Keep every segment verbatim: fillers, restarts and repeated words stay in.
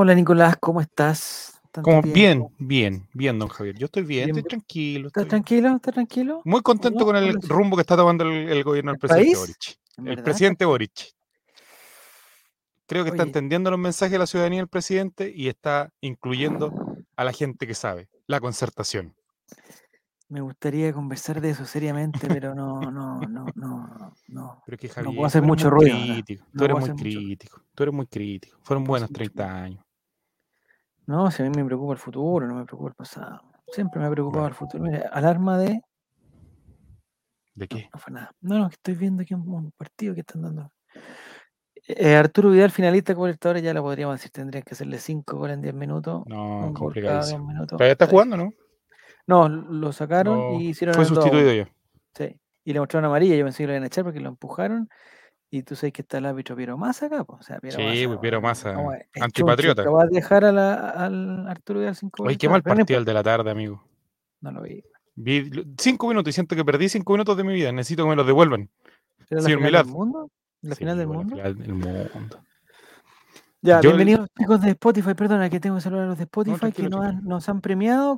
Hola Nicolás, ¿cómo estás? Tanto Como tiempo. bien, bien, bien, don Javier. Yo estoy bien, Bien, estoy tranquilo. ¿Estás Estoy tranquilo? ¿Estás tranquilo? muy contento ¿No? con el Hola, sí. rumbo que está tomando el, el gobierno del ¿El presidente país? Boric. En El verdad, presidente está- Boric. Creo que está Oye, entendiendo los mensajes de la ciudadanía del presidente y está incluyendo a la gente que sabe, la concertación. me gustaría conversar de eso seriamente, pero no, no, no, no, no, Pero que no puedo Javier, hacer tú eres muy mucho ruido ahora. crítico, tú No eres puedo muy hacer mucho, crítico, tú eres muy crítico. no Fueron puedo buenos hacer mucho ruido. treinta años. No, si a mí me preocupa el futuro, no me preocupa el pasado. Siempre me ha preocupado Bueno, el futuro. Mira, alarma de... ¿de No, qué? no fue nada. No, no, que estoy viendo aquí un, un partido que están dando. Eh, Arturo Vidal, finalista con Libertadores, ya lo podríamos decir, tendrían que hacerle cinco goles en diez minutos, No, un gol cada dos complicadísimo. minutos. Todavía está Está jugando, difícil. ¿no? No, lo sacaron O y hicieron fue el dos a sustituido uno. ya. Sí. Y le mostraron amarilla, yo pensé que lo iban a echar porque lo empujaron. Y tú sabes que está el árbitro Piero Massa acá, pues. O sea, Piero Sí, Massa, pues, pero bueno, más ¿cómo es? Es chuncho, es antipatriota. capaz de dejar a la- al Arturo Vidal cinco Oye, goles qué cada. mal Pero no partido el importa, de la tarde, amigo. no lo vi. Vi lo- cinco minutos y siento que perdí cinco minutos de mi vida. Necesito que me los devuelvan. ¿Era la Señor final del Milad. mundo? ¿La final Sí, del bueno, la mundo? final del mundo. Ya, Yo, el- bienvenidos chicos de Spotify, perdona que tengo que saludar a los de no, Spotify que tranquilo, nos tranquilo. han, nos han premiado,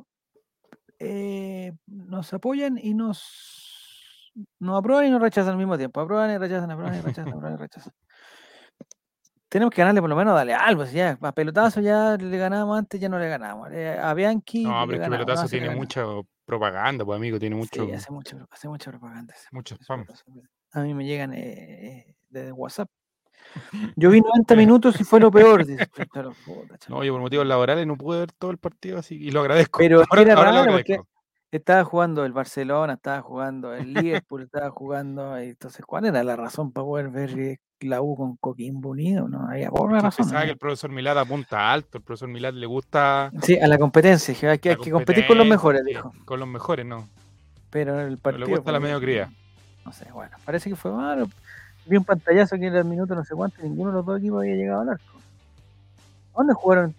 eh, nos apoyan y nos, nos aprueban y nos rechazan al mismo tiempo. Aprueban y rechazan, aprueban y rechazan, aprueban y rechazan. Tenemos que ganarle por lo menos, dale algo, si ya, a pelotazo ya le ganamos antes, ya no le ganamos. Eh, a Bianchi No, le pero es que ganamos, no, Pelotazo sí le tiene ganamos. mucha propaganda, pues, amigo, tiene Sí, mucho, hace mucho, hace mucha propaganda. ese- mucho ese spam. pelotazo. A mí me llegan eh, eh, desde WhatsApp. Yo vi noventa minutos y fue lo peor, dice Chalo, puta, No, Chalo. yo por motivos laborales no pude ver todo el partido así y lo agradezco. Pero es que Ahora, era ahora lo raro porque agradezco. estaba jugando el Barcelona, estaba jugando el Liverpool, estaba jugando, y entonces, ¿cuál era la razón para poder ver eh, la U con Coquimbo Unido? No había por Es una que usted razón, no sabe que había. el profesor Milad apunta alto, el profesor Milad le gusta Sí, a la competencia, dije, hay que, hay la que competir con los competencia, mejores, sí, dijo. con los mejores, no. Pero el No le partido gusta la fue, mediocridad. no sé, bueno, parece que fue malo. Vi un pantallazo que era el minuto no sé cuánto y ninguno de los dos equipos había llegado al arco. ¿A dónde jugaron?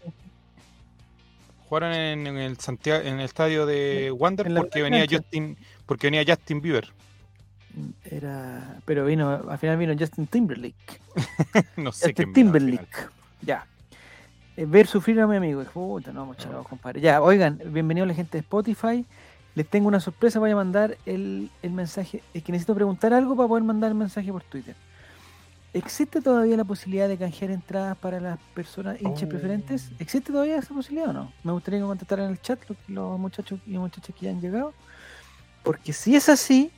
Jugaron en, en el Santiago, en el estadio de Wander En la porque misma venía cancha. Justin, porque venía Justin Bieber. Era, pero vino, al final vino Justin Timberlake. No sé Justin quién vino al final. Timberlake. Ya. Eh, ver sufrir a mi amigo. Puta, no, muchas gracias, compadre. Ya, oigan, bienvenido a la gente de Spotify. Les tengo una sorpresa, voy a mandar el, el mensaje. Es que necesito preguntar algo para poder mandar el mensaje por Twitter. ¿Existe todavía la posibilidad de canjear entradas para las personas hinchas Oh. preferentes? ¿Existe todavía esa posibilidad o no? Me gustaría que me contestaran en el chat los, los muchachos y muchachas que ya han llegado. Porque si es así,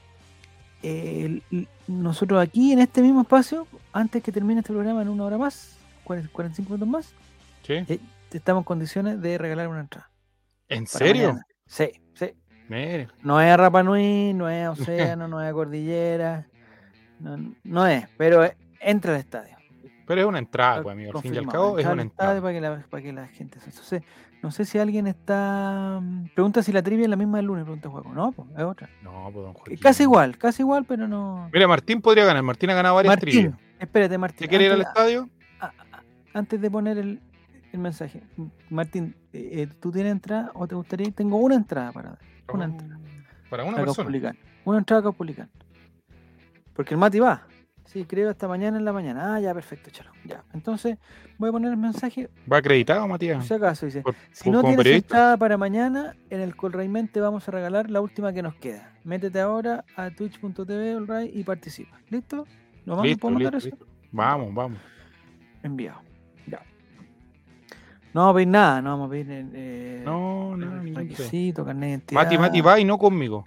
eh, l- nosotros aquí en este mismo espacio, antes que termine este programa en una hora más, cuarenta, cuarenta y cinco minutos más, ¿Sí? eh, estamos en condiciones de regalar una entrada. ¿En Para serio? mañana. Sí, sí. Mire. No es a Rapa Nui, no es a Océano, no es a Cordillera, no, no es, pero eh, entra al estadio. Pero es una entrada, Está pues, amigo. Al fin y al confirmado. cabo, es Entra al una estadio entrada. para que la, para que la gente. Entonces, no sé si alguien está. mm, Pregunta si la trivia es la misma del lunes, pregunta Juego. No, pues, es otra. No, pues, don Que Joaquín. Casi igual, casi igual, pero no. Mira, Martín podría ganar. Martín ha ganado varias trivias. Martín, espérate, Martín. ¿Usted quiere ir al Antes, estadio? a- a- antes de poner el, el mensaje, M- Martín, eh, eh, ¿tú tienes entrada o te gustaría ir? Tengo una entrada para dar. Una entrada. Para una A persona. Caupolicán. Una entrada a Caupolicán. Porque el Mati va. Sí, creo hasta mañana en la mañana. Ah, ya, perfecto, chalo. Ya. Entonces, voy a poner el mensaje. ¿Va acreditado, Por Matías? si acaso, dice. Por- Si por- no como tienes periodista. entrada para mañana, en el Colraimen te vamos a regalar la última que nos queda. Métete ahora a twitch punto tv Allray y participa. ¿Listo? ¿Lo mando? Listo, ¿Puedo mandar listo, eso? listo. Vamos, vamos. Enviado. Ya. No vamos a pedir nada, no vamos a pedir eh, No, no, el ni requisito, carnet de identidad. Mati, Mati va y no conmigo.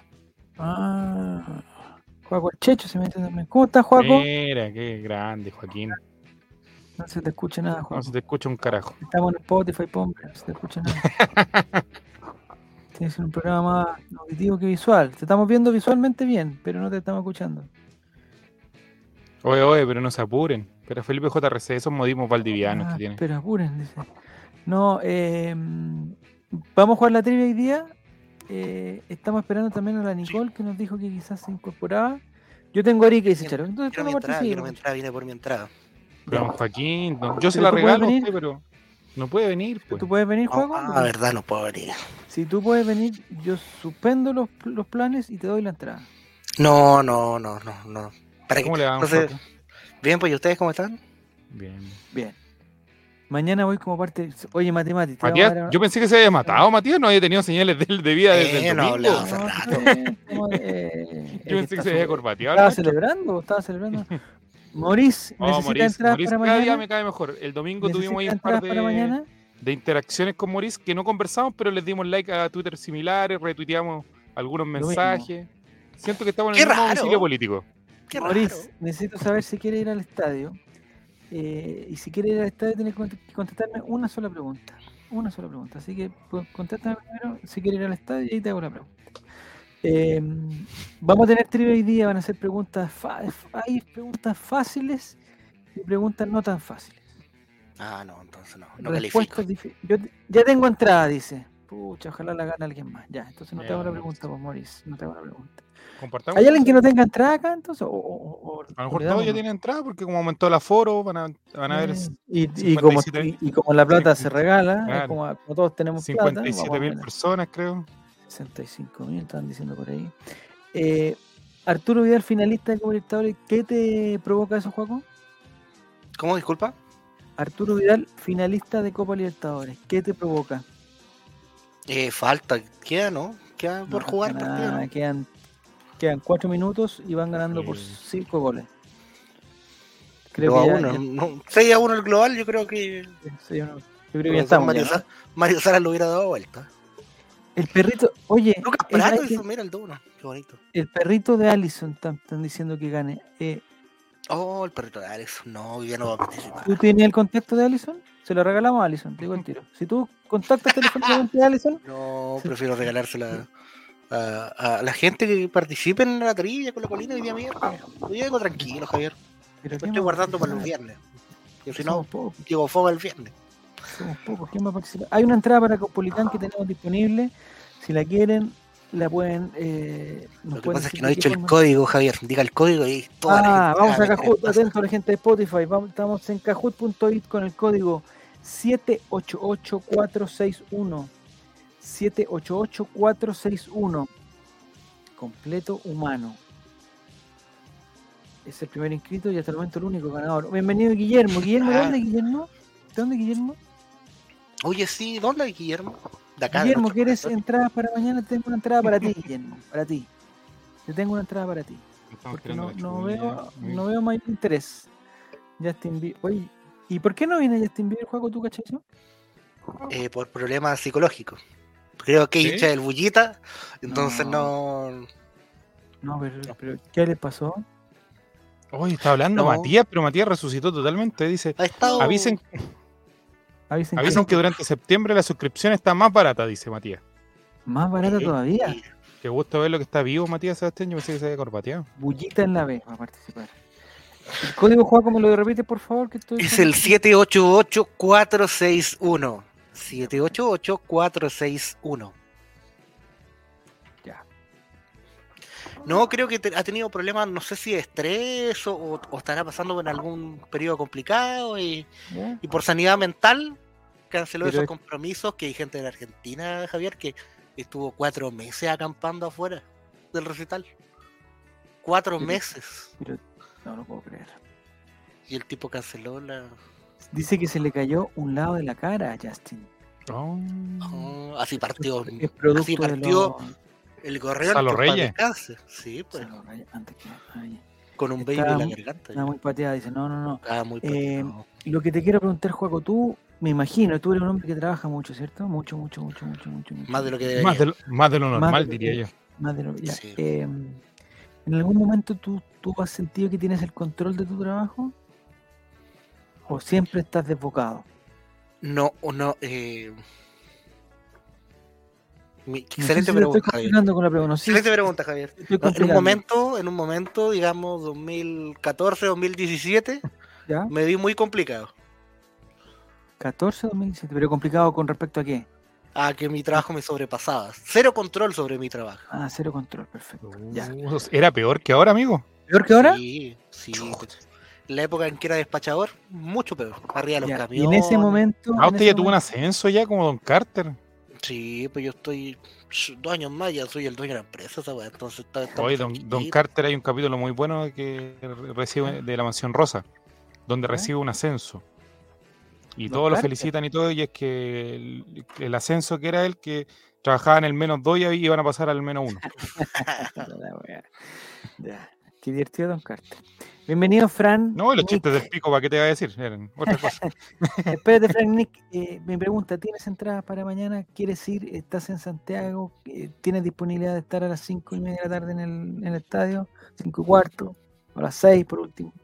Ah, Juaco el Checho se mete también. ¿Cómo estás, Juaco? Mira, qué grande, Joaquín. No se te escucha nada, No Juaco. se te escucha un carajo. Estamos en Spotify, pombre, no se te escucha nada. Tienes un programa más auditivo que visual. Te estamos viendo visualmente bien, pero no te estamos escuchando. Oye, oye, pero no se apuren. Pero Felipe J R C, esos modismos valdivianos Ah, que tienen. pero apuren, dice. No, eh, vamos a jugar la trivia hoy día. Eh, estamos esperando también a la Nicole que nos dijo que quizás se incorporaba. Yo tengo a Erika y dice Charo. Entonces tú Quiero no mi entrada, quiero mi participas. entrada, viene por mi entrada. Pero don Ya. Joaquín, no- yo se Pero la tú puedes regalo a venir. usted, pero no puede venir, pues. ¿Tú puedes venir, No, Juaco? ah, la verdad no puedo venir. Si tú puedes venir, yo suspendo los, los planes y te doy la entrada. No, no, no, no, no. ¿Para qué? ¿Cómo le va, don Entonces, Joaco? bien, pues, ¿y ustedes cómo están? Bien. Bien. Mañana voy como parte. Oye, Matemati, te vamos a Matías, dar- yo pensé que se había matado, Matías, no había tenido señales de, de vida desde Eh, el no domingo. hablaba. hace No, rato. está bien, estamos, eh, es Yo pensé que está se había súper- corbateado el Estaba maestro. celebrando, estaba celebrando. Maurice, Oh, ¿necesita Maurice, entradas Maurice para cada día mañana? me cae mejor. El domingo tuvimos ahí ¿Necesita un par entradas para de, mañana? de interacciones con Maurice que no conversamos, pero les dimos like a Twitter similares, retuiteamos algunos Lo mismo. mensajes. Siento que estamos en Qué el mismo raro. domicilio político. Qué Maurice, raro. necesito saber si quiere ir al estadio. Eh, y si quiere ir al estadio, tiene que cont- que contestarme una sola pregunta. Una sola pregunta. Así que pues, contéstame primero si quiere ir al estadio y ahí te hago la pregunta. Eh, vamos a tener trivia hoy día. Van a ser preguntas. fa- Hay preguntas fáciles y preguntas no tan fáciles. Ah, no, entonces no. No califico. Respuestas difíciles. Yo te- ya tengo entrada, dice. Pucha, ojalá la gane alguien más. Ya, entonces no te Ya, hago la Maurice. pregunta, pues, Maurice. No te hago la pregunta. Compartamos. ¿Hay alguien que no tenga entrada acá entonces? O, o- o- o- A lo o mejor le todos damos, ya no? tienen entrada porque como aumentó el aforo, van a, van a haber Eh, y, y, como, cincuenta y siete y, y como la plata se cincuenta regala, es claro. como, como todos tenemos plata, cincuenta y vamos siete a mil poner personas, creo. sesenta y cinco mil, estaban diciendo por ahí. Eh, Arturo Vidal, finalista de Copa Libertadores, ¿qué te provoca eso, Juaco? ¿Cómo, disculpa? Arturo Vidal, finalista de Copa Libertadores, ¿qué te provoca? Eh, falta. Queda, ¿no? Queda por No, jugar nada, partido, ¿no? quedan, quedan cuatro minutos y van ganando por Sí. cinco goles. Creo dos que a ya, uno. ya- No, seis a uno el global, yo creo que. sí, yo no- yo creo que Con ya razón, estamos. Mario, ya, ¿no? Sa- Mario Sara lo hubiera dado vuelta. El perrito, oye, Lucas el, Prato hay que- hizo, mira el dos uno. Qué bonito. el perrito de Allison están, están diciendo que gane. Eh, Oh, el perrito de Alex. No, hoy día no va a participar. ¿Tú tienes el contacto de Allison? Se lo regalamos a Allison, te digo el tiro. Si tú contactas telefónicamente a Allison, No, Sí. prefiero regalársela a, a la gente que participe en la trivia con la colina hoy día miércoles. Hoy día vengo tranquilo, Javier. pero Lo ¿quién estoy va a guardando para los participar? viernes. Y si no, Somos pocos, llego fome el viernes. somos pocos. ¿Quién va a participar? Hay una entrada para Cospolitán que tenemos disponible. Si la quieren, la pueden. Eh, nos Lo que pueden pasa es decir que no he de qué dicho el forma. código, Javier. Diga el código y toda la Ah, gente vamos va a meter Kahoot, en pasa. atento a la gente de Spotify. Vamos, estamos en kahoot punto it con el código siete ocho ocho cuatro seis uno. siete ocho ocho cuatro seis uno. Completo humano. Es el primer inscrito y hasta el momento el único ganador. Bienvenido Guillermo. Guillermo, ¿de Ah. dónde Guillermo? ¿De dónde Guillermo? Oye, sí, ¿dónde hay Guillermo? De acá. de Guillermo, nuestro ¿quieres corazón. entradas para mañana? Te tengo una entrada para ti, Guillermo. Para ti. Te tengo una entrada para ti. Estamos Porque tirando no, la no chulla, veo, muy- no veo mayor interés. Justin Bieber. Oye, ¿y por qué no viene Justin Bieber, Juego, tú, cachai eso? Eh, por problemas psicológicos. Creo que ¿Sí? hincha del Bullita, entonces No. no. No, pero, pero ¿qué le pasó? Oye, está hablando No. Matías, pero Matías resucitó totalmente. Dice, Ha estado. avisen, Avisen avisen que que durante septiembre la suscripción está más barata, dice Matías. más barata Eh, todavía. eh, Qué gusto ver lo que está vivo Matías Sebastián. Yo pensé que se había corbateado. Bullita en la B va a participar. El código, Juaco, ¿me lo repites, por favor? Que estoy Es el siete ocho ocho cuatro seis uno. siete ocho ocho cuatro seis uno. Ya. No, creo que te- ha tenido problemas, no sé si de estrés o, o estará pasando por algún periodo complicado y, ¿Ya? y por sanidad mental canceló Pero esos es- compromisos, que hay gente de la Argentina, Javier, que estuvo cuatro meses acampando afuera del recital. Cuatro Pero- meses. Pero no lo puedo creer. Y el tipo canceló la... Dice que se le cayó un lado de la cara a Justin. Oh. Oh, así partió. Es producto Así de partió los... el gorrión Salo que en paz Reyes. descanse. Sí, pues. Se lo rayó antes que... ay, Con un baby Estaba en la muy- garganta. Estaba muy pateada. Dice, no, no, no. Ah, muy Eh, pateado. Lo que te quiero preguntar, Juaco, tú, me imagino, tú eres un hombre que trabaja mucho, ¿cierto? Mucho, mucho, mucho, mucho, mucho. mucho Más de lo que mucho. debería. Más de, lo, más de lo Más normal, de lo diría que- yo. Más de lo ya. Sí. Eh, ¿En algún momento tú, tú has sentido que tienes el control de tu trabajo? ¿O siempre estás desbocado? No, o no. Eh... mi- No sé Excelente si lo pregunta, estoy Javier. complicando con la pregunta. No sé Excelente si- pregunta, Javier. estoy No, en un complicando. momento, en un momento, digamos, dos mil catorce, dos mil diecisiete, ¿Ya? me vi muy complicado. catorce dos mil diecisiete, pero complicado con respecto a qué? A que mi trabajo me sobrepasaba. Cero control sobre mi trabajo. Ah, cero control, perfecto. Ya. Uh, Era peor que ahora, amigo. ¿Peor que ahora? Sí, sí. En la época en que era despachador, mucho peor. Arriba de los Ya. Y camiones. en ese momento. Ah, en usted ese ya tuvo un momento- ascenso ya como Don Carter. Sí, pues yo estoy psh, dos años más, ya soy el dueño de la empresa, esa weá, entonces está, estamos Oye, don, don tranquilitos. Carter hay un capítulo muy bueno que re- recibe de la Mansión Rosa, donde ¿Ya? recibe un ascenso. Y Don todos lo Carter. felicitan y todo, y es que el, el ascenso que era él, que trabajaba en el menos dos y ahí iban a pasar al menos uno. La wea. Ya. Qué divertido, Don Carter. Bienvenido, Fran. No, y los Nick. chistes del pico, ¿para qué te va a decir? Eran otra cosa. Espérate, Frank Nick, eh, me pregunta, ¿tienes entradas para mañana? ¿Quieres ir? ¿Estás en Santiago? Eh, ¿Tienes disponibilidad de estar a las cinco y media de la tarde en el, en el estadio? Cinco y cuarto, o a las seis por último.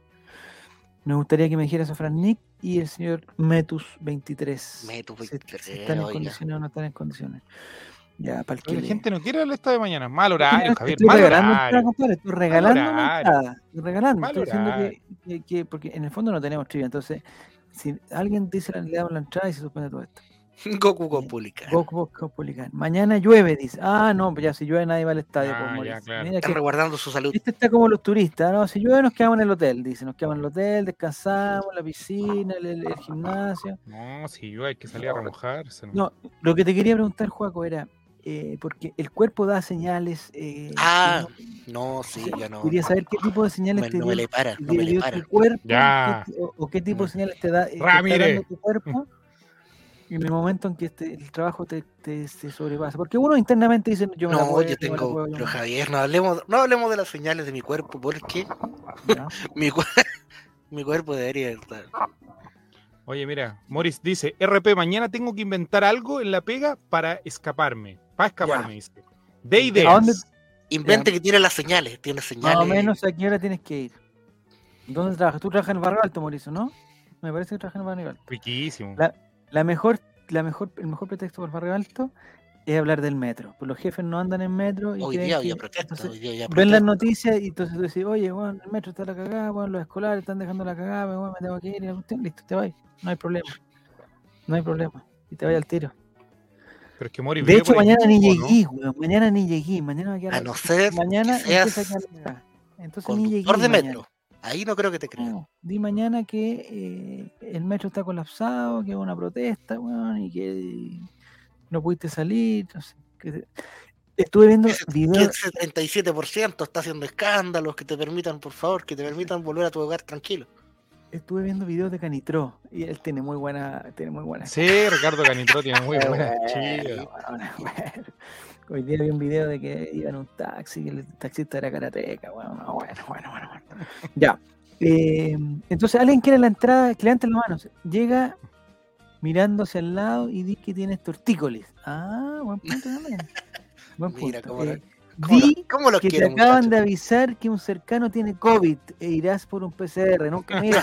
Me gustaría que me dijeras a Frank Nick y el señor Metus veintitrés. Metus Si- veintitrés, Si, están en oiga. condiciones o no están en condiciones. Ya, para el que Oye, la le- gente no quiere el estadio de mañana. Mal Te horario, Javier. estoy Mal regalando entrada, horario. compadre. Estoy regalando una horario. entrada. Estoy regalando. Mal Estoy diciendo que, horario. que, que- porque en el fondo no tenemos trivia. Entonces, si alguien dice le damos la entrada y se suspende todo esto. Goku Copulica. Goku Copulican. Mañana llueve, dice. Ah, no, pues ya si llueve nadie va al estadio. Ah, por ya, morir. claro. Mira Están que resguardando su salud. este está como los turistas, ¿no? Si llueve nos quedamos en el hotel, dice. Nos quedamos en el hotel, descansamos, la piscina, el, el- el gimnasio. No, si yo hay que salir a remojarse. ¿no? No, lo que te quería preguntar, Juaco, era, eh, porque el cuerpo da señales. Eh, Ah, que no, sí, ya no. Quería saber qué tipo de señales me- te no dio, me le para, te no me le dio para. tu cuerpo, Ya. qué- o, o qué tipo de señales te da eh, te está Ramírez. dando tu cuerpo en el momento en que este- el trabajo te, te, se sobrepasa. Porque uno internamente dice, yo me la No, puedo, yo me la tengo. puedo, yo Pero me la- Javier, no hablemos, no hablemos de las señales de mi cuerpo, porque ¿ya? mi, cu- mi cuerpo debería estar. Oye, mira, Morris dice, R P, mañana tengo que inventar algo en la pega para escaparme. Para escaparme, dice. De ideas. ¿A dónde? Invente que tiene las señales, tiene señales. Más o menos a qué hora tienes que ir. ¿Dónde trabajas? Tú trabajas en el Barrio Alto, Mauricio, ¿no? Me parece que trabajas en el Barrio Alto. Riquísimo. La, la mejor, la mejor, el mejor pretexto para el Barrio Alto es hablar del metro. Pues los jefes no andan en metro y Hoy creen día que- había protesta, entonces, hoy día había ven las protesta. noticias y entonces tú decís, oye, bueno, el metro está la cagada, bueno, los escolares están dejando la cagada, bueno, me tengo que ir y la cuestión, listo, te vas, no hay problema, no hay problema, y te vayas al tiro. Pero es que Morris De vive hecho, por ahí mañana ni mismo, ¿no? llegué, weón, mañana ni llegué, mañana va a quedar A la- no ser mañana que seas empieza a quedar la cagada. Entonces ni llegué conductor de mañana. metro. Ahí no creo que te crean. No, di mañana que eh, el metro está colapsado, que hubo una protesta, weón, y que no pudiste salir. No sé, que te- Estuve viendo Que videos. el setenta y siete por ciento está haciendo escándalos, que te permitan, por favor, que te permitan volver a tu hogar tranquilo. Estuve viendo videos de Canitró y él tiene muy buena, tiene muy buena. Sí, Ricardo Canitro tiene muy buenas Bueno, chicas. bueno, bueno. Hoy día vi un video de que iba en un taxi, que el taxista era karateca, bueno, no, bueno, bueno, bueno, bueno. Ya. Eh, entonces alguien quiere la entrada, que levanten las manos. Llega mirándose al lado y dice que tienes tortícolis. Ah, buen punto también. Buen Mira punto. cómo, Eh, cómo, di lo- cómo los que te quiero, acaban muchachos. de avisar que un cercano tiene COVID e irás por un P C R. Nunca mira.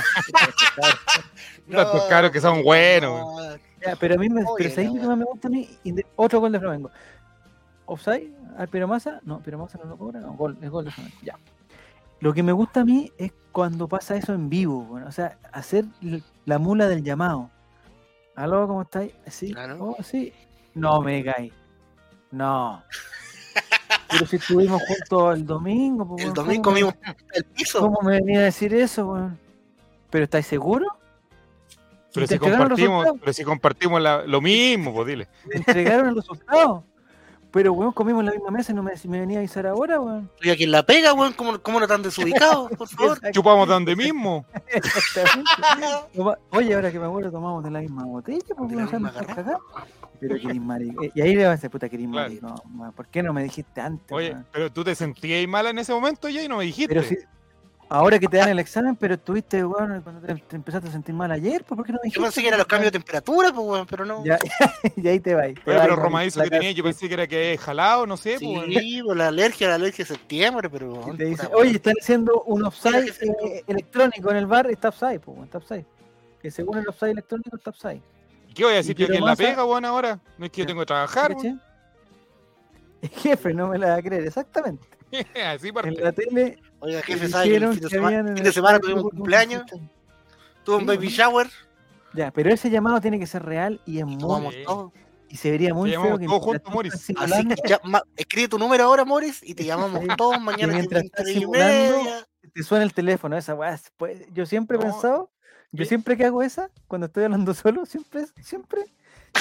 Tantos caros que son buenos. no, Ya, pero a mí me, Oye, pero ¿sabes la lo que más me gusta a mí? Inde- Otro gol de Flamengo. ¿Offside? ¿Al Piromasa? No, Piromasa no lo cobra. No, gol, es gol de Flamengo. Ya. Lo que me gusta a mí es cuando pasa eso en vivo. Bueno, o sea, hacer l- la mula del llamado. ¿Aló, cómo estáis? Sí. Claro. Oh, sí. No me caí. No. Pero si estuvimos juntos el domingo. Pues, El bueno, domingo ¿cómo me- comimos el piso. ¿Cómo me venía a decir eso, weón? ¿Pero estáis seguros? Pero ¿Te si entregaron los compartimos, resultados? pero si compartimos la- lo mismo, pues dile. Me entregaron el resultado. Pero, weón, comimos en la misma mesa y no me, me venía a avisar ahora, weón. Estoy aquí en la pega, weón. ¿Cómo, cómo no están desubicados, por favor? Chupamos de donde mismo. Exactamente. Toma- Oye, ahora que me acuerdo, tomamos de la misma botella, pues, De la weón, o sea, misma me estás garrafa. cagando. Pero querís marico. Y ahí le va a decir, puta, querís Claro. marico. No, ¿por qué no me dijiste antes, Oye, weón? pero tú te sentías mala en ese momento ya y no me dijiste. Pero si, ahora que te dan el examen, pero estuviste, weón, cuando te, te empezaste a sentir mal ayer, pues, ¿por qué no me Yo dijiste? pensé que eran los cambios de temperatura, pues, weón, pero no. Ya, y ahí te vas. te Oye, vas, pero marico, Romadizo la que tenía, casa. yo pensé que era que había jalado, no sé, pues. Sí, pues la alergia, la alergia de septiembre, pero. Y weón, te dice, puta, oye, weón. están haciendo un offside Mira que eh, electrónico en el bar, está offside, pues, está offside. Que según el offside electrónico está offside. ¿Qué voy a decir Y yo aquí en la Piromasa- pega, weón, ahora? No es que yo Ya. tengo que trabajar, ¿Caché? weón. El jefe no me la va a creer, exactamente. Así En parte. la tele Oiga, me jefe, ¿sabe que el dijeron fin de que semana, habían en fin el de semana estadio tuvimos un un cumpleaños? sistema. Tuvo un Sí, baby bueno. shower, Ya, pero ese llamado tiene que ser real y es muy tomamos Sí. todo. y se vería muy Te feo llamamos que todos mientras juntos, tú Morris. estás Así simulando, que ya, ma- escribe tu número ahora, Morris, y te llamamos Sí. todos que mañana. que mientras es estás veinte y simulando media. te suena el teléfono, esa weá, es- pues, yo siempre he No. pensado, yo ¿Qué? siempre que hago esa, cuando estoy hablando solo, siempre, siempre,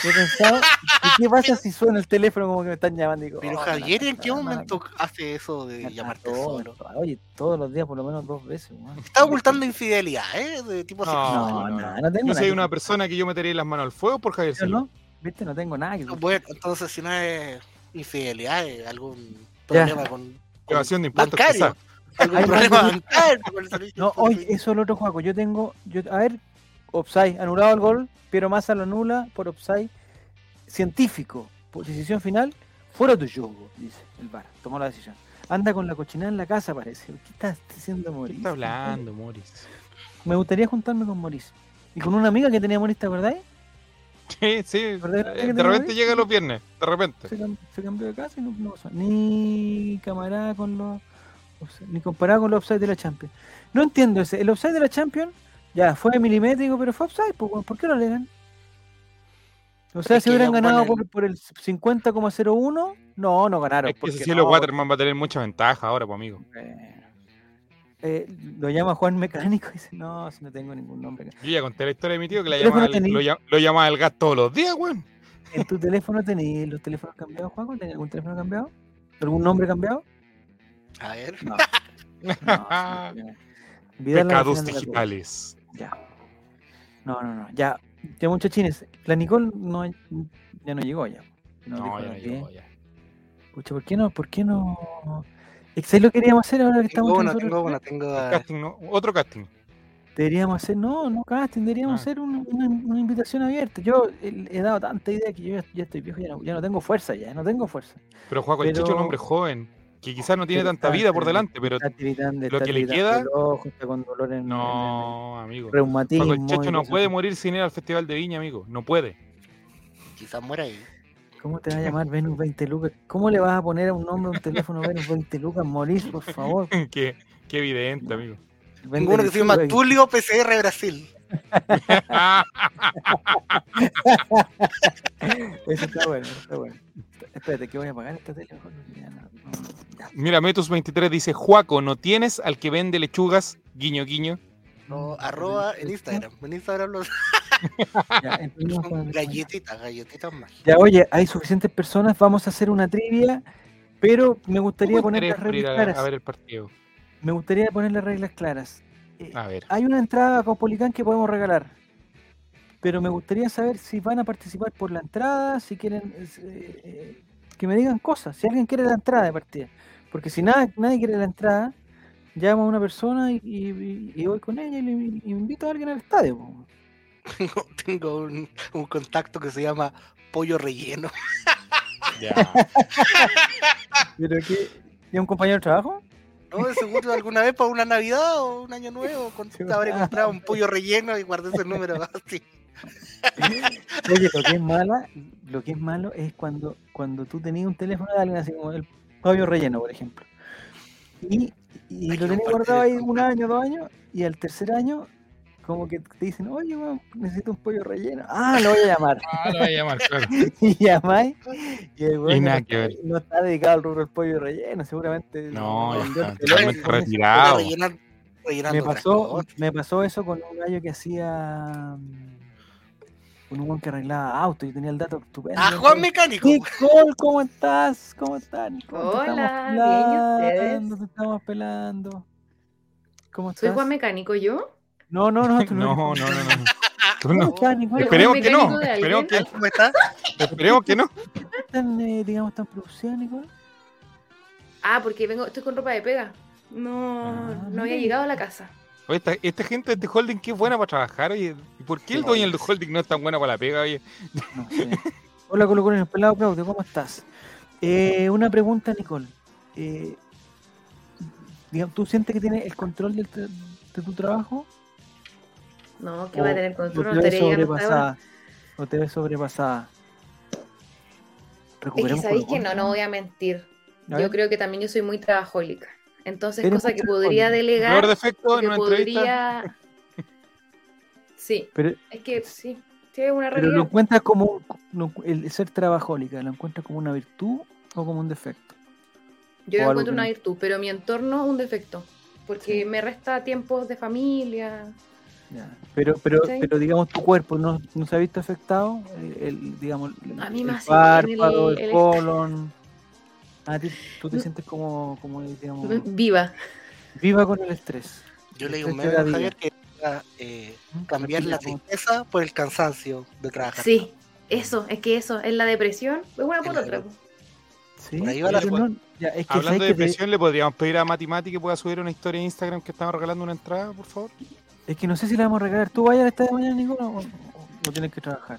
He pensado, ¿y qué pasa si suena el teléfono como que me están llamando? Y digo, Pero oh, Javier, la ¿en qué cagada, momento madre. hace eso de llamarte Todo, solo? todo. Oye, todos los días por lo menos dos veces, weón. Está ocultando infidelidad, ¿eh? De tipo No, sexual. No, no, nada, no. no tengo Yo nada soy que una ocultar. persona que yo metería las manos al fuego por Javier ¿Yo Celo. no? ¿Viste? No tengo nada que ocultar. Bueno, entonces si no es infidelidad, es algún Ya. problema con, con Evasión de impuestos, bancario. quizás. Algún Hay problema más de- bancario con el servicio. No, con el oye, servicio. eso es lo otro juego. Yo tengo, yo, a ver, offside, anulado el gol, Piero Massa lo anula por offside científico, por decisión final, fuera de juego, dice el V A R, tomó la decisión. Anda con la cochinada en la casa, parece. ¿Qué estás diciendo, ¿Qué Moris? está hablando, Moris? Me gustaría juntarme con Moris. Y con una amiga que tenía Moris, ¿te acordáis? Sí, sí. ¿Verdad que eh, tenía De repente Moris? llega los viernes, de repente. Se, cam- se cambió de casa y no, no pasó. Ni camarada con los offside, ni comparado con los offside de la Champions. No entiendo ese. El offside de la Champions, ya, fue milimétrico, pero fue offside, pues, weón, ¿por qué lo alegan? O sea, Es si que hubieran ya ganado ponen- por, por el cincuenta coma cero uno, no, no ganaron. Es que porque ese cielo no, Waterman va a tener mucha ventaja ahora, pues, amigo. porque, eh, lo llama Juan Mecánico y dice, no, si no tengo ningún nombre. Yo ya conté la historia de mi tío que la ¿Teléfono llamaba, tení? lo, llam- lo llamaba el gas todos los días, weón. ¿En tu teléfono tenéis los teléfonos cambiados, Juan? ¿Tenés algún teléfono cambiado? ¿Algún nombre cambiado? A ver. No. No, sí, no. Vidal la Pecados final de la Copa. digitales. Ya. No, no, no. Ya. Ya, muchachines. La Nicole no, ya no llegó ya. No, No, dijo ya a no las diez. llegó, ya. Pucha, ¿por qué no? ¿Por qué no? ¿Excel lo queríamos hacer ahora que estamos Tengo entre una, nosotros tengo tres? una, tengo. El a- casting, no, otro casting. Deberíamos hacer, no, no casting, deberíamos Ah. hacer una, una- una invitación abierta. Yo he, he dado tanta idea que yo ya, ya estoy viejo, ya no, ya no tengo fuerza ya, no tengo fuerza. Pero Juaco, el Pero- Chicho es un hombre joven, que quizás no tiene Pero tanta está- vida por está- delante, pero está tiritando, lo está que le tiritando queda- el ojo, está con dolor en, en no, amigo. el reumatismo. Juaco, el Checho y no cosas puede así. morir sin ir al Festival de Viña, amigo. No puede. Quizás muera ahí. ¿Cómo te va a llamar Venus veinte Lucas? ¿Cómo le vas a poner a un nombre a un teléfono Venus veinte Lucas? Morís, por favor. qué, qué evidente, amigo. Tengo uno que se llama Lucas. Tulio P C R Brasil. Eso está bueno, eso está bueno. Espérate, que voy a apagar esta tele. mejor, porque ya no- no- ya. Mira, Metus veintitrés dice, Juaco, ¿no tienes al que vende lechugas? Guiño, guiño. No, arroba en Instagram. En Instagram los Ya, empezamos con el- galletitas, galletitas más. Ya, oye, hay suficientes personas, vamos a hacer una trivia, pero me gustaría ¿Cómo poner interés las por ir reglas a, claras. a ver el partido? Me gustaría poner las reglas claras. Eh, A ver. Hay una entrada a Caupolicán que podemos regalar, pero me gustaría saber si van a participar por la entrada, si quieren eh, eh, que me digan cosas, si alguien quiere la entrada de partida, porque si nada, nadie quiere la entrada, llamo a una persona y, y- y voy con ella y, le, y invito a alguien al estadio. po. Tengo, tengo un, un contacto que se llama Pollo Relleno. Ya. Pero que, ¿y un compañero de trabajo? No, de seguro alguna vez para una Navidad o un año nuevo con- te habré comprado un pollo relleno y guardé ese número así. Oye, lo que es mala, lo que es malo es cuando, cuando tú tenías un teléfono de alguien así como el Fabio Relleno, por ejemplo. Y, y Hay lo que tenías compartir guardado el ahí un contacto. año, dos años, y al tercer año, como que te dicen, oye, weón, necesito un pollo relleno. Ah, lo voy a llamar. Ah, lo voy a llamar, claro. Y llamáis, y el weón nada no, que está, ver. no está dedicado al rubro del pollo relleno, seguramente. No, ya vendió el está teléfono, totalmente no sé. retirado. Rellenar- rellenando Me otras pasó, cosas. me pasó eso con un gallo que hacía mm, con un weón que arreglaba autos y tenía el dato estupendo. Ah, Juan Mecánico. Nicole, ¿cómo estás? ¿Cómo estás, Nicole? Te Hola, estamos bien, ¿y pelando, ustedes? te estamos pelando. ¿Cómo estás? ¿Soy Juan Mecánico yo? No, no, no, tú No, no. no, eres no, Juan no. Mecánico. Tú ¿Cómo no. estás, Nicole? Esperemos que no. mecánico de Esperemos que, ¿Cómo estás? esperemos que no. ¿Están, eh, digamos, tan producidas, Nicole? Ah, porque vengo, estoy con ropa de pega. No, Ah, no había mira. llegado a la casa. Oye, esta, esta gente de este holding que es buena para trabajar, oye. ¿Y por qué el Sí, dueño del holding no es tan buena para la pega, oye? No sé. Hola, Colo Colo, el pelado Claudio, ¿cómo estás? Eh, una pregunta, Nicole. Eh, digamos, ¿tú sientes que tienes el control del tra- de tu trabajo? No, que va a tener ¿O control, te no ves estaría llegando hasta ahora. sobrepasada? ¿O te ves sobrepasada? Es que Recuperemos sabéis Colo que no, Colo. no voy a mentir. A Yo ver. creo que también yo soy muy trabajólica. Entonces, Eres cosa muy que podría trabajólica. delegar. Peor defecto en que una entrevista. podría. Sí, Pero, es que sí, sí, es una pero realidad. lo encuentras como un- lo- el ser trabajólica, ¿lo encuentras como una virtud o como un defecto? Yo o lo algo encuentro que una no- virtud, pero mi entorno un defecto. Porque Sí. me resta tiempos de familia. Ya. Pero, pero, ¿Sí? pero digamos, tu cuerpo no, no se ha visto afectado, el, el- digamos, el, A mí el más bien el- párpado, el, el- colon. A ti, tú te Mm. sientes como, como digamos, Viva. viva con el estrés. Yo El leí un estrés te meme, da don vida. Javier, que era eh, ¿Mm? cambiar la Respira, tristeza por el cansancio de trabajar. Sí, eso, es que eso, es la depresión, es una por Es la otra. depresión. Sí, Por ahí va la pero cosa. no, ya, es que Hablando sabes de que te- depresión, ¿le podríamos pedir a Mati Mati que pueda subir una historia en Instagram que estamos regalando una entrada, por favor? es que no sé si la vamos a regalar. ¿Tú vayas al estadio mañana, Nicolás, o, o- o tienes que trabajar?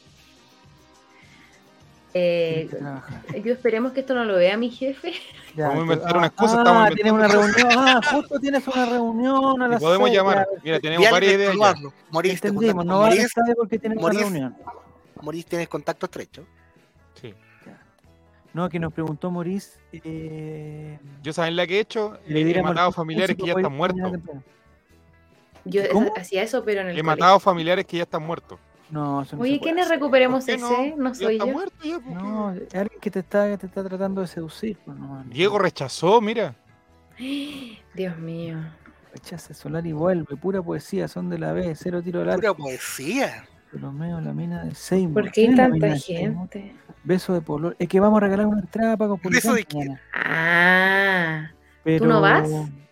Eh, Tienes que trabajar. yo esperemos que esto no lo vea mi jefe. Ya, Podemos tú- inventar ah, una excusa, ah, estamos tienes una inventando reunión. Ah, justo tienes una reunión a Y las podemos seis, llamar. ya, Mira, tenemos Dial varias de ideas ya. saludarlo. Morís, te entendimos, juntas no con va al Morís, estadio porque tienes una Morís. reunión. Morís tienes contacto estrecho. Sí. No, que nos preguntó Maurice. Eh, Yo, ¿saben la que he hecho? le He diéramos matado el familiares que ya músico están para ir mañana muertos. temprano. Yo ¿Cómo? esa- hacía eso, pero en el He colegio. matado familiares que ya están muertos. No, eso no Oye, se puede ¿quiénes hacer. recuperemos ¿Por qué ese? No, Ya soy está yo. muerto ya, ¿por qué? No, es alguien que te está, que te está tratando de seducir. Pues, no, Diego rechazó, mira. Dios mío. Rechaza Solar y vuelve, pura poesía, son de la B, cero tiro al Pura arco. poesía. Romeo, la mina de Seymour. ¿Por qué hay ¿Quién es la tanta mina de Seymour? gente? Beso de polor. Es que vamos a regalar una entrada para Copulicán ¿Beso de quién? mañana. Ah, Pero... no vas?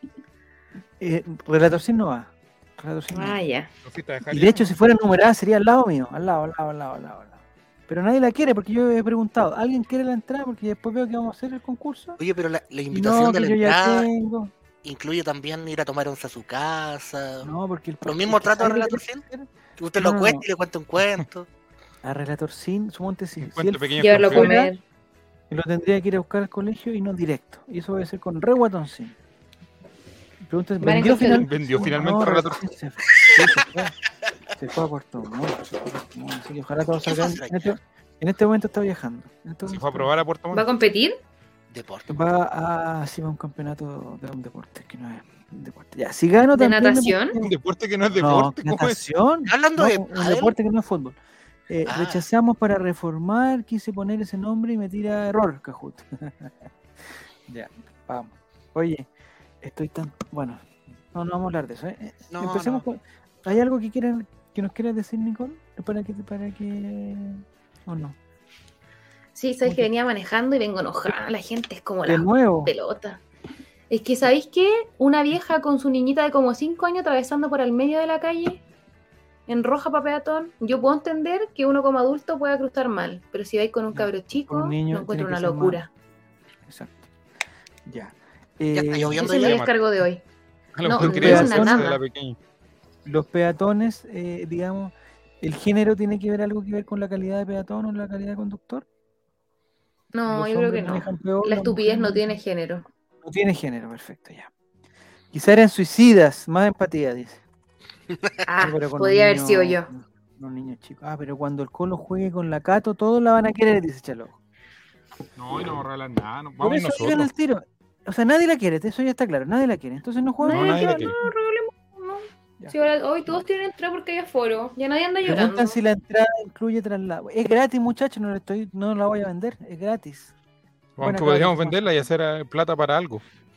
Eh, Relator Sin no va. Relator Sin no va. ah, ya. ¿Lo fuiste a dejar Y ya? de hecho, si fuera numerada, sería al lado mío. Al lado, al lado, al lado, al lado. al lado. Pero nadie la quiere porque yo he preguntado. ¿Alguien quiere la entrada? Porque después veo que vamos a hacer el concurso. Oye, pero la, la Y invitación no, de que la yo ya entrada tengo. incluye también ir a tomar once a su casa. No, porque el Lo mismo es que trato de ¿sabes lo que Relator quiero hacer? Que usted No, lo no, cuente no. y le cuente un cuento. A Relator Sin, suponte si, Un si cuento él pequeño Llevarlo a con fuera, comer. lo tendría que ir a buscar al colegio y no directo. Y eso va a ser con Re Guatón Sin. Pregunta, Van en ¿vendió, coche- final- Vendió finalmente no, Relator Sin se, sí, se fue. Se fue a Puerto Montt. Se fue a Puerto Montt, así que ojalá todo ¿Qué salga pasa bien. En este, en este momento está viajando. En este Se momento fue a probar a Puerto ¿Va a Montt. competir? Deporte. Va a, sí, va a un campeonato de un deporte que no es un deporte. Ya, si gano ¿De también le natación? pongo- Un deporte que no es No, deporte, ¿cómo es? natación. Hablando No, de un pádel. deporte que no es fútbol. Eh, Ah. Rechazamos para reformar, quise poner ese nombre y me tira error, Cajut. Ya, vamos. Oye, estoy tan... Bueno, no, no vamos a hablar de eso, ¿eh? Eh, No, Empecemos no. con... ¿Hay algo que quieran, que nos quieras decir, Nicole? ¿Para que, para que... o no? Sí, sabes que venía manejando y vengo enojada. La gente es como De la nuevo. pelota. Es que, ¿sabéis qué? Una vieja con su niñita de como cinco años atravesando por el medio de la calle, en roja para peatón. Yo puedo entender que uno como adulto pueda cruzar mal, pero si vais con un Ya, cabro chico, con un niño lo encuentro tiene una que ser locura. Exacto. Ya. Ya está Eh, lloviendo Ese es ya. mi descargo de hoy. A lo No, mejor no quería es una hacerse de nada. la pequeña. los peatones, eh, digamos, ¿el género tiene que ver algo que ver con la calidad de peatón o la calidad de conductor? No, Los yo creo que hombres no. manejan peor, La las estupidez mujeres no manejan- tiene género. No tiene género, perfecto, ya. Quizá eran suicidas, más empatía, dice. Ah, No, pero con podría un haber sido niño- yo. con un niño chico. Ah, pero cuando el Colo juegue con la Cato, todos la van a querer, dice Chalo. No, y no vamos a regalar nada. no- Por Vamos eso nosotros. digan el tiro. O sea, nadie la quiere, eso ya está claro, nadie la quiere. Entonces no juegan. No, Nadie nadie la quiere- quiere. no, regalemos, no. Ya. Si ahora- hoy todos tienen entrada porque hay aforo. Ya nadie anda llorando. Preguntan si la entrada incluye traslado. Es gratis, muchachos, no, la estoy, no la voy a vender, es gratis. Buena Aunque podríamos cabeza, venderla y hacer eh, plata para algo.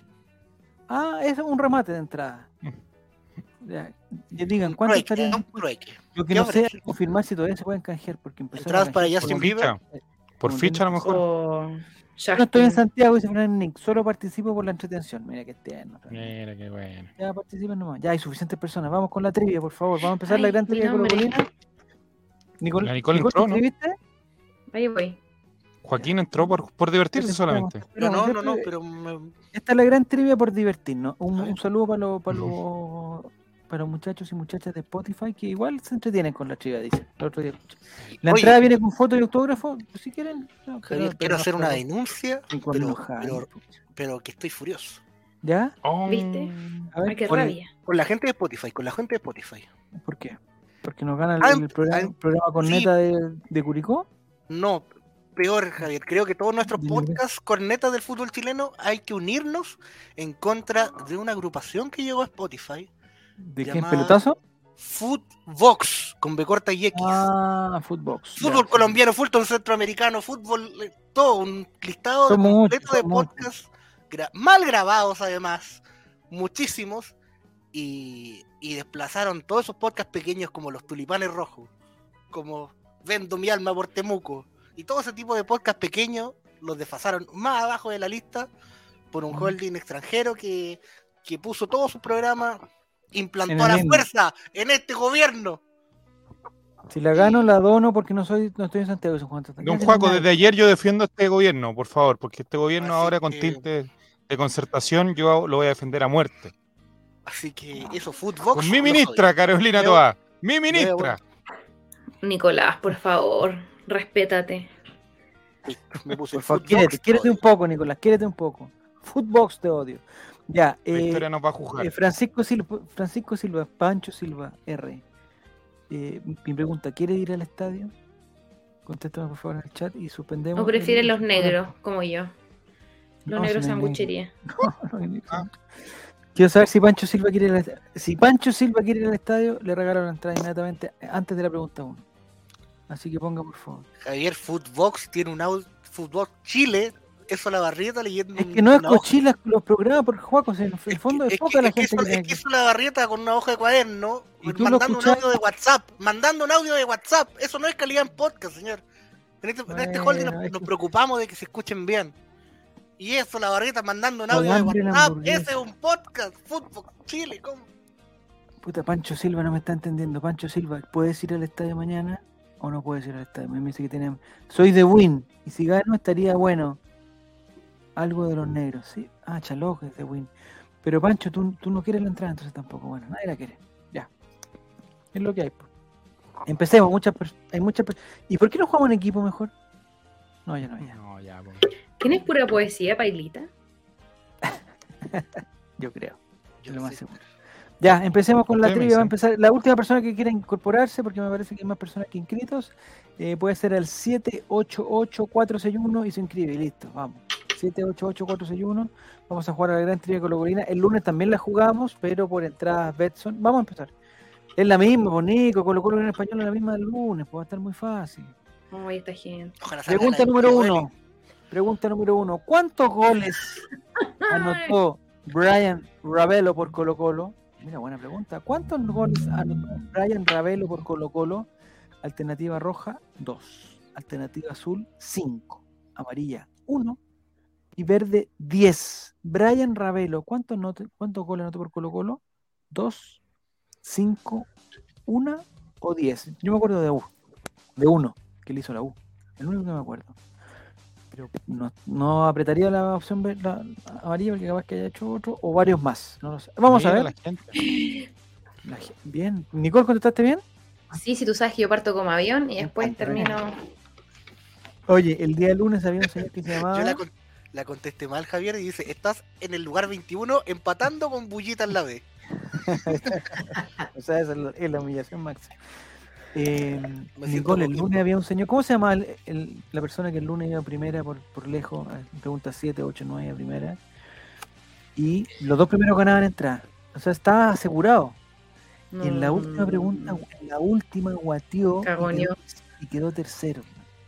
Ah, es un remate de entrada. Ya, ya digan, Un ¿cuánto trueque, estarían? un trueque. Lo que ¿Qué no sé es ofrece? confirmar si todavía se pueden canjear, porque empezaron Entradas a para canjear Justin por- Bieber. Por Como ficha a lo tenés- mejor. Oh, Yo no estoy en Justin. Santiago, dice Fernando Nick, solo participo por la entretención. Mira que tierno. Mira qué bueno. Ya participen nomás. Ya hay suficientes personas. Vamos con la trivia, por favor. Vamos a empezar la Ay, gran mi trivia con nombre. Colocolina. Nicole, La Nicole Nicole, entró, ¿te ¿no? inscribiste? Ahí voy. Joaquín entró por, por divertirse solamente. No, Esperamos, no, yo no, no, creo- pero me- Esta es la gran trivia por divertirnos. Un, A ver. un saludo para los, para los para los muchachos y muchachas de Spotify que igual se entretienen con la trivia, dice. El otro día escuché. La Oye. entrada viene con foto y autógrafo, si quieren. No, Javier, pero- quiero pero hacer no, una pero- denuncia, cinco pero, minutos, pero, pucha. pero que estoy furioso. ¿Ya? Oh, ¿Viste? A ver, Ay, qué con- rabia. Con la gente de Spotify, con la gente de Spotify. ¿por qué? ¿Porque nos gana el, Ah, el programa, ah, programa con sí. neta de, de Curicó? No, peor, Javier. Creo que todos nuestros Dime, dime. podcasts cornetas del fútbol chileno hay que unirnos en contra de una agrupación que llegó a Spotify, ¿De qué? Llamada- ¿Pelotazo? Footvox, con B corta y X. Ah, Footbox. Fútbol ya. colombiano, fútbol centroamericano, fútbol, eh, todo un listado Son completo muchos, de son muchos. podcasts gra- mal grabados además, muchísimos, y, y desplazaron todos esos podcasts pequeños como los Tulipanes Rojos, como Vendo mi alma por Temuco, y todo ese tipo de podcasts pequeños los desfasaron más abajo de la lista por un holding extranjero que, que puso todos sus programas, implantó a la fuerza en este gobierno. Si la gano, la dono porque no soy no estoy en Santiago. Don Juaco, desde ayer yo defiendo a este gobierno, por favor, porque este gobierno Así ahora que... con tinte de concertación yo lo voy a defender a muerte. Así que eso, Footbox. Con mi ministra, Carolina Toá. Mi ministra. Nicolás, por favor, respétate. Me puse por favor, quiérete, quiérete un poco, Nicolás, quiérete un poco. Footbox te odio. Ya, La eh, historia nos va a juzgar. Eh, Francisco Silva, Francisco Silva, Pancho Silva, R. Eh, mi pregunta, ¿quiere ir al estadio? Contéstame por favor en el chat y suspendemos. ¿O prefieren el... los negros, como yo? Los no, negros si no sanguchería. No, no, no. Quiero saber si Pancho Silva quiere ir al estadio. Si Pancho Silva quiere ir al estadio, le regalo la entrada inmediatamente antes de la pregunta uno. Así que ponga, por favor. Javier, Footbox tiene un audio. Footbox Chile, eso la barrieta leyendo. Es que no es cochila los programas por Juaco, en el es fondo que, es poca es la que, gente es que, que es que eso la barrieta con una hoja de cuaderno, mandando un audio de WhatsApp, mandando un audio de WhatsApp. Eso no es calidad en podcast, señor. En este, bueno, en este holding nos, nos preocupamos de que se escuchen bien. Y eso, la barrieta mandando un audio de WhatsApp. Ese es un podcast. Footbox Chile, ¿cómo? Puta, Pancho Silva no me está entendiendo. Pancho Silva, ¿puedes ir al estadio mañana o no puedes ir al estadio? Me dice que tiene... Soy de Win y si gano estaría bueno. Algo de los negros, ¿sí? Ah, Chaloc es de Win. Pero Pancho, tú, tú no quieres la entrada, entonces tampoco. Bueno, nadie la quiere. Ya. Es lo que hay. Pues. Empecemos. Muchas hay muchas ¿Y por qué no jugamos en equipo mejor? No, ya no, ya. No, ya pues. ¿Tienes pura poesía, Pailita? Yo creo. Yo lo no más sé. seguro. Ya, empecemos con la Usted me trivia. Va a dice. empezar la última persona que quiera incorporarse, porque me parece que hay más personas que inscritos. Eh, puede ser al siete ocho ocho cuatro seis uno y se inscribe. Y listo, vamos. siete ocho ocho cuatro seis uno. Vamos a jugar a la gran trivia colocolina. El lunes también la jugamos, pero por entradas Betson. Vamos a empezar. Es la misma, Bonico, Colo Colo en español es la misma del lunes, puede estar muy fácil. Ay, esta gente. Ojalá salga Pregunta la número de uno. Pregunta número uno. ¿Cuántos goles anotó Brian Ravelo por Colo Colo? Mira, buena pregunta. ¿Cuántos goles anotó Brian Ravelo por Colo Colo? Alternativa roja, dos. Alternativa azul, cinco. Amarilla, uno. Y verde, diez. Brian Ravelo, ¿cuántos, note, ¿cuántos goles anotó por Colo Colo? dos, cinco, uno o diez. Yo me acuerdo de U. De uno, que le hizo la U. El único que me acuerdo. Pero no, no apretaría la opción la, la amarilla porque capaz que haya hecho otro o varios más. No lo sé. Vamos Mira a ver. la gente. La, bien. Nicole, ¿contestaste bien? Sí, si tú sabes que yo parto como avión y después encanta, termino... Oye, el día lunes había un señor que se llamaba... Yo la, con- la contesté mal, Javier, y dice, estás en el lugar veintiuno empatando con Bullita en la B. O sea, esa es la, es la humillación máxima. Eh, Me siento Nicole, el Coquimbo. lunes había un señor. ¿Cómo se llama el, el- la persona que el lunes iba primera por, por lejos? Eh, Pregunta siete, ocho, nueve primera. Y los dos primeros ganaban entrada. O sea, estaba asegurado. Y en la última Mm, pregunta, en la última guateó y Cagoneó. quedó, y quedó tercero.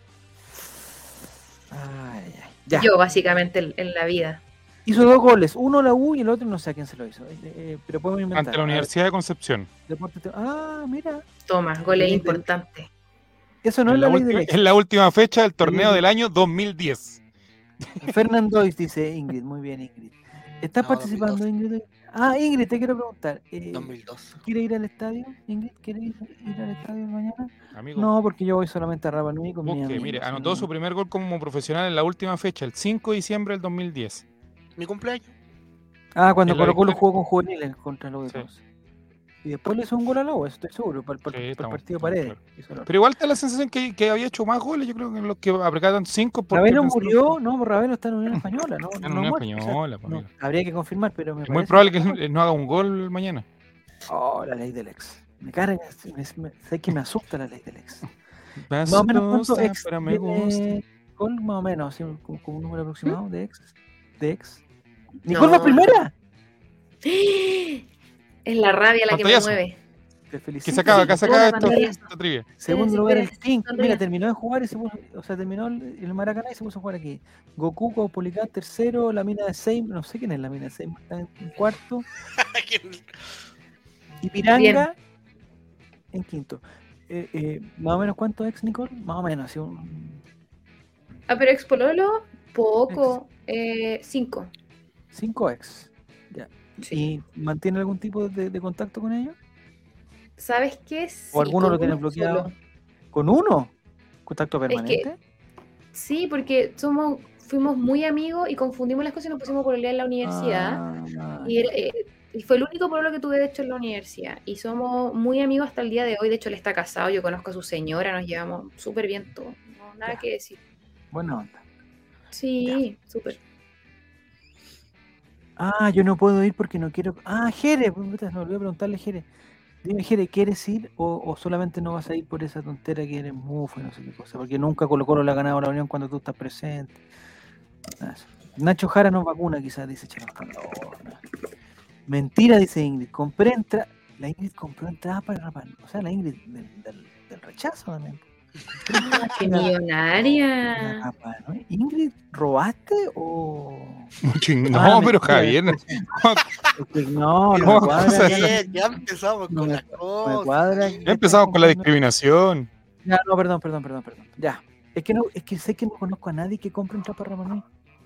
Ay, ay, ya. Yo, básicamente, en- en la vida. Hizo dos goles, uno la U y el otro no sé a quién se lo hizo. Eh, eh, pero podemos inventar. Ante la A ver, Universidad de Concepción. Deporte te- Ah, mira. Toma, goles Ley del- importantes. Eso no en, es la la ley ulti- del ex. en la última fecha del torneo Sí. del año dos mil diez. Fernandois, dice Ingrid. Muy bien, Ingrid. ¿Estás No, participando, Ingrid? Ah, Ingrid, te quiero preguntar. eh, dos mil dos. ¿Quiere ir al estadio? Ingrid, ¿quiere ir, ir al estadio mañana? Amigo, No, porque yo voy solamente a Rapa Nui con mi busque, amigo. mire, si anotó no- su primer gol como profesional en la última fecha, el cinco de diciembre del dos mil diez. Mi cumpleaños. Ah, cuando en la Colo Colo victoria. jugó con juveniles contra los Sí. otros. Y después le hizo un gol a la U, eso estoy seguro, para, para- Sí, para el estamos- partido estamos Paredes. claros. Hizo la- Pero igual te da la sensación que, que había hecho más goles, yo creo que los que aplicaron cinco. porque Ravelo pensé- murió, no, Ravelo está en Unión Española, ¿no? Está en no Unión muerto, o sea, Española, no, amigo. habría que confirmar, pero me Es muy parece probable que no. él no haga un gol mañana. Oh, la ley del ex. Me carga, me, me- sé que me asusta la ley del ex. Más o menos cuánto ex pero me gusta. tiene Nicole, más o menos, así, como, como un número aproximado de ex. De ex. ¿Nicole va No. primera? Es la rabia la que me Pantallazo. mueve. Te felicito. Que se acaba, que se Hola, acaba esto, Pantalla. esta trivia. Segundo Espérese, lugar el espérese, King. sonría. Mira, terminó de jugar y se puso, o sea, terminó el, el Maracaná y se puso a jugar aquí. Goku, Caupolicán, tercero, la mina de Seim, no sé quién es la mina de Seim, está en cuarto. Y Piranga en quinto. Eh, eh, ¿Más o menos cuánto ex, Nicole? Más o menos, así un... Ah, pero ex pololo, poco, eh, cinco. Cinco ex. Ya. Sí. ¿Y mantiene algún tipo de, de contacto con ellos? ¿Sabes qué? Sí, ¿O alguno con lo tiene uno bloqueado? solo. ¿Con uno? ¿Contacto Es que- permanente? Sí, porque somos, fuimos muy amigos y confundimos las cosas y nos pusimos por en la universidad. Ah, Y, él, eh, y fue el único pololo que tuve, de hecho, en la universidad. Y somos muy amigos hasta el día de hoy. De hecho, él está casado, yo conozco a su señora, nos llevamos súper bien todo. No, nada Ya. que decir. buena onda. Sí, súper. Ah, yo no puedo ir porque no quiero... Ah, Jere, puta, me olvidé preguntarle, Jere. Dime, Jere, ¿quieres ir o, o solamente no vas a ir por esa tontera que eres mufo y no sé qué cosa? Porque nunca Colo Colo le ha ganado a la Unión cuando tú estás presente. Nada de eso. Nacho Jara nos vacuna, quizás, dice Chelo. No, no. Mentira, dice Ingrid. Compré entrada... La Ingrid compró entradas para Rapa Nui. O sea, la Ingrid del, del, del rechazo también. ¡Qué La millonaria! Rapa Nui. Ingrid, ¿robaste o...? No, Ah, pero mentira. Javier, no- Es que no, no No, me cuadra. o sea, Ya, Bien, ya empezamos No con me- las no me cosas. cuadra. ya empezamos con la discriminación. Ya, no, perdón, perdón, perdón, perdón. Ya. Es que no, es que sé que no conozco a nadie que compre un trapa Rapa Nui.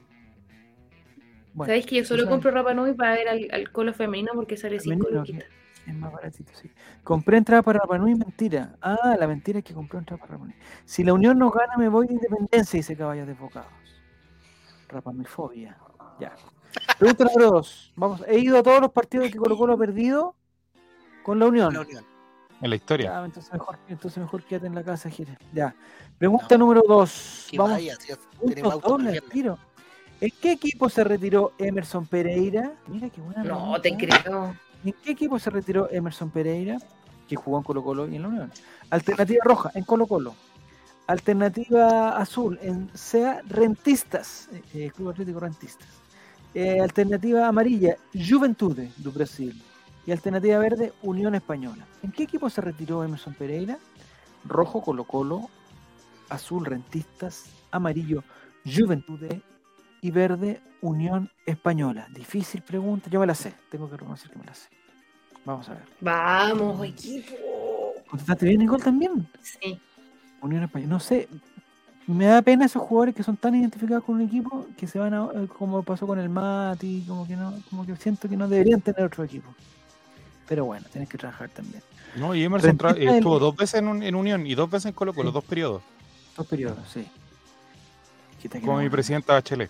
Bueno, ¿Sabéis que yo solo tú sabes, compro Rapa Nui para ver al, al colo femenino porque sale cinco femenino, luquitas? es más baratito, sí. Compré entrada para Rapa Nui, mentira. Ah, la mentira es que compré entrada para Rapa Nui. Si la Unión no gana, me voy de Independencia, dice Caballos Desbocados. Rapa Nui fobia. Ya. Pregunta número dos. Vamos, he ido a todos los partidos que Colo Colo ha perdido con la Unión. La Unión. En la historia. Ya, entonces mejor, entonces mejor quédate en la casa, Jere. Ya. Pregunta número dos. Que Vamos, vaya, si es- puntos tenemos auto dobles el al viernes. tiro. ¿En qué equipo se retiró Emerson Pereira? Mira qué buena No, pregunta. te creo. ¿En qué equipo se retiró Emerson Pereira? Que jugó en Colo Colo y en la Unión. Alternativa roja, en Colo Colo. Alternativa azul, en S E A Rentistas, eh, Club Atlético Rentistas. Eh, alternativa amarilla, Juventude do Brasil. Y alternativa verde, Unión Española. ¿En qué equipo se retiró Emerson Pereira? Rojo, Colo Colo. Azul, Rentistas. Amarillo, Juventude. Y verde, Unión Española. Difícil pregunta, yo me la sé. Tengo que reconocer que me la sé. Vamos a ver. Vamos, equipo. ¿Contestaste bien, Nicole, también? Sí. Unión Española. No sé, me da pena esos jugadores que son tan identificados con un equipo que se van a, eh, como pasó con el Mati, como que no, como que siento que no deberían tener otro equipo. Pero bueno, tienes que trabajar también. No, y Emerson tra- Rentista estuvo del- dos veces en, un- en Unión y dos veces en Colo Colo, Sí. dos periodos. Dos periodos, sí. Quita que Como no- mi presidenta Bachelet.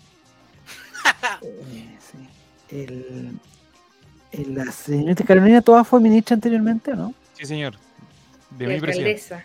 Eh, sí. El, el- la señorita Carolina Toa fue ministra anteriormente, ¿o no? Sí, señor. De La mi presidenta. alcaldesa.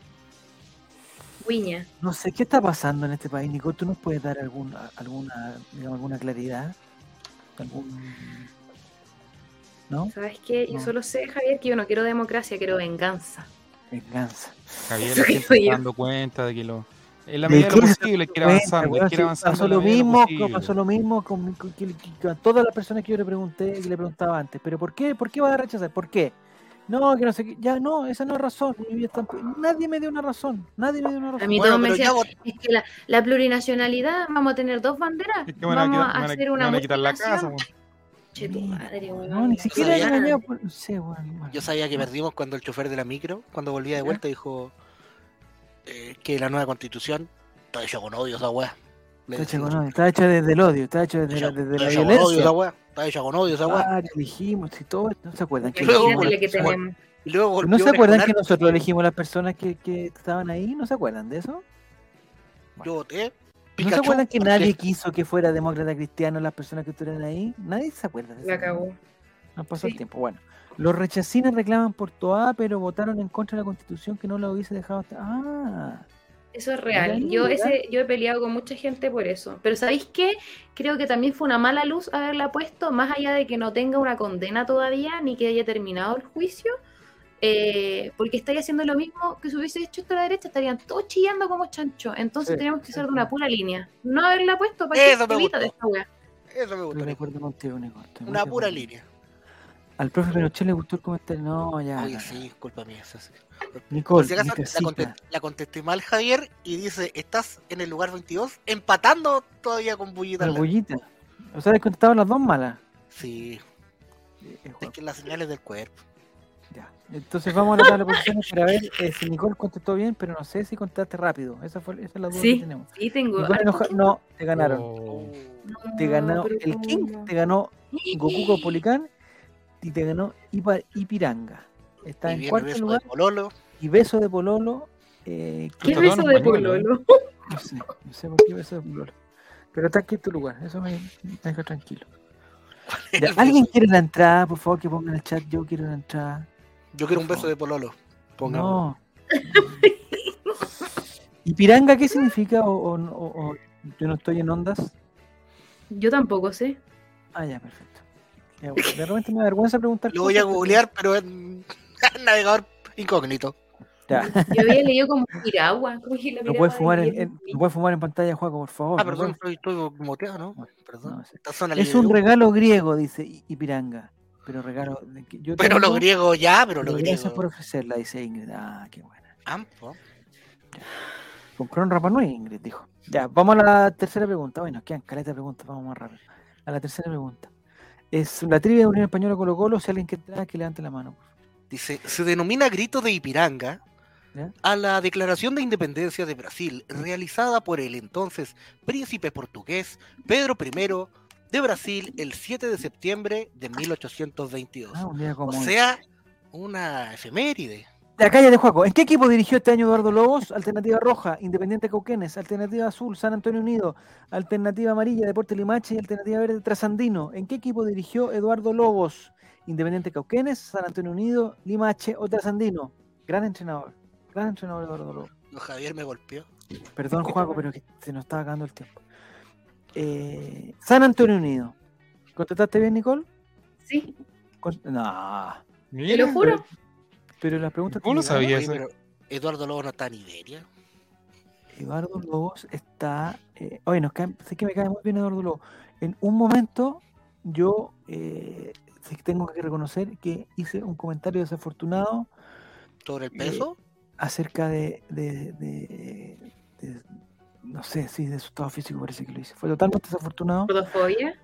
Wiña. No sé qué está pasando en este país, Nicole. ¿Tú nos puedes dar alguna, alguna, digamos, alguna claridad? ¿Algún... ¿No? ¿Sabes qué? Yo No. solo sé, Javier, que yo no quiero democracia, quiero venganza. Venganza. Javier, Eso la que gente soy está yo. dando cuenta de que lo. En la ¿De medida de qué lo se posible, quiere cuenta, avanzando, weón? quiere Si avanzando. pasó en la lo medida de mismo, posible. pasó lo mismo con, con- que- que- con todas las personas que yo le pregunté, que le preguntaba antes. ¿Pero por qué? ¿Por qué va a rechazar? ¿Por qué? No, que no sé qué. Ya no, esa no es razón. Mi vida está- Nadie me dio una razón. Nadie me dio una A razón. mí Bueno, todos me pero ya decían, es que la, la plurinacionalidad, vamos a tener dos banderas, Es que me van a vamos quitar, a me van a- hacer me una van a quitar la casa, multinación. weón. Che, tu Mira, madre, weón, no, ni la siquiera sabía. engañado. por- No sé, weón. bueno. Yo sabía que perdimos cuando el chofer de la micro, cuando volvía de ¿Ya? vuelta, dijo eh, que la nueva constitución está hecha con odio esa weá. Le Está hecha decimos. con odio, está hecha desde el odio, está hecha desde la, Está desde la hecha con odio esa violencia. weá. Está hecha con odio esa weá. Ah, que elegimos y todo. ¿No se acuerdan? Que luego, elegimos Imagínate las la que personas- tenemos. Y luego ¿No golpeó se una acuerdan escolar. que nosotros elegimos las personas que, que estaban ahí? ¿No se acuerdan de eso? Yo voté. ¿No se Pikachu, acuerdan que porque- nadie quiso que fuera demócrata cristiano las personas que estuvieran ahí? Nadie se acuerda de eso. La cagó. No pasó el Sí. tiempo. Bueno, los rechacines reclaman por Toa, pero votaron en contra de la constitución que no la hubiese dejado hasta... Ah, Eso es real. Mira, Yo mira. ese, yo he peleado con mucha gente por eso. Pero ¿sabéis qué? Creo que también fue una mala luz haberla puesto, más allá de que no tenga una condena todavía, ni que haya terminado el juicio, eh, porque estaría haciendo lo mismo que si hubiese hecho esta la derecha, estarían todos chillando como chancho. Entonces Sí, tenemos que ser de sí. una pura línea. No haberla puesto para Eso que me evita de gustó. esta wea. Eso me estoy gustó. de Nico. acuerdo contigo, Nico. estoy muy Una de pura acuerdo. línea. Al profe Pinochet le gustó el comentario. No, ya. Oye, no, sí, no. disculpa mía. eso sí. Por Nicole, si acaso, mi la, casita. conte- la contesté mal, Javier, y dice, estás en el lugar veintidós, empatando todavía con Bullita. La al lado. bullita. O sea, le contestaban las dos malas. Sí. eh, Es Juaco. que las señales del cuerpo. Ya. Entonces vamos a la tabla de posiciones para ver eh, si Nicole contestó bien, pero no sé si contestaste rápido. Esa, fue, esa es la duda que Sí, tenemos. sí, tengo. Nicole harto Hinoja- tiempo. no, te ganaron. Oh. No, Te ganó pero el King, ¿cómo? te ganó Goku Caupolicán y te ganó Ipa- Ipiranga. Está Y en viene cuarto beso lugar de Pololo. y Beso de Pololo. Eh, ¿Qué Está todo beso en de español, ¿eh? pololo? no sé, no sé por qué Beso de Pololo. Pero está aquí en tu lugar, eso me, me deja tranquilo. Ya, El ¿alguien beso. quiere la entrada? Por favor, que pongan en el chat. Yo quiero la entrada. Yo quiero un por beso favor. de Pololo. Pongamos. No. ¿Y piranga qué significa? O, o- o- o yo no estoy en ondas. Yo tampoco sé. Ah, ya, perfecto. Ya, bueno, de repente me da vergüenza preguntar. Lo voy a cosas, pero- googlear, pero en navegador incógnito. Ya. Yo había leído como piragua. Como que la No puedes piragua fumar de en, en- no puedes fumar en pantalla, Juaco, por favor. Ah, no perdón, puedes- estoy, estoy moteado, ¿no? No, Perdón. no, sí. Esta zona Es libre un de- regalo griego, dice I- Ipiranga. Pero regalo. de que yo Pero lo tengo, griego ya, pero lo pero gracias griego. por ofrecerla, dice Ingrid. Ah, qué buena. Ampo. Compró un Rapa Nui, Ingrid, dijo. Ya, vamos a la tercera pregunta. Bueno, nos quedan caleta de preguntas, vamos más rápido. A la tercera pregunta. Es la trivia de Unión Española Colo Colo. Si alguien quiere entrar, que levante la mano. Dice, se denomina grito de Ipiranga ¿Ya? a la declaración de independencia de Brasil realizada por el entonces príncipe portugués Pedro I de Brasil el siete de septiembre de mil ochocientos veintidós. Ah, un día O como hoy. sea, una efeméride. Ya, cállate, Juaco. ¿En qué equipo dirigió este año Eduardo Lobos? Alternativa roja, Independiente Cauquenes. Alternativa azul, San Antonio Unido. Alternativa amarilla, Deporte Limache. Y alternativa verde, Trasandino. ¿En qué equipo dirigió Eduardo Lobos? Independiente Cauquenes, San Antonio Unido, Limache o Trasandino. Gran entrenador. Gran entrenador Eduardo Lobos. No, Javier me golpeó. Perdón, Juaco, pero que se nos está acabando el tiempo. Eh, San Antonio Unido. ¿Contestaste bien, Nicole? Sí, Con- No. te Mira, lo juro. Pero las preguntas... ¿Cómo lo te llegaron. sabía Oye, eso? pero Eduardo Lobo no está en Iberia. Eduardo Lobos está. Eh, oye, nos cae, sé que me cae muy bien Eduardo Lobos. En un momento, yo eh, sí que tengo que reconocer que hice un comentario desafortunado ¿Sobre el Eh, peso? acerca de, de, de- de- no sé, sí, de su estado físico, parece que lo hice. Fue totalmente desafortunado. Gordofobia.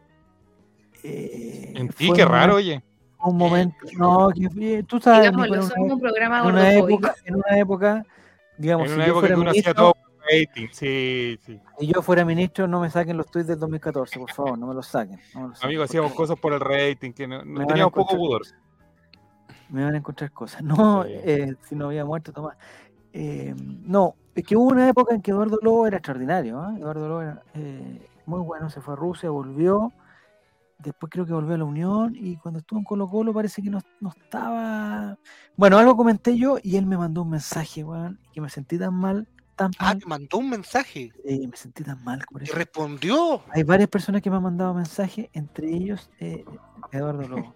Eh, En ti, fue qué un raro, momento- oye. Un momento. No, que fue- tú sabes, Nico, Digámoslo, en somos una, un programa en una gordofóbico. época, en una época, digamos, En si una yo época fuera que uno hacía ministro, todo por rating. Sí, sí. si yo fuera ministro, no me saquen los tweets del dos mil catorce, por favor, no me los saquen. No me los saquen, Amigos, porque hacíamos cosas por el rating, que no, no me van a teníamos poco encontrar pudor. cosas. Me van a encontrar cosas. No, Sí. eh, si no había muerto, Tomás. Eh, no, es que hubo una época en que Eduardo Lobo era extraordinario. ¿eh? Eduardo Lobo era eh, muy bueno, se fue a Rusia, volvió. Después creo que volvió a la Unión y cuando estuvo en Colo Colo parece que no, no estaba... Bueno, algo comenté yo y él me mandó un mensaje, weón, que me sentí tan mal, tan Ah, mal, te mandó un mensaje. eh, me sentí tan mal por Y eso. respondió. Hay varias personas que me han mandado mensajes, entre ellos eh, Eduardo Lobo.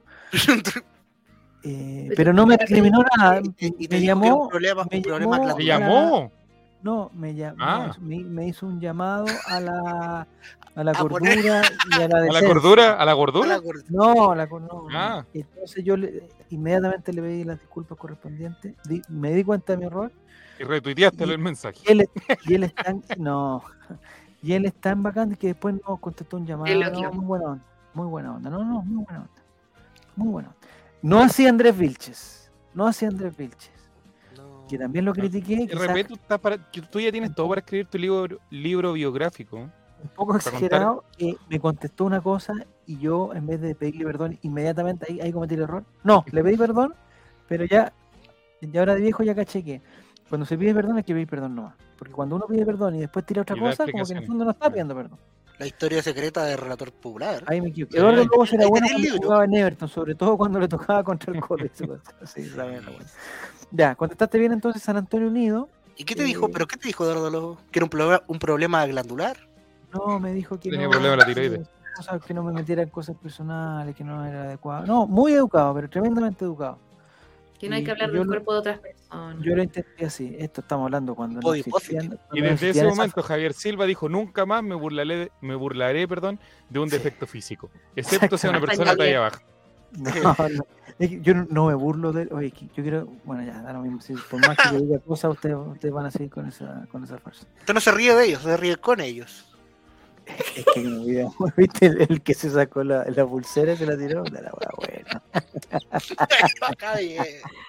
Eh, pero no me recriminó nada, Y te- y me te dijo que llamó, un problema, me un problema llamó- ¿Te glandular. llamó? no, me llamó, Ah. me, me hizo un llamado a la, a la A poner- cordura y a la ¿A la decencia. cordura? ¿A la A gordura? la gorda. No, la con- no. Ah. Entonces yo le- inmediatamente le pedí las disculpas correspondientes, di- me di cuenta de mi error Y retuiteaste Y- el mensaje. y él, y él está en- no, y él es tan bacán que después nos contestó un llamado, Eloquio. no, muy buena onda, muy buena onda, no, no, muy buena onda, muy buena onda. No así Andrés Vilches, no así Andrés Vilches, No. que también lo critiqué, De quizás repente tú, estás para, que tú ya tienes todo para escribir tu libro, libro biográfico. un poco para exagerado, que me contestó una cosa y yo en vez de pedirle perdón inmediatamente ahí, ahí cometí el error. No, le pedí perdón, pero ya, ya ahora de viejo ya caché que cuando se pide perdón hay que pedir perdón nomás. Porque cuando uno pide perdón y después tira otra Y da cosa, como que en el explicaciones. fondo no está pidiendo perdón. La historia secreta del relator popular. Ahí me equivoqué. Sí. Eduardo Lobos era Ahí bueno tenés el cuando libro. jugaba en Everton, sobre todo cuando le tocaba contra el Colo. Sí, la verdad, bueno. Ya, contestaste bien entonces San Antonio Unido. ¿Y qué te dijo? Eh, ¿Pero qué te dijo Eduardo Lobo? ¿Que era un problema, un problema glandular? No, me dijo que Tenía no, problema de la tiroides. cosas que no me metiera en cosas personales, que no era adecuado. No, muy educado, pero tremendamente educado. Que no hay Y que hablar yo del lo- cuerpo de otras personas. Yo lo entendí así. Esto estamos hablando cuando no Body existían. positive. cuando Y no desde existían ese esas- momento Javier Silva dijo, nunca más me burlaré, me burlaré perdón, de un defecto físico, excepto sea una persona Exactamente. talla baja. No, no, es que yo no, no me burlo de él. Oye, que yo quiero. Bueno, ya, da lo mismo. Si por más que yo diga cosas, ustedes, ustedes van a seguir con esa, con esa farsa. Usted no se ríe de ellos, se ríe con ellos. Es que no video, ¿viste? El, el que se sacó la, la pulsera y se la tiró. La wea buena. Acá bien.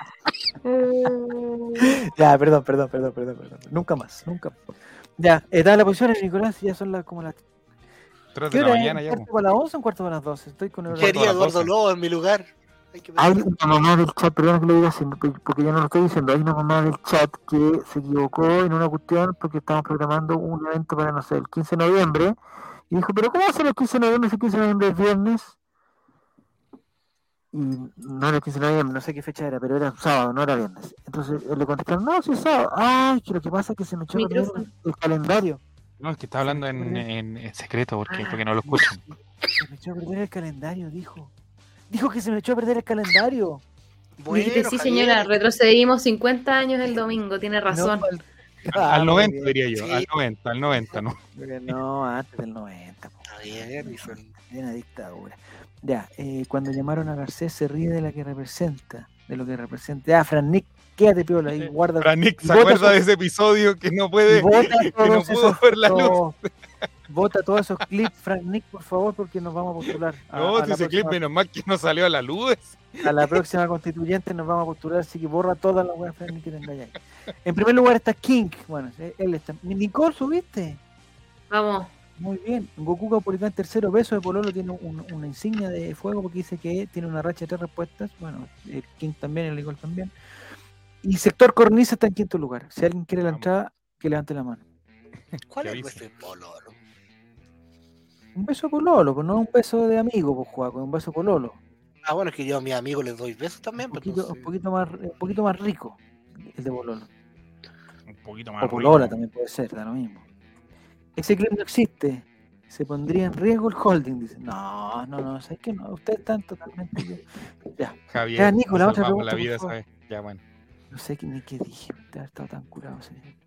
Ya, perdón, perdón, perdón, perdón, perdón. Nunca más, nunca más. Ya, está la posición, Nicolás, ya son las como las. tres ¿Qué de la hora mañana es? ya. ¿Un cuarto para las once o un cuarto para las doce? Estoy con el ¿Qué horario. Quería Cuarto a las Eduardo doce. Lobo en mi lugar. Hay que Hay pensar. una mamá del chat, perdón que lo diga así, porque yo no lo estoy diciendo. Hay una mamá del chat que se equivocó en una cuestión porque estamos programando un evento para, no sé, el quince de noviembre. Y dijo, ¿pero cómo hacer el quince de noviembre si el quince de noviembre es viernes? Y no era el quince de noviembre, no sé qué fecha era, pero era sábado, no era viernes. Entonces él le contestaron, no, sí es sábado. Ay, que lo que pasa es que se me echó a perder Micrófono. el, el calendario. No, es que está hablando en, en, en secreto porque, porque no lo escuchan. Se me echó a perder el calendario, dijo. Dijo que se me echó a perder el calendario. Dijiste, sí, Javier. señora, retrocedimos cincuenta años el domingo, tiene razón. No, al, Al, al Ah, muy noventa bien. diría yo, Sí. al noventa, al noventa, ¿no? Porque no, antes del noventa. po. Está bien, y son- Hay una dictadura. Ya, eh, cuando llamaron a Garcés se ríe de la que representa, de lo que representa. Ah, Fran Nick, quédate piola ahí, guarda. Franik se Vota acuerda su- de ese episodio que no y puede, vota que no todos pudo esos, ver la luz. todos- vota todos esos clips, Fran Nick, por favor, porque nos vamos a postular. A, No, a si la ese clip próxima, menos mal que no salió a la luz. a la próxima constituyente nos vamos a postular, así que borra todas las weas Fran Nick que tengáis ahí. En primer lugar está King, bueno, eh, él está. Nicole, ¿subiste? Vamos. Muy bien. Goku Capulicán tercero, beso de Pololo tiene un- una insignia de fuego porque dice que tiene una racha de tres respuestas. Bueno, el King también, el Nicole también. Y Sector Cornisa está en quinto lugar. Si alguien quiere la Vamos. entrada, que levante la mano. ¿Cuál ¿Qué es el avisa? beso de Pololo? Un beso de Pololo, pues no un beso de amigo, pues Juaco, un beso de Pololo. Ah, bueno, es que yo a mis amigos les doy besos también. Un Pues, poquito, entonces- un poquito más, un poquito más rico el de Pololo. Un poquito más O Polola rico. también puede ser, da lo mismo. Ese clip no existe. Se pondría en riesgo el holding, dice. No, no, no, ¿sabes qué? No, ustedes están totalmente. Ya. Javier, Ya, Nico, la nos otra salvamos pregunta, la por vida, favor. ¿sabes? Ya, bueno. No sé qué- ni qué dije, de haber estado tan curado ese día.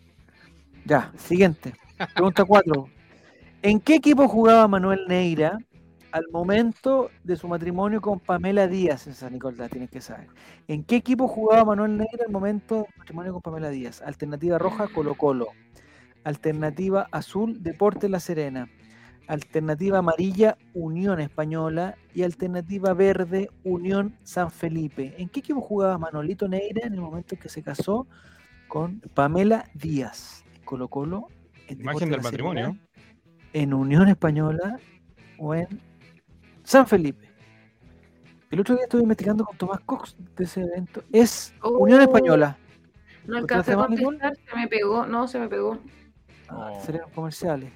Ya, siguiente. Pregunta cuatro. ¿En qué equipo jugaba Manuel Neira al momento de su matrimonio con Pamela Díaz? Esa, Nicole, la tienes que saber. ¿En qué equipo jugaba Manuel Neira al momento del matrimonio con Pamela Díaz? Alternativa roja, Colo Colo. Alternativa azul, Deportes La Serena. Alternativa amarilla, Unión Española. Y alternativa verde, Unión San Felipe. ¿En qué equipo jugaba Manolito Neira en el momento en que se casó con Pamela Díaz? ¿Colo Colo? en Deportes Imagen del La matrimonio. Serena, ¿En Unión Española o en San Felipe? El otro día estuve investigando con Tomás Cox de ese evento. Es Oh. Unión Española. No alcancé a ¿Usted hace mal, contestar, se me pegó, no, se me pegó. Ah, Oh. serían comerciales.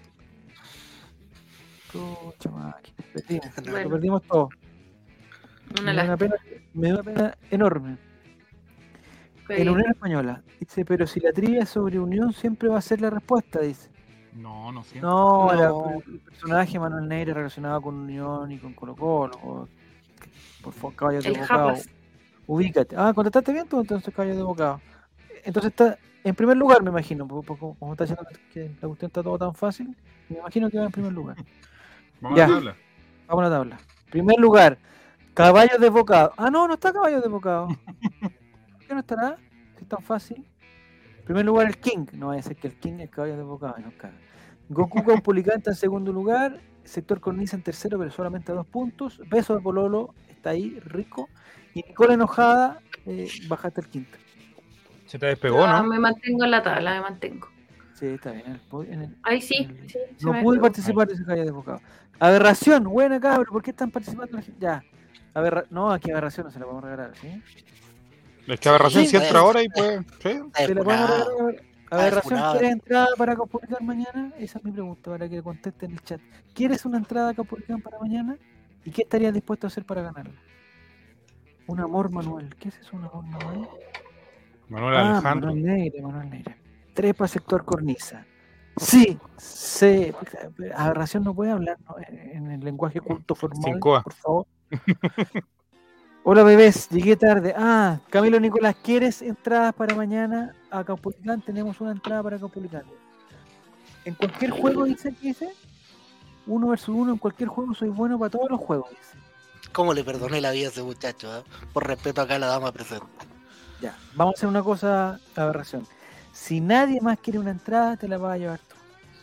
Pucha, máquina, perdimos. Bueno. Lo perdimos todo. Una Me dio una lástima. pena, me dio una pena enorme. Fue En bien. Unión Española. Dice, pero si la trivia es sobre Unión, siempre va a ser la respuesta, dice. No, no sé. No, No. era- el personaje Manuel Neira relacionado con Unión y con Colo Colo. o- Por favor, caballos de El bocado. Japas. Ubícate. Ah, contestaste bien tú, entonces caballos de bocado. Entonces está en primer lugar, me imagino, porque porque como está diciendo que la cuestión está todo tan fácil, me imagino que va en primer lugar. Vamos Ya. a la tabla. Vamos a la tabla. Primer lugar, caballos de bocado. Ah, no, no está caballos de bocado. ¿Por qué no estará? Si es tan fácil. Primer lugar, el King. No vaya a ser que el King es caballos de bocado. No, caga. Goku con Pulicanta en segundo lugar. Sector Cornisa en tercero, pero solamente a dos puntos. Beso de Pololo está ahí, rico. Y Nicole enojada, eh, bajaste el quinto. Se te despegó, Ah, ¿no? me mantengo en la tabla, me mantengo. Sí, está bien. en el pod- en el- Ahí sí, el- sí, se no me pude pegó. participar de ese caballo de bocado. Aberración, buena cabro. ¿Por qué están participando la gente? Ya. Aberra... No, aquí aberración no se la podemos regalar, ¿sí? Es que aberración Sí, si entra pues. ahora y pues. Sí. Está Se la podemos desfunado. regalar. Aberración, desfunado. ¿quieres entrada para Capulicán mañana? Esa es mi pregunta para que contesten en el chat. ¿Quieres una entrada a Capulicán para mañana? ¿Y qué estarías dispuesto a hacer para ganarla? Un amor Manuel. ¿Qué es eso, un amor Manuel? Manuel Ah, Alejandro. Manuel Neira, Manuel Neira. Trepa sector cornisa. Sí, sí. Aberración no puede hablar, ¿no? En el lenguaje culto formal, Sin coa. por favor. Hola bebés, llegué tarde. Ah, Camilo Nicolás, ¿quieres entradas para mañana a Caupolicán? Tenemos una entrada para Caupolicán. En cualquier juego, dice, ¿qué dice? Uno versus uno, en cualquier juego soy bueno para todos los juegos, dice. ¿Cómo le perdoné la vida a ese muchacho? eh? Por respeto acá a la dama presente. Ya, vamos a hacer una cosa, aberración. Si nadie más quiere una entrada, te la vas a llevar tú.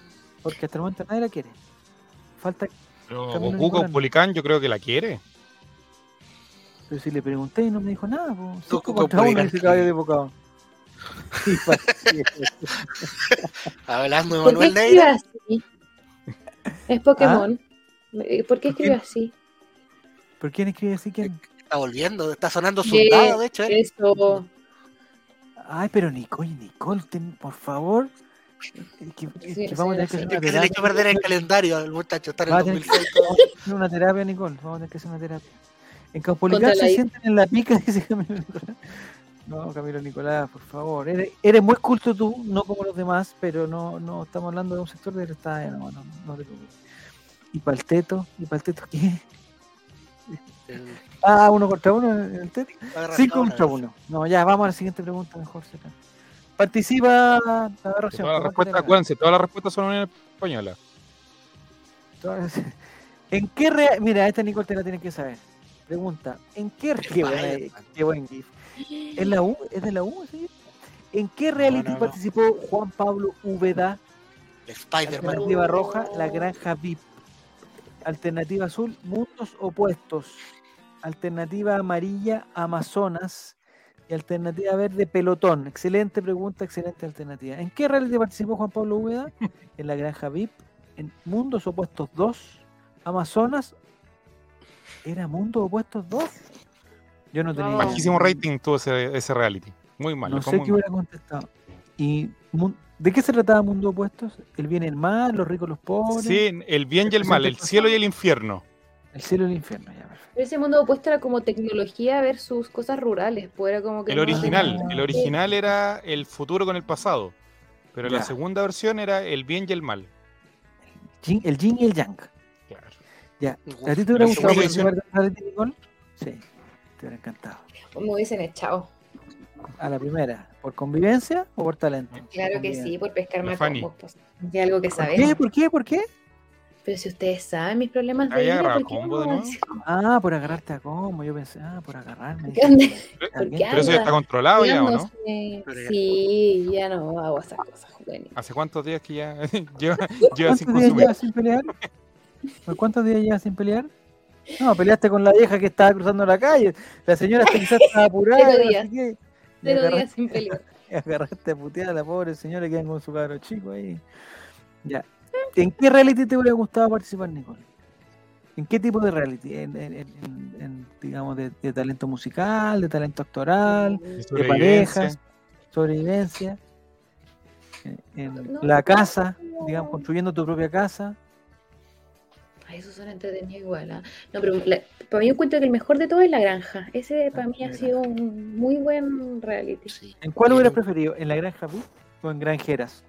Porque hasta el momento nadie la quiere. Falta. Pero Camilo Goku Nicolás. Caupolicán yo creo que la quiere. Pero si le pregunté y no me dijo nada, pues. Cinco Goku contra uno Caupolicán. dice caballo de bocado. Sí, pa- Hablando de ¿Por qué Manuel escribe Neira, así? Es Pokémon. Eh, ¿Por qué ¿Por qué? escribe así? ¿Por quién escribe así? ¿Quién? está volviendo, está sonando De- soldado, de hecho. ¿eh? Eso. Ay, pero Nicole, Nicole, ten- por favor. Es que, es Sí, que vamos a sí, tener que hacer sí. una Es que se le terapia. echó a perder el calendario al muchacho, está en el Va a dos tener mil seis. todo. Vamos a hacer una terapia, Nicole. Vamos a tener que hacer una terapia. En Caupolicán Contra se la- sienten en la pica, dice Camilo Nicolás. No, Camilo Nicolás, por favor. Eres, eres muy culto tú, no como los demás, pero no, no estamos hablando de un sector de está, no, no, no te preocupes. ¿Y para el teto? ¿Y para el teto qué? El- Ah, uno contra uno en el teto. agarra Cinco todo, contra la uno. No, ya, vamos a la siguiente pregunta mejor. Será. Participa la aberración. Todas las ¿cuánto respuestas, le acuérdense, todas las respuestas son en española. ganas? ¿En qué rea- Mira, esta Nicole te la tienes que saber. Pregunta, ¿en qué qué, buena- Spider-Man. qué buen GIF? ¿Es la U? ¿Es de la U? ¿Sí? ¿En qué reality no, no. participó Juan Pablo Úbeda? El Spider-Man. Alternativa roja, La Granja V I P. Alternativa azul, Mundos Opuestos. Alternativa amarilla, Amazonas. Y alternativa verde, Pelotón. Excelente pregunta, excelente alternativa. ¿En qué reality participó Juan Pablo Úbeda? En La Granja V I P. En Mundos Opuestos dos. Amazonas. ¿Era Mundos Opuestos dos? Yo no tenía No. idea. Bajísimo rating tuvo ese, ese reality. Muy mal. No le fue sé muy qué mal. hubiera contestado. ¿Y mun- de qué se trataba Mundo Opuestos? ¿El bien y el mal? ¿Los ricos y los pobres? Sí, el bien y el mal, el cielo y el infierno. El cielo y el infierno, ya, perfecto. Pero ese mundo opuesto era como tecnología versus cosas rurales. Pues era como que El no original, tenía- el original era el futuro con el pasado. Pero la Ya. segunda versión era el bien y el mal. Yin- el yin y el yang. Claro. Ya. Uf, ¿A ti te hubiera la gustado segunda participar de reality, Nicole? Sí, te hubiera encantado. Me hubiesen echado. A la primera, ¿por convivencia o por talento? Claro Por que convivencia. sí, por pescar La más Fanny. combos, pues. De algo que ¿Por sabemos. qué? ¿Por qué? ¿Por qué? Pero si ustedes saben mis problemas de Ahí vida, agarraba ¿por qué combo de no? nuevo. Ah, por agarrarte a cómo. Yo pensé, ah, por agarrarme. ¿Por qué anda- Está por bien. qué Pero eso ya está anda controlado ya, ¿o no? tirándose? Pero ya- Sí, ya no hago esas cosas, juvenil. ¿Hace cuántos días que ya lleva, lleva ¿Cuántos sin días consumir? llevas sin pelear? ¿Por cuántos días llevas sin pelear? No, peleaste con la vieja que estaba cruzando la calle. La señora hasta quizás estaba apurada. Cero no días. sé qué, y Cero agarraste- días sin pelear. agarraste a putear a la pobre señora que quedan con su cabro chico ahí. Ya. ¿En qué reality te hubiera gustado participar, Nicole? ¿En qué tipo de reality? ¿En, en- en- en, digamos, de, de talento musical, de talento actoral, de Sobrevivencia. parejas, sobrevivencia? En, en No. la casa, digamos, construyendo tu propia casa. Ay, eso suena entretenido igual. ¿ah? No, pero la- para mí encuentro que el mejor de todo es La Granja. Ese para mí ha La sido un muy buen reality. Sí. ¿En cuál Bien. hubieras preferido? ¿En la Granja V I P o en Granjeras?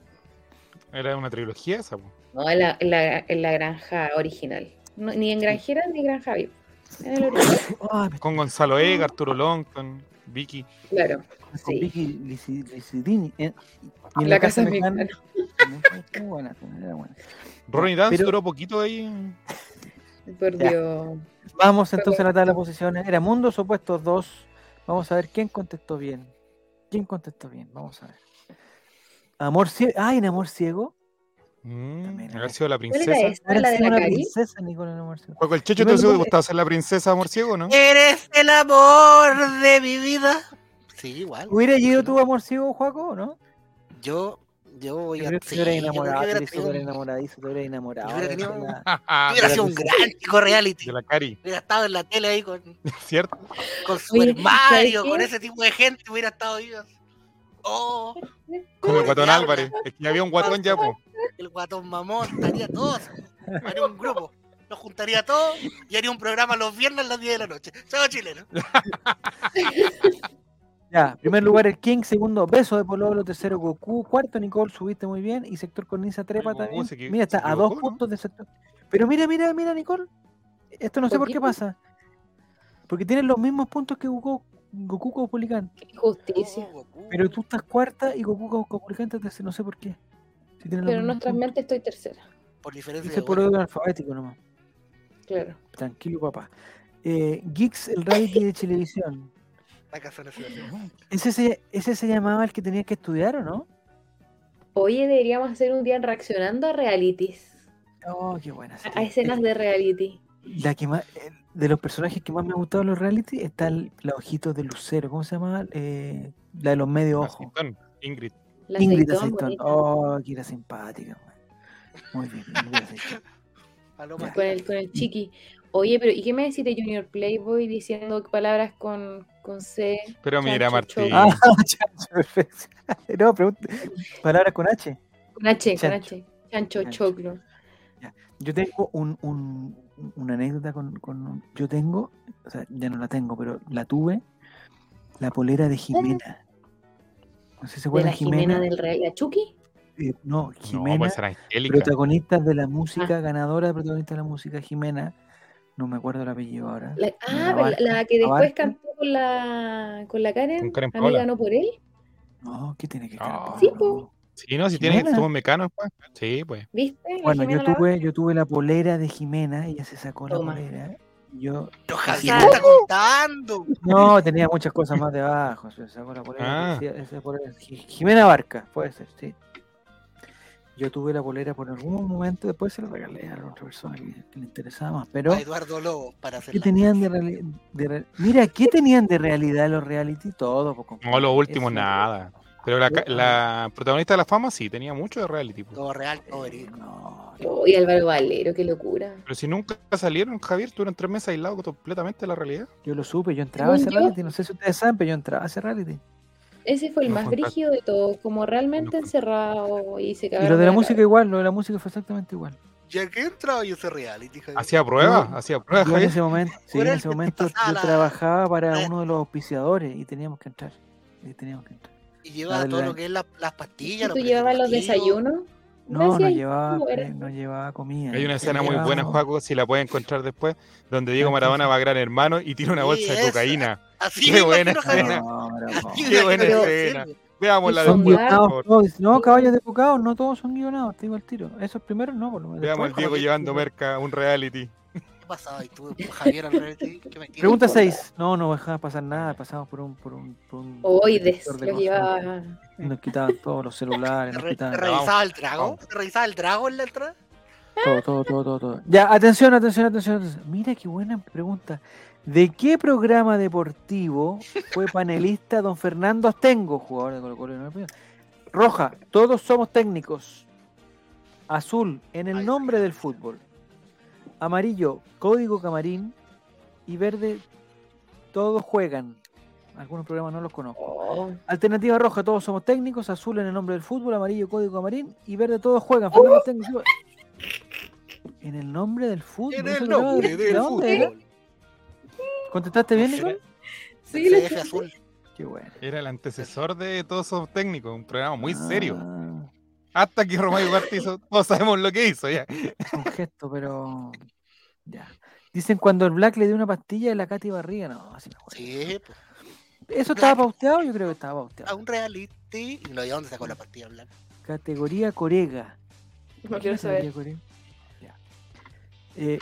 Era una trilogía esa, po. No, en la, en la, en la Granja original. No, ni en Granjera ni Granja V I P. En el original. Ay, me Con Gonzalo Ega, Arturo Longton, Vicky. Claro. con Sí. Vicky Lici- Licidini. ¿eh? Y En la casa de mi Mecano, hermano. también fue muy buena, era buena. Ronnie Dance Pero- duró poquito ahí. Por Ya. Dios. Vamos Fue entonces a bueno. la tabla de posiciones. Era Mundos Opuestos dos. Vamos a ver quién contestó bien. ¿Quién contestó bien? Vamos a ver. Amor ciego. Ah, en Amor ciego. Mm, También haber sido la ¿Cuál era princesa. esa? ¿La de sido la una Cari? princesa, Nicole, en Amor ciego. Juego el Checho, ¿te Primer hubiese lugar- gustado ser la princesa Amor Ciego, no? Eres el amor de mi vida. Sí, igual. ¿Hubiera ido ¿no? tú a Amor ciego, Juaco, o no? Yo, yo voy Yo a. creo que Sí, te hubiera yo creo que enamorado, hubiera eres tenido súper un- enamoradizo, te hubiera enamorado. Yo hubiera de tenido un- la- hubiera de sido la un princesa. gran chico reality. De la Cari, Hubiera estado en la tele ahí con, ¿cierto? con Super Oye, Mario, ¿sabes con qué? ese tipo de gente. Hubiera estado ahí. Oh, Con el Pobre guatón diabla. Álvarez. Es que ya había un guatón ya, po. el guatón mamón, estaría todos. Haría un grupo. Los juntaría a todos y haría un programa los viernes a las diez de la noche. Chao, chileno. Ya, primer lugar el King, segundo Beso de Pololo, tercero Goku, cuarto Nicole, subiste muy bien, y sector Cornisa Trepa Goku también. se equi- Mira, está se a dos equivocó, ¿no? puntos del sector. Pero mira, mira, mira, Nicole. Esto no sé por qué ¿Poquito? pasa. Porque tienen los mismos puntos que Goku, Goku Caupolicán. Qué injusticia. Oh, Goku. Pero tú estás cuarta y Goku Caupolicán está tercera, no sé por qué. Si tienen los Pero en mismos nuestras puntos. mentes estoy tercera. Por diferencia Dice de por goles. orden alfabético nomás. Claro. Tranquilo, papá. Eh, Geeks, el reality de televisión. La casa de la ciudad. ¿Ese se, ¿Ese se llamaba el que tenías que estudiar o no? Oye, deberíamos hacer un día reaccionando a realities, Oh, qué buena a, serie. a escenas de reality. La que más, eh, de los personajes que más me ha gustado en los reality está el, la Ojitos de Lucero. ¿Cómo se llama? Eh, la de los medio ojos. Aceitón, Ingrid. La Ingrid aceitón Aceitón. bonita. Oh, que era simpática. man. Muy bien, Ingrid Aceitón. Paloma Ya. Con el, con el chiqui. Oye, pero ¿y qué me decís de Junior Playboy diciendo palabras con, con C? Pero mira, chancho, Martín. choclo? Ah, chancho, perfecto. No, pregunta. Palabras con H. Con H, con Chancho. H. Chancho, Chancho. choclo. Yo tengo un, un- una anécdota con, con- Yo tengo, o sea, ya no la tengo, pero la tuve, la polera de Jimena. No sé si se ¿De acuerdan la Jimena. Jimena del Rey? ¿La Chucky? Eh, no, No, Jimena, pues era Angélica. protagonistas de la música, ganadora de protagonistas de la música, Jimena. No me acuerdo el apellido ahora. La- no ah, era la, la Abarca, que después Abarca. cantó con la, con la Karen, Con Karen amiga Paola. no por él. No, ¿qué tiene que ver? No. Sí, po. Sí, no, si tiene, Jimena. estuvo en Mecano, pues. Sí, pues. ¿Viste? La Bueno, yo Jimena la tuve, yo tuve la polera de Jimena, ella se sacó Toma. la polera. Yo, Pero así Javier sea- está contando. no, tenía muchas cosas más debajo. Se sacó la polera. Ah. decía- esa polera, Ji- Jimena Barca, puede ser, sí. Yo tuve la polera por algún momento, después se la regalé a la otra persona que, que le interesaba más. Pero, A Eduardo Lobo para hacer ¿qué la tenían de realidad? Mira, ¿qué tenían de realidad los reality? Todo, pues, No, compadre. lo último, Eso- nada. Pero la, ca- Yo- la protagonista de la fama sí, tenía mucho de reality. pues. todo real, todo Eh, verídico. no, Oye, Álvaro Valero, qué locura. Pero si nunca salieron, Javier, estuvieron tres meses aislados completamente de la realidad. yo lo supe, yo entraba a Según ese yo- reality, no sé si ustedes saben, pero yo entraba a ese reality. Ese fue el Nos más contaste. brígido de todos, como realmente Nos encerrado y se Y cagaron lo de la la música cabeza. igual, lo de la música fue exactamente igual. Ya que entraba yo ese reality, Javier. Hacía pruebas, Yo- hacía pruebas, Yo en Javier. ese momento, sí, Fuera en el ese que momento pasaba yo la- trabajaba para la- uno de los auspiciadores y teníamos que entrar. Y teníamos que entrar. Y llevaba La todo verdad. lo que es la- las ¿Y pastillas, tú llevabas los preservativos. desayunos? No, no Gracias, llevaba, yo era- eh, no llevaba comida. Hay una eh, escena muy llevaba- buena, Juaco, si la puedes encontrar después, donde Diego Ah, Maradona sí. va a Gran Hermano y tira una Sí, bolsa de esa. cocaína. Así Qué me buena imagino, Javier. escena. No, pero Así no. me Qué imagino buena Javier escena. haciendo. Veámosla Son después, guiados, por guionados favor. todos. No, caballos de Pucao, no todos son guionados, te digo el tiro. Esos primeros no, por lo menos. Veamos al Después, Diego Javier, llevando sí. merca a un reality. ¿Qué pasaba? ¿Y tú, Javier, al reality? ¿Qué me Pregunta importa. seis. No, no dejaba pasar nada, pasamos por un... Por un, por un Oides, detector de los cosas. llevaba. Nos quitaban todos los celulares, ¿Te, nos re- te quitaban revisaba el trago? Vamos. ¿Te revisaba el trago en la entrada? todo, todo, todo, todo, todo. Ya, atención, atención, atención, atención. Mira qué buena pregunta. ¿De qué programa deportivo fue panelista don Fernando Astengo, jugador de Colo Colo? y no me acuerdo? Roja, todos somos técnicos. Azul, en el Ay, nombre del fútbol. Amarillo, código camarín. Y verde, todos juegan. Algunos programas no los conozco. Oh, Alternativa roja, todos somos técnicos. Azul, en el nombre del fútbol. Amarillo, código camarín. Y verde, todos juegan. Fernando Astengo. En el nombre del fútbol. En ¿Ese el programa nombre de- del de dónde era? fútbol. ¿Contestaste bien, Sí. Nicole? sí, lo C F azul. Qué bueno. Era el antecesor de Todos Somos Técnicos, un programa muy serio. Ah, Hasta que Romario Ugarte hizo, todos sabemos lo que hizo ya. es un gesto, pero. Ya. Dicen cuando el Black le dio una pastilla de la Katy Barriga. No, así me acuerdo. Sí, pues. ¿Eso estaba Black. pauteado? Yo creo que estaba A pauteado. un reality. ¿Y no, ¿de dónde sacó la pastilla blanca? Categoría Corega. no quiero saber. Corega? Ya. Eh,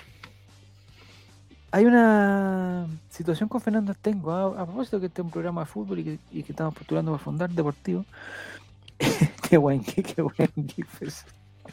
hay una situación con Fernando Astengo. A, a propósito que este es un programa de fútbol y que, y que estamos postulando para fundar Deportivo. Qué buen, qué, qué buen gif es.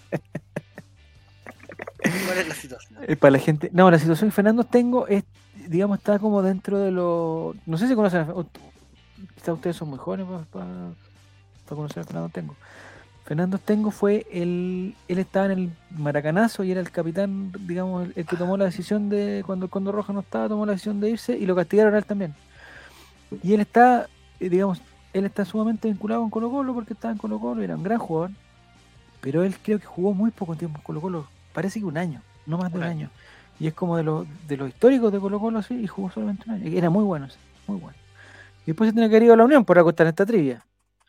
¿Cuál es la situación? Eh, para la gente. No, la situación que Fernando Astengo es, digamos, está como dentro de lo. No sé si conocen a. Quizás ustedes son muy jóvenes para, para, para conocer a Fernando Astengo. Fernando Astengo fue el. Él estaba en el Maracanazo y era el capitán, digamos, el, el que tomó la decisión de. Cuando el Condor Roja no estaba, tomó la decisión de irse y lo castigaron a él también. Y él está, eh, digamos, él está sumamente vinculado con Colo Colo porque estaba en Colo Colo, era un gran jugador. Pero él creo que jugó muy poco tiempo en Colo Colo. Parece que un año, no más de un Un año. Y es como de los de los históricos de Colo Colo así, y jugó solamente un año. Era muy bueno, sí, muy bueno. Y después se tiene que ir a la Unión por acostar esta trivia.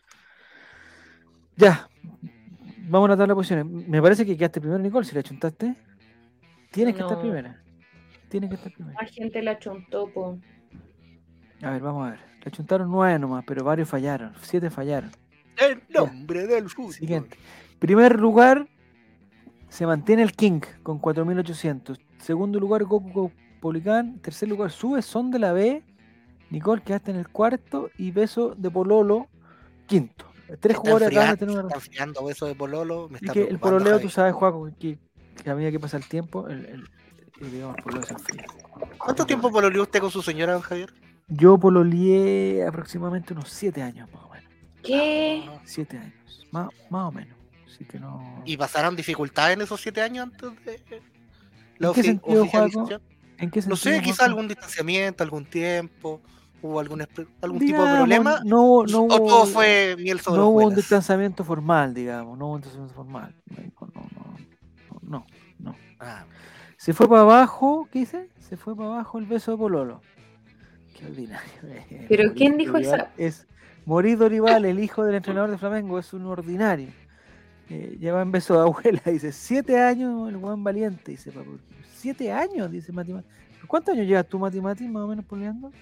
Ya, vamos a notar las posiciones. Me parece que quedaste primero, Nicole, si la chuntaste. Tienes que estar No. primera. Tienes que estar primera. Más gente la chontó, po. A ver, vamos a ver. La chuntaron nueve nomás, pero varios fallaron. Siete fallaron. En nombre del fútbol. Siguiente. Primer lugar se mantiene el King con cuatro mil ochocientos. Segundo lugar Goku Policán. Tercer lugar sube Son de la B. Nicole quedaste en el cuarto y Beso de Pololo quinto. Tres Está jugadores acaban de enfriando, tener una está enfriando eso de pololo. Me Es está que el preocupando, pololeo, Javi. tú sabes, Juaco, que, que a medida que pasa el tiempo, el, el, el, digamos, el pololeo se enfría. ¿Cuánto tiempo pololeó usted con su señora, don Javier? Yo pololeé aproximadamente unos siete años, más o menos. ¿Qué? Siete años, más, más o menos. Así que no... ¿Y pasaron dificultades en esos siete años antes de la ¿En qué ofi- sentido, oficialización? ¿En qué No sentido, sé, quizá Juaco? algún distanciamiento, algún tiempo, hubo algún, espe- algún tipo Digamos, de problema, no, hubo- no o hubo, todo fue miel sobre no hubo un hojuelas. distanciamiento formal, digamos, no hubo un distanciamiento formal. No, no, no, no, no. Ah, Se fue para abajo, ¿qué dice? Se fue para abajo el beso de pololo. Qué ordinario. eh, ¿Pero Mauricio quién dijo Dorival esa? Es Mauricio Dorival, el hijo del entrenador de Flamengo, es un ordinario. Eh, lleva en beso de abuela, dice, siete años el buen valiente, dice Papu. Siete años, dice Mati Mati. ¿Cuántos años llevas tú, Mati Mati, más o menos poleando?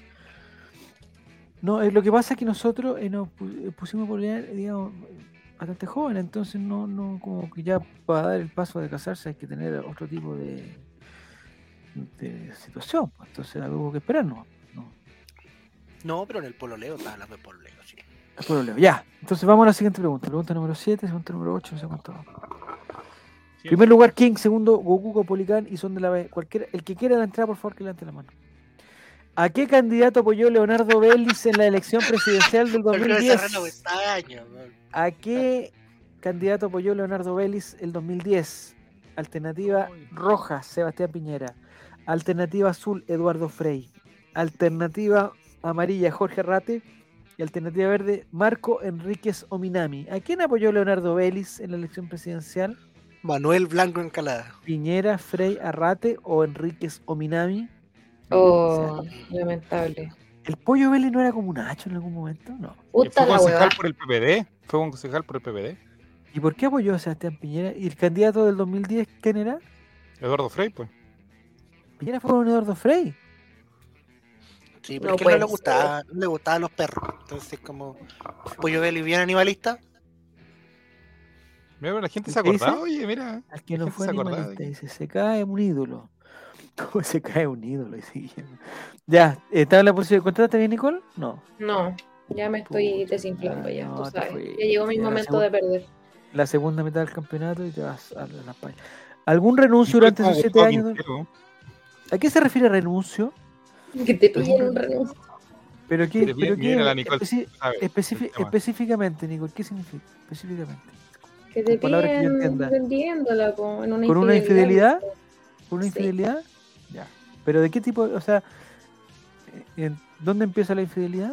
No, eh, lo que pasa es que nosotros eh, nos pu- eh, pusimos a polear, digamos, bastante joven, entonces no, no, como que ya para dar el paso de casarse hay que tener otro tipo de, de situación, pues, entonces hubo que esperarnos. No, no, pero en el pololeo, estaba hablando de pololeo, sí. el pololeo. Ya, entonces vamos a la siguiente pregunta. Pregunta número siete, pregunta número ocho, no sé cuánto. Sí. Primer lugar, King. Segundo, Goku, Copolicán y Son de la B. Cualquiera, el que quiera la entrada, por favor, que levante la mano. ¿A qué candidato apoyó Leonardo Vélez en la elección presidencial del dos mil Alfredo diez? Serrano Pestaño, weón. ¿A qué candidato apoyó Leonardo Vélez el dos mil diez? Alternativa Uy. roja, Sebastián Piñera. Alternativa azul, Eduardo Frei. Alternativa amarilla, Jorge Arrate. Y alternativa verde, Marco Enríquez Ominami. ¿A quién apoyó Leonardo Vélez en la elección presidencial? Manuel Blanco Encalada. ¿Piñera, Frei, Arrate o Enríquez Ominami? Oh, lamentable. ¿El Pollo Vélez no era como un hacho en algún momento? No. Puta ¿Fue la concejal hueá. por el P P D? ¿Fue concejal por el P P D? ¿Y por qué apoyó a Sebastián Piñera? ¿Y el candidato del dos mil diez quién era? Eduardo Frei, pues. Piñera fue con Eduardo Frei. Sí, No pero es que no puede le gustaba, no le gustaban los perros. Entonces, como Pollo Belli bien animalista. Mira, la gente ¿Y se qué dice? acordaba, oye, mira. Al que la no gente fue se acordaba animalista, de que- dice, se cae un ídolo. ¿Cómo se cae un ídolo? Dice Guillermo. Ya, ¿estaba en la posición? ¿Contrataste bien, Nicole? No. No, ya me estoy Pucha, desinflando ya, no, tú te sabes. fui. Ya llegó mi Ya la momento segun- de perder. La segunda mitad del campeonato y te vas a la palla. ¿Algún renuncio Nicole durante como esos siete Gustavo años? Quintero. ¿A qué se refiere renuncio? Que te pillen un renuncio. ¿Pero qué, Mira, pero qué mira, la Nicole especi- sabe especifi- el tema. específicamente, Nicole? ¿Qué significa específicamente? Que te Con palabras que yo pillen entienda. vendiéndola po, en una ¿Con una infidelidad? pues. ¿Por una Sí. infidelidad? Ya. ¿Pero de qué tipo? O sea, ¿en ¿dónde empieza la infidelidad?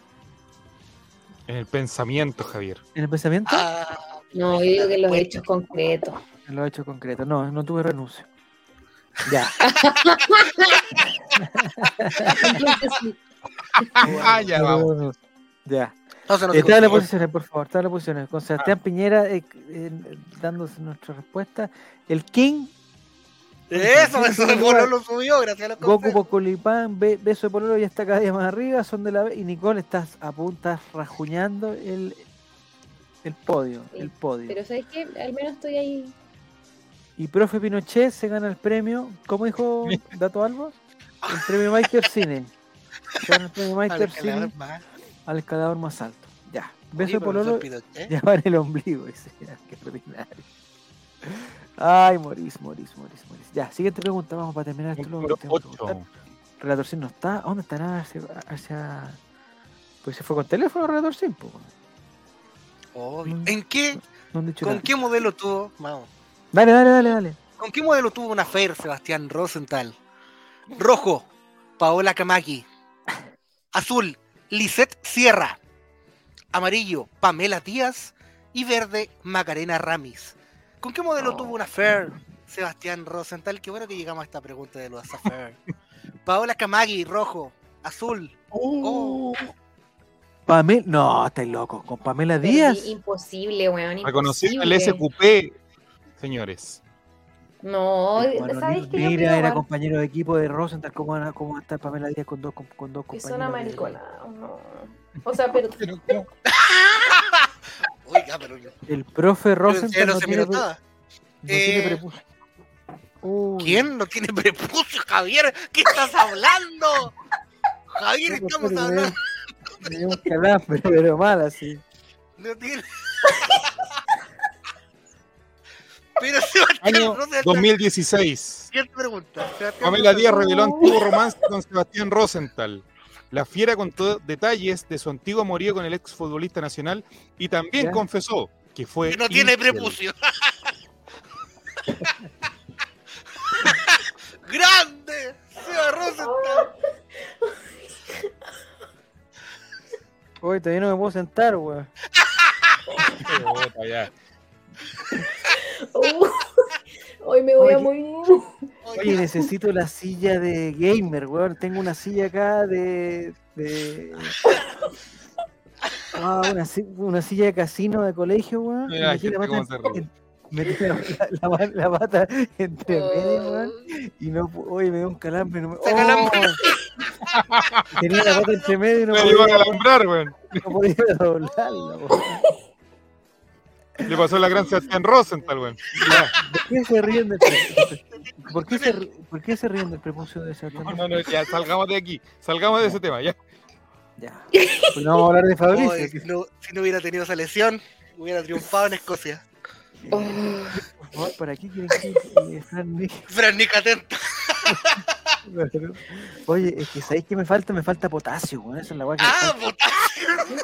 En el pensamiento, Javier. ¿En el pensamiento? Ah, No, yo digo que los Pues, hechos concretos. En los hechos concretos. No, no tuve renuncio. Ya. Entonces, sí. Ah, ya No tuve vamos. renuncio. Ya. Entonces no se Está las consiguió. posiciones, por favor, está las posiciones. Con Sebastián Piñera eh, eh, dándose nuestra respuesta. El King, Eso, eso de Polo lo subió, gracias a los Goku consejos. Pocolipán, Be- Beso de Pololo ya está cada día más arriba, son de la B. Y Nicole estás a punta rajuñando el, el podio. Sí, El podio. Pero ¿sabes qué? Al menos estoy ahí. Y profe Pinochet se gana el premio. ¿Cómo dijo Dato Albo? El premio Maiker Cine. Se gana el premio Al Maiker escalador Cine más. al escalador más alto. Ya. Beso Oye, de profesor Pololo. Pinochet. Ya va en el ombligo ese. ya, Qué ordinario. Ay, Morís, Morís, Morís, Morís. Ya, siguiente pregunta. Vamos para terminar esto. luego Número tengo que ocho. preguntar. Relator Sin no está. ¿A dónde estará? Hacia, hacia... Pues se fue con teléfono, Relator Sin. Pues. Obvio. Mm. ¿En qué? No han dicho ¿Con nada. qué modelo tuvo? Vamos. Dale, dale, dale, dale. ¿Con qué modelo tuvo una Fair Sebastián Rosenthal? Rojo, Paola Kamaki. Azul, Lisette Sierra. Amarillo, Pamela Díaz. Y verde, Macarena Ramis. ¿Con qué modelo Oh. tuvo una Fair Sebastián Rosenthal? Qué bueno que llegamos a esta pregunta de los Fair. Paola Kamaki, rojo. Azul. Oh. Pamela. No, estáis loco. Con Pamela Perdí. Díaz. Imposible, weón. Reconociendo el imposible. S Q P, señores. No, Bueno, ¿sabéis que yo mira, pido era bar- compañero de equipo de Rosenthal. ¿Cómo va, cómo va a estar Pamela Díaz con dos, con, con dos que compañeros? suena de- maricona? No. O sea, pero Oiga, pero yo El profe Rosenthal ya no no, se me tiene, pre- notaba. no tiene Eh, prepucio. Uy. ¿Quién no tiene prepucio, Javier? ¿Qué estás hablando? Javier, No, estamos profesor, hablando. Me dio un calambre, pero mal así. No tiene. Pero Sebastián Año Rosenthal. dos mil dieciséis. Siguiente pregunta. Sebastián Pamela Díaz Rosenthal. reveló antiguo romance con Sebastián Rosenthal. La fiera contó detalles de su antiguo amorío con el exfutbolista nacional y también ¿Ya? confesó que fue Que no tiene infiel. prepucio. ¡Grande! Seba Rosenthal. Hoy todavía no me puedo sentar, weón. Puta, ya. Uh, hoy me voy a Oye. morir. Oye, necesito la silla de gamer, weón. Tengo una silla acá de. de... Ah, una, si- una silla de casino de colegio, weón. y Mira, metí la gente cómo pata, se ríe. en- metí la, la- la- la pata entre medio, weón. Y no, pu- oye, me dio un calambre. No me... Saca la ¡Oh! Tenía la pata entre medio y no Me iban a podía, alambrar, weón. no podía doblarla, weón. Le pasó la gran Sebastián Rosenthal, weón. Ya. ¿Por qué se ríen del pre- ¿Por qué se, ri- ¿Por qué se ríen del prepucio de Sebastián? No, no, no, ya, salgamos de aquí. Salgamos de ese tema, ya. Ya. Pues no vamos a hablar de Fabricio. Oye, que- si, no, si no hubiera tenido esa lesión, hubiera triunfado en Escocia. Oh, Por favor, ¿para qué quieren que eh, Fran Nick? Fran Nick atento. Oye, es que ¿sabéis qué me falta? Me falta potasio, weón. Esa es la weá que me Ah, falta. potasio.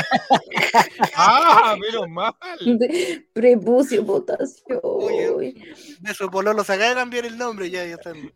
Ah, menos mal. de- prepucio, potasio. Oye. Uy. De su pololo se acaba de cambiar el nombre, ya, ya están.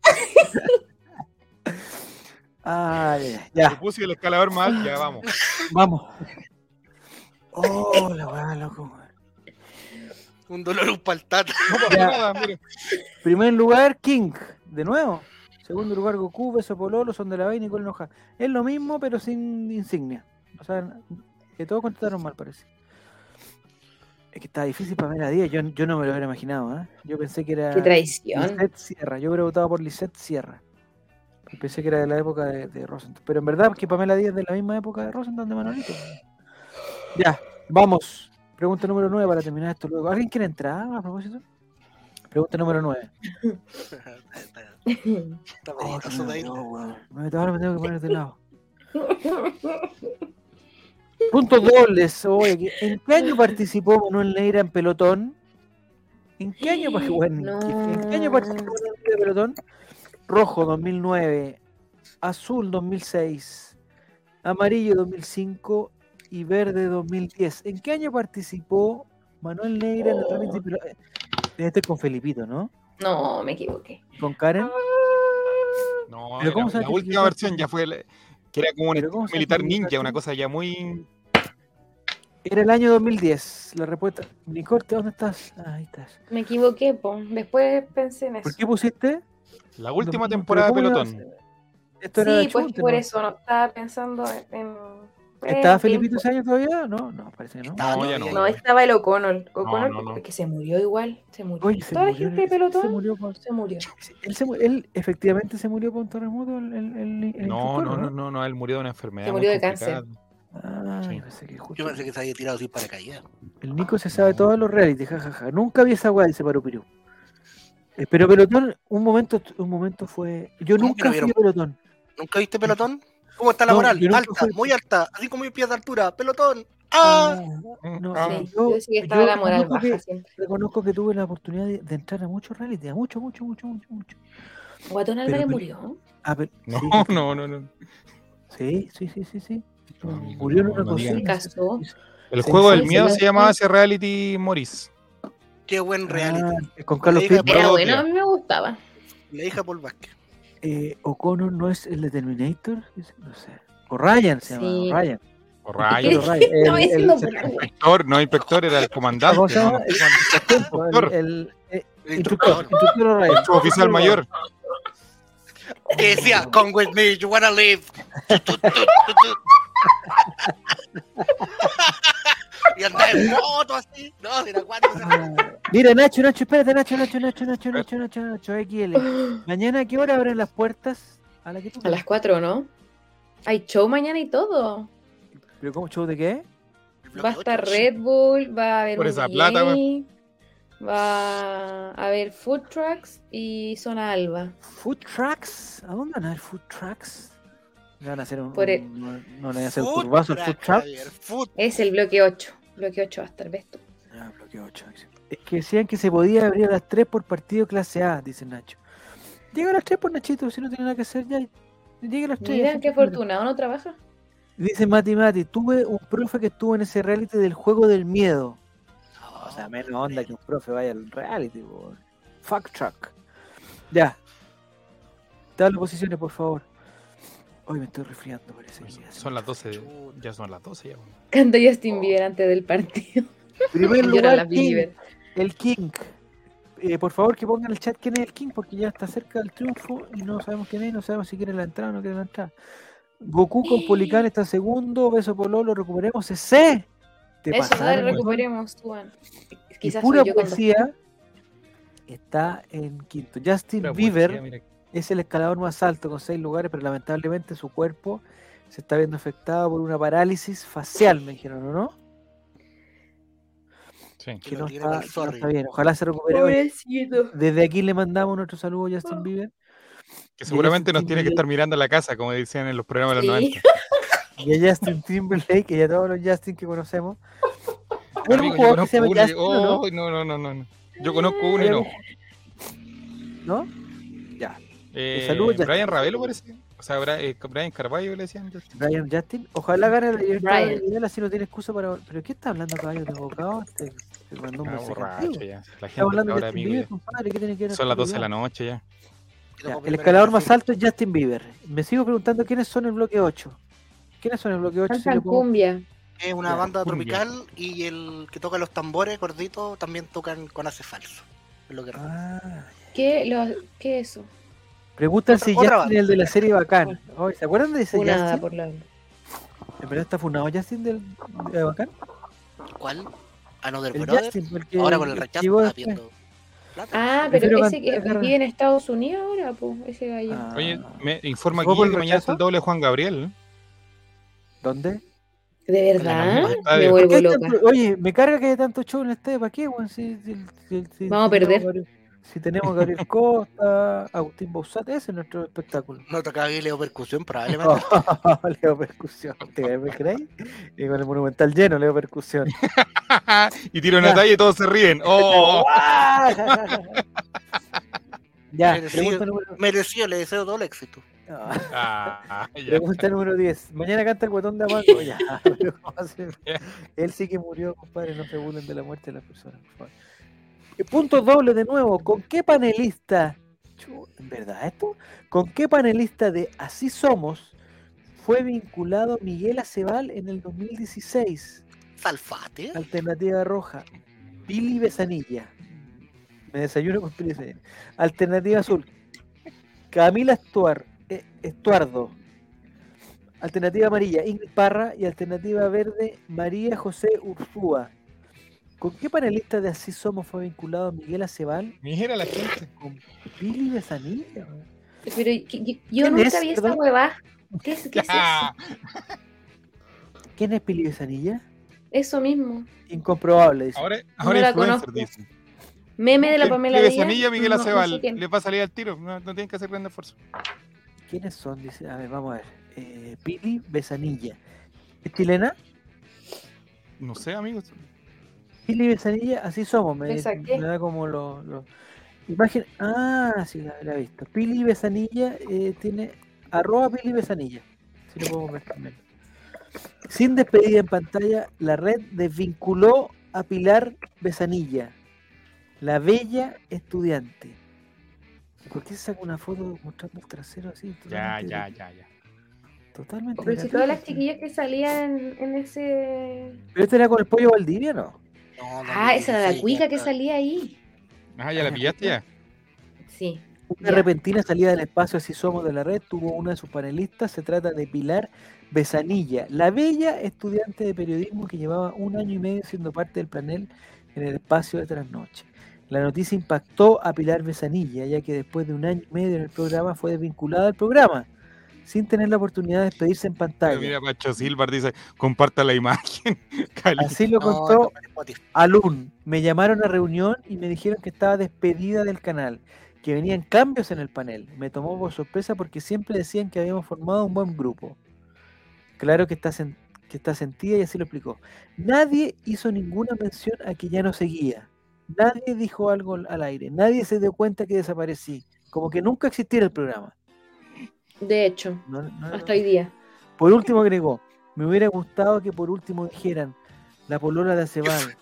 Ah, ya, ya. Propuse el escalador mal, ya vamos. Vamos. Oh, la weá, loco, weón. Un dolor, un paltata. No pasa Ya. nada, mire. Primer lugar, King, de nuevo. Segundo lugar, Goku, Beso Pololo, Son de la Bay, Nicole Enoja. Es lo mismo, pero sin insignia. O sea, que todos contestaron mal, parece. Es que está difícil para ver a Díaz. Yo, yo no me lo hubiera imaginado, ¿eh? Yo pensé que era Qué traición. Lisette Sierra. Yo hubiera votado por Lisette Sierra. Pensé que era de la época de, de Rosenthal. Pero en verdad que Pamela Díaz es de la misma época de Rosenthal de Manolito. Ya, vamos. Pregunta número nueve para terminar esto luego. ¿Alguien quiere entrar a propósito? Pregunta número nueve. Está Oh, bonito, qué eso de me ahí. dolió, weón. Me- Ahora me tengo que poner de lado. Puntos dobles. Oye, ¿qué- ¿en qué año participó Manuel Neira en pelotón? ¿En qué año, pa- bueno, ¿en qué año participó Manuel Neira en pelotón? Rojo dos mil nueve, azul dos mil seis, amarillo dos mil cinco y verde dos mil diez. ¿En qué año participó Manuel Neira en el reality de pelotón? Debe estar con Felipito, ¿no? No, me equivoqué. ¿Con Karen? No, Pero era- ¿cómo se la hace última que- versión ya fue, la- que era como un Pero ¿cómo se militar hace que- ninja, una cosa ya muy... Era el año dos mil diez. La respuesta. Nicole, ¿dónde estás? Ah, ahí estás. Me equivoqué, po. Después pensé en eso. ¿Por qué pusiste? La última Pero temporada de ¿cómo iba a pelotón. ser? Esto era Sí, pues chunte, por ¿no? eso no estaba pensando en. ¿Estaba en Felipito tiempo. ese año todavía? No, no, parece que no. Estaba No, ya todavía. No, estaba el O'Connell. O'Connell, no, no. porque se murió igual. Se murió. Oye, se Toda la murió, gente de se pelotón murió por- se murió. Él, se mu- él efectivamente se murió por un terremoto. El, el, el- el No, instructor, no, no, no, no, él murió de una enfermedad. Se muy murió de complicada. Ah, Sí. yo pensé que justo. Yo pensé que se había tirado sin paracaídas. El Nico se sabe todos los reality, jajaja. Nunca vi esa weá, dice Parupirú. Eh, Pero pelotón, un momento, un momento fue. Yo ¿Cómo que nunca no fui a vieron? pelotón. ¿Nunca viste pelotón? ¿Cómo está la No, moral? yo nunca Alta, fui. muy alta, a cinco mil pies de altura. Pelotón. ¡Ah! no, Ah. Sí, yo, yo sí que yo estaba la moral reconozco baja que- siempre. reconozco que tuve la oportunidad de, de entrar a muchos reality, a mucho, mucho, mucho, mucho, mucho. Guatón Pero- Álvarez pero- murió. Ah, pero- No, sí, no, no, no. sí, sí, sí, sí, sí. No, amigo, Murió en no, una no digan cocina. Se casó. El Sí, juego sí, del sí, miedo sí. se llamaba ese reality Morris. Qué buen reality. Ah, con Carlos La hija de Pitt. Era Todos bueno, días. a mí me gustaba. La hija Paul Vázquez. Eh, O'Connor no es el de Terminator, Dice, no sé. O Ryan se llama, Sí. Ryan. O Pero Ryan. Ryan, Estaba el- diciendo el- por algo. Inspector, no inspector, era el comandante. ¿Cómo se ¿no? llama? El, Doctor. el, el, eh, El instructor, instructor. instructor Ryan. El suboficial mayor. Que decía, come with me, you wanna live. Y andaba en moto así. No, era cuatro. Ah, Mira, Nacho, Nacho, espérate, Nacho, Nacho, Nacho, Nacho, Nacho, Nacho, Nacho, X L. Mañana, ¿a qué hora abren las puertas? A la que tú A las cuatro, ¿no? Hay show mañana y todo. ¿Pero cómo show de qué? Va a estar Red Bull, va a haber Por un esa D J, plata, va a haber food trucks y zona alba. Food trucks. ¿A dónde van a haber food trucks? ¿Le van a hacer un, Por el- un- no, no le van a hacer un Food curvazo al food truck, truck? Javier, food. Es el bloque ocho. Bloque ocho va a estar, ¿ves tú? Ah, bloque ocho. Es que decían que se podía abrir a las tres por partido clase A, dice Nacho. Llega a las tres por Nachito, si no tiene nada que hacer ya. Llega a las tres. Mira, qué afortunado, ¿no trabaja? Dice Mati Mati, tuve un profe que estuvo en ese reality del juego del miedo. No, o sea, menos onda que un profe vaya al reality, por fuck truck. Ya. Dale posiciones, por favor. Hoy me estoy resfriando, parece. Que ya Son las doce, ya son las doce ya. Bueno. Canta Justin Bieber antes del partido. Primer Y era la lugar, King, Bieber. el King. Eh, por favor, que pongan en el chat quién es el King, porque ya está cerca del triunfo y no sabemos quién es, no sabemos si quiere la entrada o no quiere la entrada. Goku con Policán está segundo, Beso Pololo, recuperemos ese. Te Eso, pasaron, dale, weón. recuperemos, Juan. Y Quizás pura soy yo cuando... poesía está en quinto. Justin Pura Bieber poesía, mira. es el escalador más alto con seis lugares, pero lamentablemente su cuerpo se está viendo afectado por una parálisis facial, me dijeron, ¿o no? Sí. Que Que no lo tiren está, al que no zorro. está bien. Ojalá se recupere hoy. Pobrecito. Desde aquí le mandamos nuestro saludo a Justin Bieber Que seguramente nos Justin tiene que Timberlake. estar mirando en la casa, como decían en los programas de los Sí. noventa. y a Justin Timberlake y a todos los Justin que conocemos. ¿Hay algún Amigo, yo jugador que se conozco llama uno. y- Justin o no? Oh, no, no, no, no, no. Yo conozco uno y no. ¿No? Ya. Eh, saludos, Justin. Brian Ravelo parece. O sea, Bra- eh, Brian Carvalho le decían. Justin. Brian Justin. Ojalá gane la libertad de Brian. Vidal, así no tiene excusa para. ¿Pero qué está hablando caballo de abogado? Te, te mandó un Ah, mensaje borracho antiguo. ya. La Estamos gente hablando de ahora, Justin amigo. Bieber, ya. compadre. ¿Qué tiene que ver? Son las esto doce de la cuidado? noche ya. Ya, Quiero el comerme escalador la más café. alto es Justin Bieber. Me sigo preguntando quiénes son el bloque ocho. ¿Quiénes son el bloque ocho? Si Cantan le pongo- cumbia. Es una Ya, banda cumbia. tropical y el que toca los tambores gorditos también tocan con hace falso. Es lo que recuerdo. Ah, ¿Qué, lo, ¿Qué es eso? preguntan Otra- si otra Justin es el de la serie Bacán. Oye, ¿se acuerdan de ese Una Justin? por la... ¿En verdad está funado Justin del, de Bacán? ¿Cuál? Another El Brother. Justin, el que Ahora con el que rechazo llegó está después. viendo plata. Ah, Prefiero pero ese que cantar- vive en Estados Unidos ahora, pues, ese gallo. Ah, Oye, me informa ¿Fue aquí por el que mañana está rechazo? el doble de Juan Gabriel. ¿eh? ¿Dónde? ¿De en la verdad? misma Me estadio. ¿Por vuelvo qué hay loca. tanto- oye, me carga que haya tanto show en el estadio. ¿Para qué, weón? Si, si, si- si- Vamos a si tenemos perder. Gabriel- Si tenemos Gabriel Costa, Agustín Bausat, ese es nuestro espectáculo. No tocaba aquí Leo Percusión, probablemente. Leo Percusión, ¿te me creéis? Y con el Monumental lleno, Leo Percusión. y tiro una Ya. talla y todos se ríen. ¡Oh! Ya, Merecido. pregunta número, Merecido, le deseo todo el éxito. ah, Ah, ya. pregunta número diez. Mañana canta el guatón de Amango. Ya, pero ¿cómo hace? Él sí que murió, compadre. No se burlen de la muerte de las personas, por favor. Eh, Punto doble de nuevo. ¿Con qué panelista? Chu, ¿En verdad esto? ¿Con qué panelista de Así Somos fue vinculado Miguel Acebal en el dos mil dieciséis? Salfate. Alternativa roja, Pili Besanilla. Me desayuno con Pili Besanilla. Alternativa azul, Camila Estuar, eh, Estuardo. Alternativa amarilla, Ingrid Parra. Y alternativa verde, María José Ursúa. ¿Con qué panelista de Así Somos fue vinculado Miguel Acebal? Mira la gente. Con Pili Besanilla. weón. Pero yo, yo- yo ¿Quién nunca es, vi esa perdón? huevá. ¿Qué es, qué es Ah, eso? ¿Quién es Pili Besanilla? Eso mismo. Incomprobable, dice. ahora ahora la influencer, conozco. dice. Meme de la El Pamela pibe Díaz. Besanilla, Miguel no- no Acebal. sé quién. Les va a salir al tiro. No, no tienen que hacer gran esfuerzo. ¿Quiénes son? Dice, a ver, vamos a ver. Eh, Pili Besanilla. ¿Es chilena? No sé, amigos. Pili Besanilla, Así Somos. Me, Le saqué. me da como los. Lo... Imagen. Ah, sí, la, la he visto. Pili Besanilla eh, tiene. Arroba Pili Besanilla. Si lo podemos ver también. Sin despedida en pantalla, la red desvinculó a Pilar Besanilla, la bella estudiante. ¿Por qué se saca una foto mostrando el trasero así? Ya, Totalmente- ya, ya, ya. Totalmente. Pero si gratuito, todas las sí. chiquillas que salían en, en ese. Pero este era con el pollo Valdivia, ¿no? No, Ah, esa era la sí, cuica ya que está. salía ahí. Ah, ¿ya la pillaste ya? Sí. Una Ya. repentina salida del espacio Así Somos de la red tuvo una de sus panelistas. Se trata de Pilar Besanilla, la bella estudiante de periodismo que llevaba un año y medio siendo parte del panel en el espacio de Trasnoche. La noticia impactó a Pilar Besanilla, ya que después de un año y medio en el programa fue desvinculada del programa, sin tener la oportunidad de despedirse en Pero pantalla. mira, Pacho Silvar dice, comparta la imagen. Cali. Así lo No, contó no, Spotify. Alun. Me llamaron a reunión y me dijeron que estaba despedida del canal, que venían cambios en el panel. Me tomó por sorpresa porque siempre decían que habíamos formado un buen grupo. Claro que está sen- que está sentida y así lo explicó. Nadie hizo ninguna mención a que ya no seguía. Nadie dijo algo al aire. Nadie se dio cuenta que desaparecí. Como que nunca existiera el programa. De hecho, No, no, hasta no. hoy día. Por último agregó, me hubiera gustado que por último dijeran la polola de Aceval.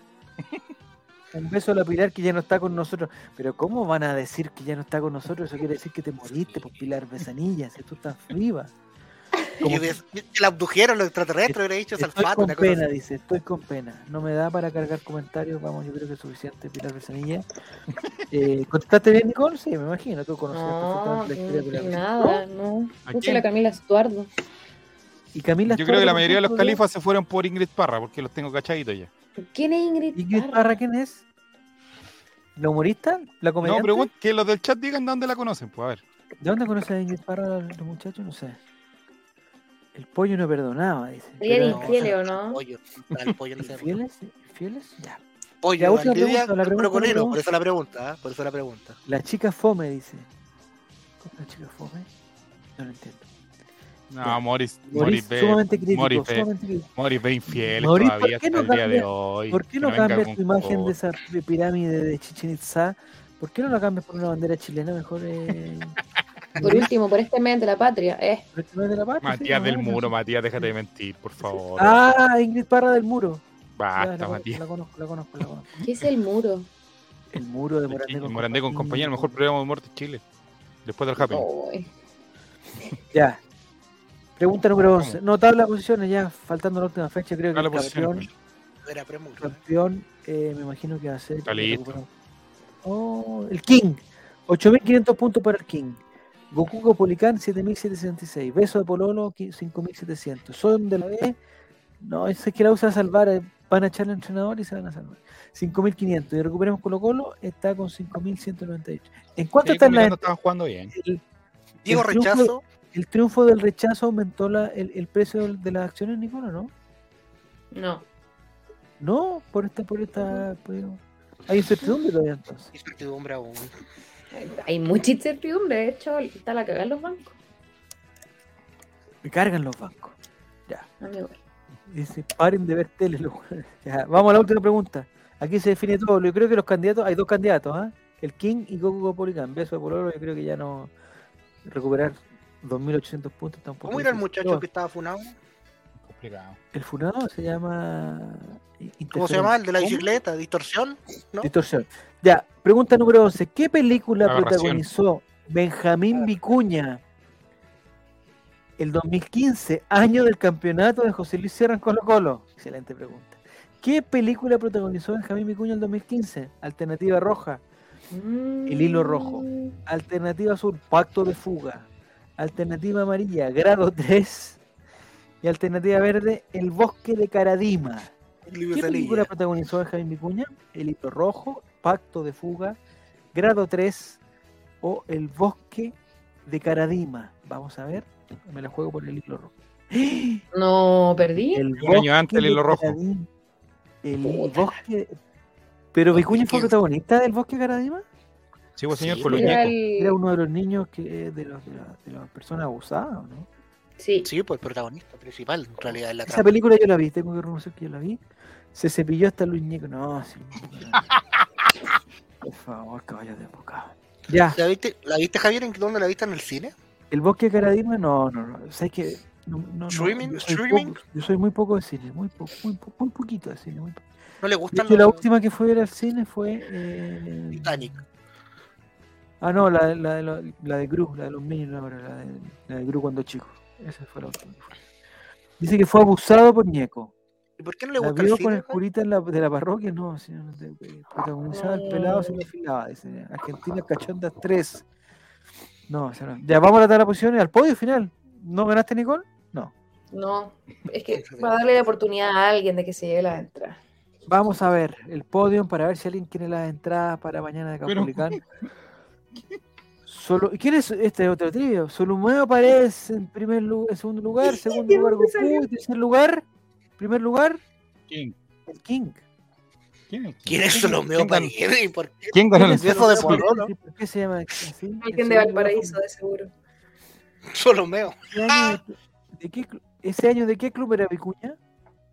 Un beso a la Pilar que ya no está con nosotros. Pero ¿cómo van a decir que ya no está con nosotros? Eso quiere decir que te moriste por Pilar Besanilla, si tú estás viva. Como Que, des- que la abdujeron los extraterrestres, hubiera dicho estoy Salfato, con una cosa pena, así. dice, estoy con pena. No me da para cargar comentarios, vamos, yo creo que es suficiente, Pilar Besanilla. Eh, ¿Contestaste bien, Nicole? Sí, me imagino, tú conocías No, perfectamente la historia de que Pilar Besanilla. nada, no. ¿A Puse quién? la Camila Estuardo. Y Camila Yo creo que la Estuardo, mayoría de los por ejemplo, califas se fueron por Ingrid Parra, porque los tengo cachaditos ya. ¿Quién es Ingrid? ¿Ingrid Parra? Parra quién es? ¿La humorista? ¿La No, comediante? pregunto que los del chat digan de dónde la conocen, pues a ver. ¿De dónde conoce a Ingrid Parra los muchachos? No sé. El pollo no perdonaba, dice. Sería Pero- de infiel, ¿o no? El pollo, el pollo no se ¿Infieles? ¿Infieles? Ya. pollo, Ya, última yo diría pregunta, la pregunta brocolero, número- por eso la pregunta, ¿eh? Por eso la pregunta. La chica fome, dice. ¿Cómo la chica fome? No lo entiendo. No, Ya. Moris, Moris, Moris ve, sumamente crítico, Moris ve, sumamente crítico. Moris ve infieles Moris, todavía ¿por qué hasta no el día de cambia- hoy. ¿Por qué Que no venga cambias con tu imagen de cosas. esa pi- pirámide de Chichen Itza? ¿Por qué no la cambias por una bandera chilena? Mejor eh, Por último, por este mes de la patria. Eh. por este mes de la patria, sí, Matías no, del no, Muro, no. Matías, déjate de mentir, por favor. Ah, Ingrid Parra del Muro. Ya, Basta, la, Matías. la conozco, la conozco, la conozco. ¿Qué es el muro? El muro de El Morandé King- con Morandé con compañía, el mejor programa de humor de Chile. Después del Happy. Ay. Ya. Pregunta número once. No, tabla de posiciones ya, faltando la última fecha, creo que Tabla el de posiciones, campeón, Era premura. campeón eh, me imagino que va a ser... Está listo. Oh, el King. ocho mil quinientos puntos para el King. Goku Gopolicán, siete mil setecientos sesenta y seis. Beso de Pololo, cinco mil setecientos. Son de la B. No, ese es que la usa a salvar. eh, Van a echarle al entrenador y se van a salvar. cinco mil quinientos. Y recuperemos Colo Colo, está con cinco mil ciento noventa y ocho. ¿En cuánto Sí, está en la combinando estaban jugando bien. el, Diego el triunfo- Rechazo, el triunfo del rechazo aumentó la, el, el precio del- de las acciones, Nicola, ¿no? No. No, por esta, por esta. por- Hay incertidumbre todavía entonces. incertidumbre aún. Hay mucha incertidumbre. De hecho, está la cagada en los bancos. Me cargan los bancos. Amigo. Dice, paren de ver tele, los weones. Ya, vamos a la última pregunta. Aquí se define todo. Yo creo que los candidatos, hay dos candidatos, ¿ah? El King y Goku Gopolicán. Beso de Pololo, yo creo que ya no recuperar dos mil ochocientos puntos está un poco ¿Cómo era el difícil. muchacho Pero que estaba funado? Complicado. el funado se llama ¿Cómo se llama? El de la ¿Cómo? bicicleta, distorsión, ¿no? Distorsión. Ya, pregunta número once. ¿Qué película Aberración. protagonizó Benjamín Vicuña el dos mil quince, año del campeonato de José Luis Sierra en Colo Colo? Excelente pregunta. ¿Qué película protagonizó Benjamín Vicuña el dos mil quince? Alternativa roja. El hilo rojo. Alternativa azul, Pacto de Fuga. Alternativa amarilla, Grado tres. Y alternativa verde, El Bosque de Caradima. ¿Qué película protagonizó Benjamín Vicuña? El hilo rojo, Pacto de Fuga, Grado tres o El Bosque de Caradima. Vamos a ver. Me la juego por el hilo rojo. No, perdí. El Un año antes el de hilo rojo. Caradima. El Puta. bosque. ¿Pero Vicuña fue ¿Quién? protagonista del Bosque de Caradima? Sí, pues señor, Sí, por los Era ñecos. el- Era uno de los niños que de, los, de, las- de las personas abusadas, ¿o ¿no? Sí. Sí, pues el protagonista principal, en realidad, en la Esa trama. película yo la vi, tengo que reconocer que yo la vi. Se cepilló hasta Luis Ñeco. No, sí. Por favor, caballos de boca. Ya, ¿La viste, ¿La viste, Javier? ¿En dónde la viste? ¿En el cine? el Bosque de Caradima, no, no, no. ¿Sabes qué? No, no, no, ¿Streaming? yo soy ¿Streaming? poco- yo soy muy poco de cine, muy poco, muy, po- muy poquito de cine. Muy po- ¿No le De gustan hecho, la los última que fue a ver al cine fue. eh, Titanic? Ah, no, la, la, de lo- la de Gru, la de los Minions, no, pero la de, la de Gru cuando chico. Esa fue la última que fue. Dice que fue abusado por Ñeco. ¿Y por qué no le La gusta el vio con cine? el curita en la, de la parroquia, no, sino de- de- protagonizaba el pelado, se lo afilaba. Dice, Argentina Cachondas tres. No, o sea, no. Ya vamos a tratar las posiciones al podio final. ¿No ganaste, Nicole? No. No. Es que para darle la oportunidad a alguien de que se lleve la entrada. Vamos a ver el podio para ver si alguien quiere las entradas para mañana de Pero- Caupolicán. Solo, ¿quién es este otro trivio? Solomeo Paredes en primer lugar, en segundo lugar, segundo ¿De lugar dónde Goku, salió? y tercer lugar, primer lugar, ¿Quién? el King. ¿Quién es? ¿Quién es Solomeo ¿Quién ganó? Paredes? ¿Y por qué? ¿Quién ganó ¿Quién el es beso de Solomeo Pololo? Paredes? ¿Por qué se llama así? En Alguien de segundo lugar, Valparaíso, de seguro. Solomeo. ¿qué año de, de qué, clu- ¿Ese año de qué club era Vicuña?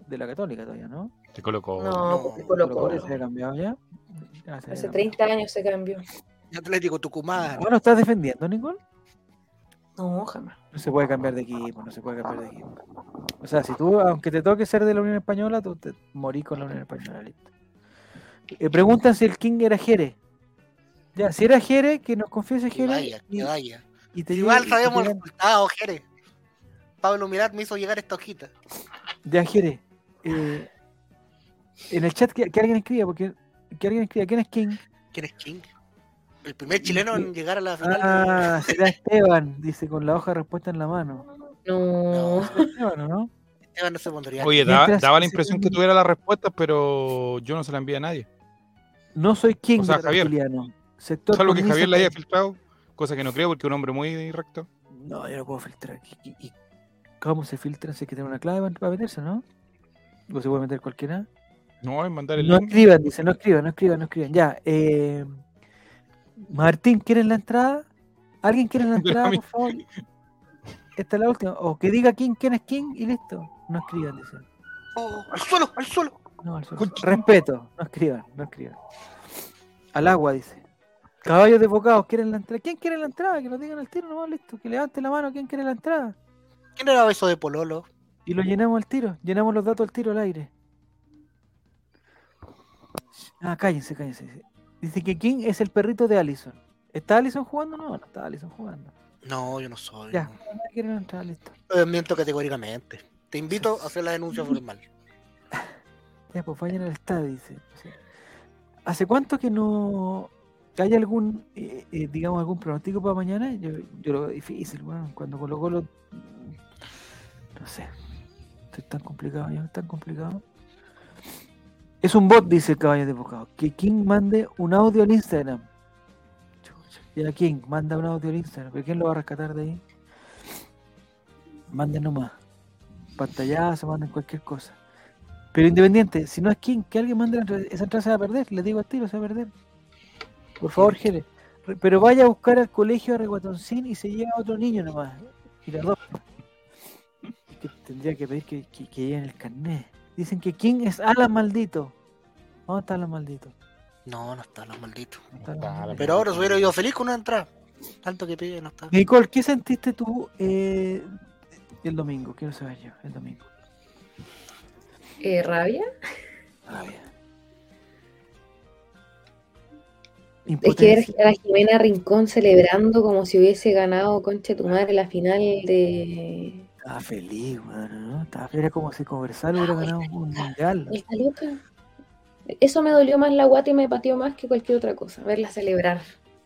de la Católica todavía, ¿no? Te colocó. No, No, porque Colo Colo Colo Colo. se ha cambiado ya. Ya se ha Hace cambiado. treinta años se cambió. Atlético Tucumán. ¿Ahora estás defendiendo, Nicole? No, jamás. No se puede cambiar de equipo, no se puede cambiar de equipo. O sea, si tú, aunque te toque ser de la Unión Española, tú te morís con la Unión Española, listo. Eh, preguntan si el King era Jere. Ya, si era Jere, que nos confiese Que Jere. vaya, y, que vaya. y te Igual lleve- y sabemos te el lleven- resultado, Jerez. Pablo Mirat me hizo llegar esta hojita. Ya, Jere. eh, en el chat que, que alguien escriba, porque que alguien escriba, ¿quién es King? ¿Quién es King? El primer chileno en llegar a la final. Ah, será Esteban, dice con la hoja de respuesta en la mano. No. No, Esteban, ¿o no? Esteban no se pondría. Oye, daba, Mientras daba la se impresión que ven- tuviera las respuestas, pero yo no se la envié a nadie. No soy King O sea, de Javier. reptiliano. Sector Salvo que comunista Javier la haya con- filtrado, cosa que no creo porque es un hombre muy recto. No, yo no puedo filtrar. ¿Y, y- y cómo se filtra? Si hay que tener una clave para meterse, ¿no? ¿O se puede meter cualquiera? No, es mandar el No link. escriban, dice, no escriban, no escriban, no escriban. Ya, eh, Martín, ¿quieren la entrada? ¿Alguien quiere la entrada, por favor? Esta es la última. O que diga quién, quién es quién y listo. No escriban, dice. Oh, al suelo, al suelo. No, al suelo. Concha. Respeto, no escriban, no escriban. Al agua, dice. Caballos desbocados, ¿quieren la entrada? ¿Quién quiere la entrada? Que nos digan al tiro, nomás, listo. Que levante la mano, ¿quién quiere la entrada? ¿Quién era eso de Pololo? Y lo llenamos al tiro, llenamos los datos al tiro al aire. Ah, cállense, cállense. dice. Dice que King es el perrito de Allison. ¿Está Allison jugando? No, no está Allison jugando. No, yo no soy. Ya, no. nadie quiere la entrada, listo. Eh, miento categóricamente. Te invito a hacer la denuncia formal. Ya, pues vayan al estadio, dice. Sí. ¿Hace cuánto que no que hay algún, eh, eh, digamos, algún pronóstico para mañana? Yo, yo lo veo difícil, bueno, cuando Colo Colo, no sé, estoy tan complicado, ya, tan complicado. Es un bot, dice el caballo de bocado. Que King mande un audio al Instagram. Chucha, ya King, manda un audio al Instagram. ¿Pero quién lo va a rescatar de ahí? Manden nomás. Pantallazo, manden cualquier cosa. Pero independiente, si no es King, que alguien mande la entrada. Esa entrada se va a perder, les digo al tiro, se va a perder. Por favor, Jere. Re- Pero vaya a buscar al colegio a Reguatoncín y se lleva a otro niño nomás. Y las dos. Es que tendría que pedir que, que, que lleven el carnet. Dicen que King es Alan Maldito. ¿Dónde está Alan Maldito? No, no está, los malditos. ¿Dónde está Está Alan la Maldito? Pero ahora se hubiera ido feliz con una entrada. Tanto que pide, no está. Nicole, ¿qué sentiste tú eh, el domingo? Quiero saber yo, el domingo. Eh, ¿Rabia? Rabia. Es que ver Impotencia. a la Jimena Rincón celebrando como si hubiese ganado Concha tu madre la final de. Estaba feliz, weón, ¿no? Estaba feliz, era como si Conversal hubiera ganado un mundial. Esta loca. Eso me dolió más la guata y me pateó más que cualquier otra cosa, verla celebrar.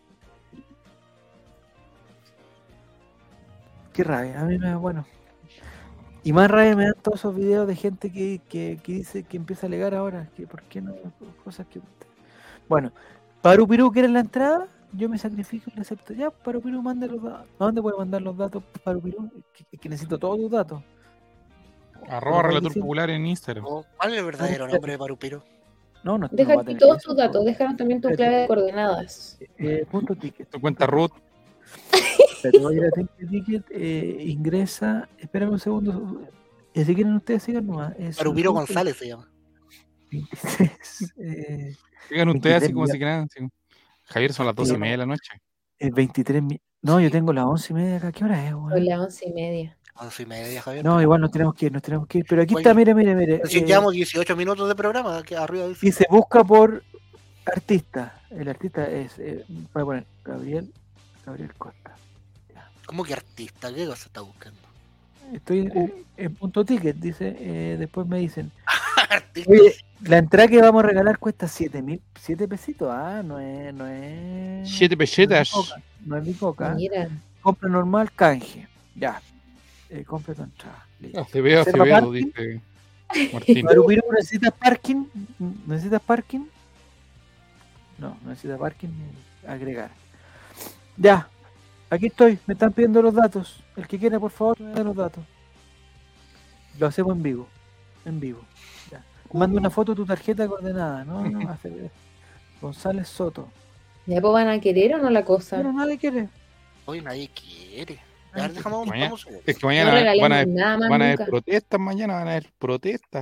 Qué rabia, a mí me, bueno. Y más rabia me dan todos esos videos de gente que, que, que dice que empieza a alegar ahora, que por qué no, cosas que... Bueno, Parupirú, ¿quiere la entrada? Yo me sacrifico y le acepto. Ya, Parupirú, manda los datos. ¿A dónde puede mandar los datos, Parupirú? Que, que necesito todos tus datos. Arroba Pero Relator dice- Popular en Instagram. Oh, ¿cuál es el verdadero nombre de Parupiro? No, no, no Deja va a aquí tener todos eso. tus datos, déjanos también tu clave de coordenadas. Eh, punto ticket. Tu cuenta root. Pero voy a ir a Ticket, Ticket, eh, ingresa, espérame un segundo. Eh, si quieren ustedes sigan nomás. Es Parupiro punto González se llama. veintitrés, eh, Digan ustedes así veintitrés como ya. si quieran. así. Javier, son las doce y media de la noche. eh, veintitrés mi- No, yo tengo las once y media acá. ¿Qué hora es, Son weón? las once y media. Once y media, Javier. No, igual nos tenemos que ir, nos tenemos que ir. Pero aquí Oye, está, mire, mire, mire. Si eh, llevamos dieciocho minutos de programa, aquí arriba dice. y se busca por artista. El artista es, eh, voy a poner Gabriel, Gabriel Costa. ¿Cómo que artista? ¿Qué cosa está buscando? Estoy en, en punto ticket, dice, eh, después me dicen. Artista. Oye, la entrada que vamos a regalar cuesta siete mil, siete pesitos. Ah, no es, no es. Siete pesetas. No es bicoca, no es bicoca. Mira, Compra normal, canje. Ya. Eh, compra tu entrada. Listo. Acevedo, ¿Reserva Acevedo, parking? dice Martín. Parupirú, ¿necesitas parking? ¿Necesitas parking? No, no necesita parking. Agregar. Ya. Aquí estoy. Me están pidiendo los datos. El que quiera, por favor, me da los datos. Lo hacemos en vivo. En vivo. Ya. Manda una foto de tu tarjeta coordenada. No, no, Acevedo. González Soto. ¿ya pues van a querer o no la cosa? Pero nadie quiere. Hoy nadie quiere. A ver, déjame un Mañana- vamos un segundo. Es que No mañana van a regalemos haber, nada más van a haber nunca. protestas, mañana van a haber protestas.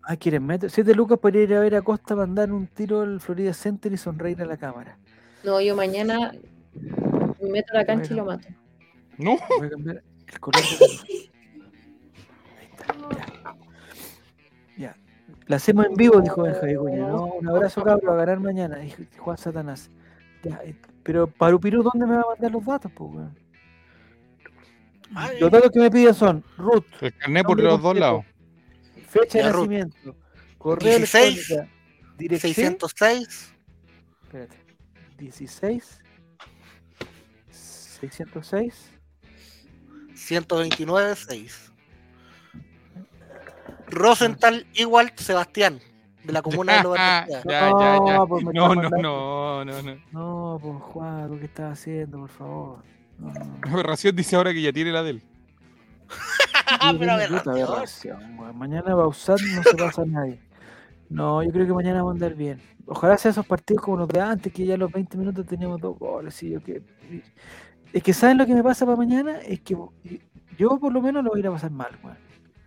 Ah, ¿quieren metro? siete lucas para ir a ver a Costa, mandar un tiro al Florida Center y sonreír a la cámara. No, yo mañana me meto a la cancha y lo mato. No. Voy a cambiar el color de la luz. Ahí está, ya. Ya. La hacemos en vivo, dijo Benja Vicuña. No, un abrazo, cabro, a ganar mañana, dijo Juan Satanás. Ya, eh, pero Parupirú, ¿dónde me va a mandar los datos, pues, weón? Ay, Los datos que me piden son root, El carnet por nombre los dos completo, lados. fecha de Ya, Ruth. nacimiento, correo dieciséis, electrónico, dirección. seiscientos seis, Espérate. dieciséis, seiscientos seis. ciento veintinueve, seis. Rosenthal igual Sebastián, de la comuna de Lower Ya, García. ya, ya. No, pues me No, está no, mandando- no, no, no. No, pues Juan, ¿qué estás haciendo, por favor? No, no, no. Aberración dice ahora que ya tiene la de él. Ah, Sí, pero tiene puta aberración. aberración, weón. Mañana Bausat no se pasa a nadie. No, yo creo que mañana va a andar bien. Ojalá sea esos partidos como los de antes, que ya a los veinte minutos teníamos dos goles. Sí, yo que... Es que ¿saben lo que me pasa para mañana? Es que yo por lo menos lo voy a ir a pasar mal, weón.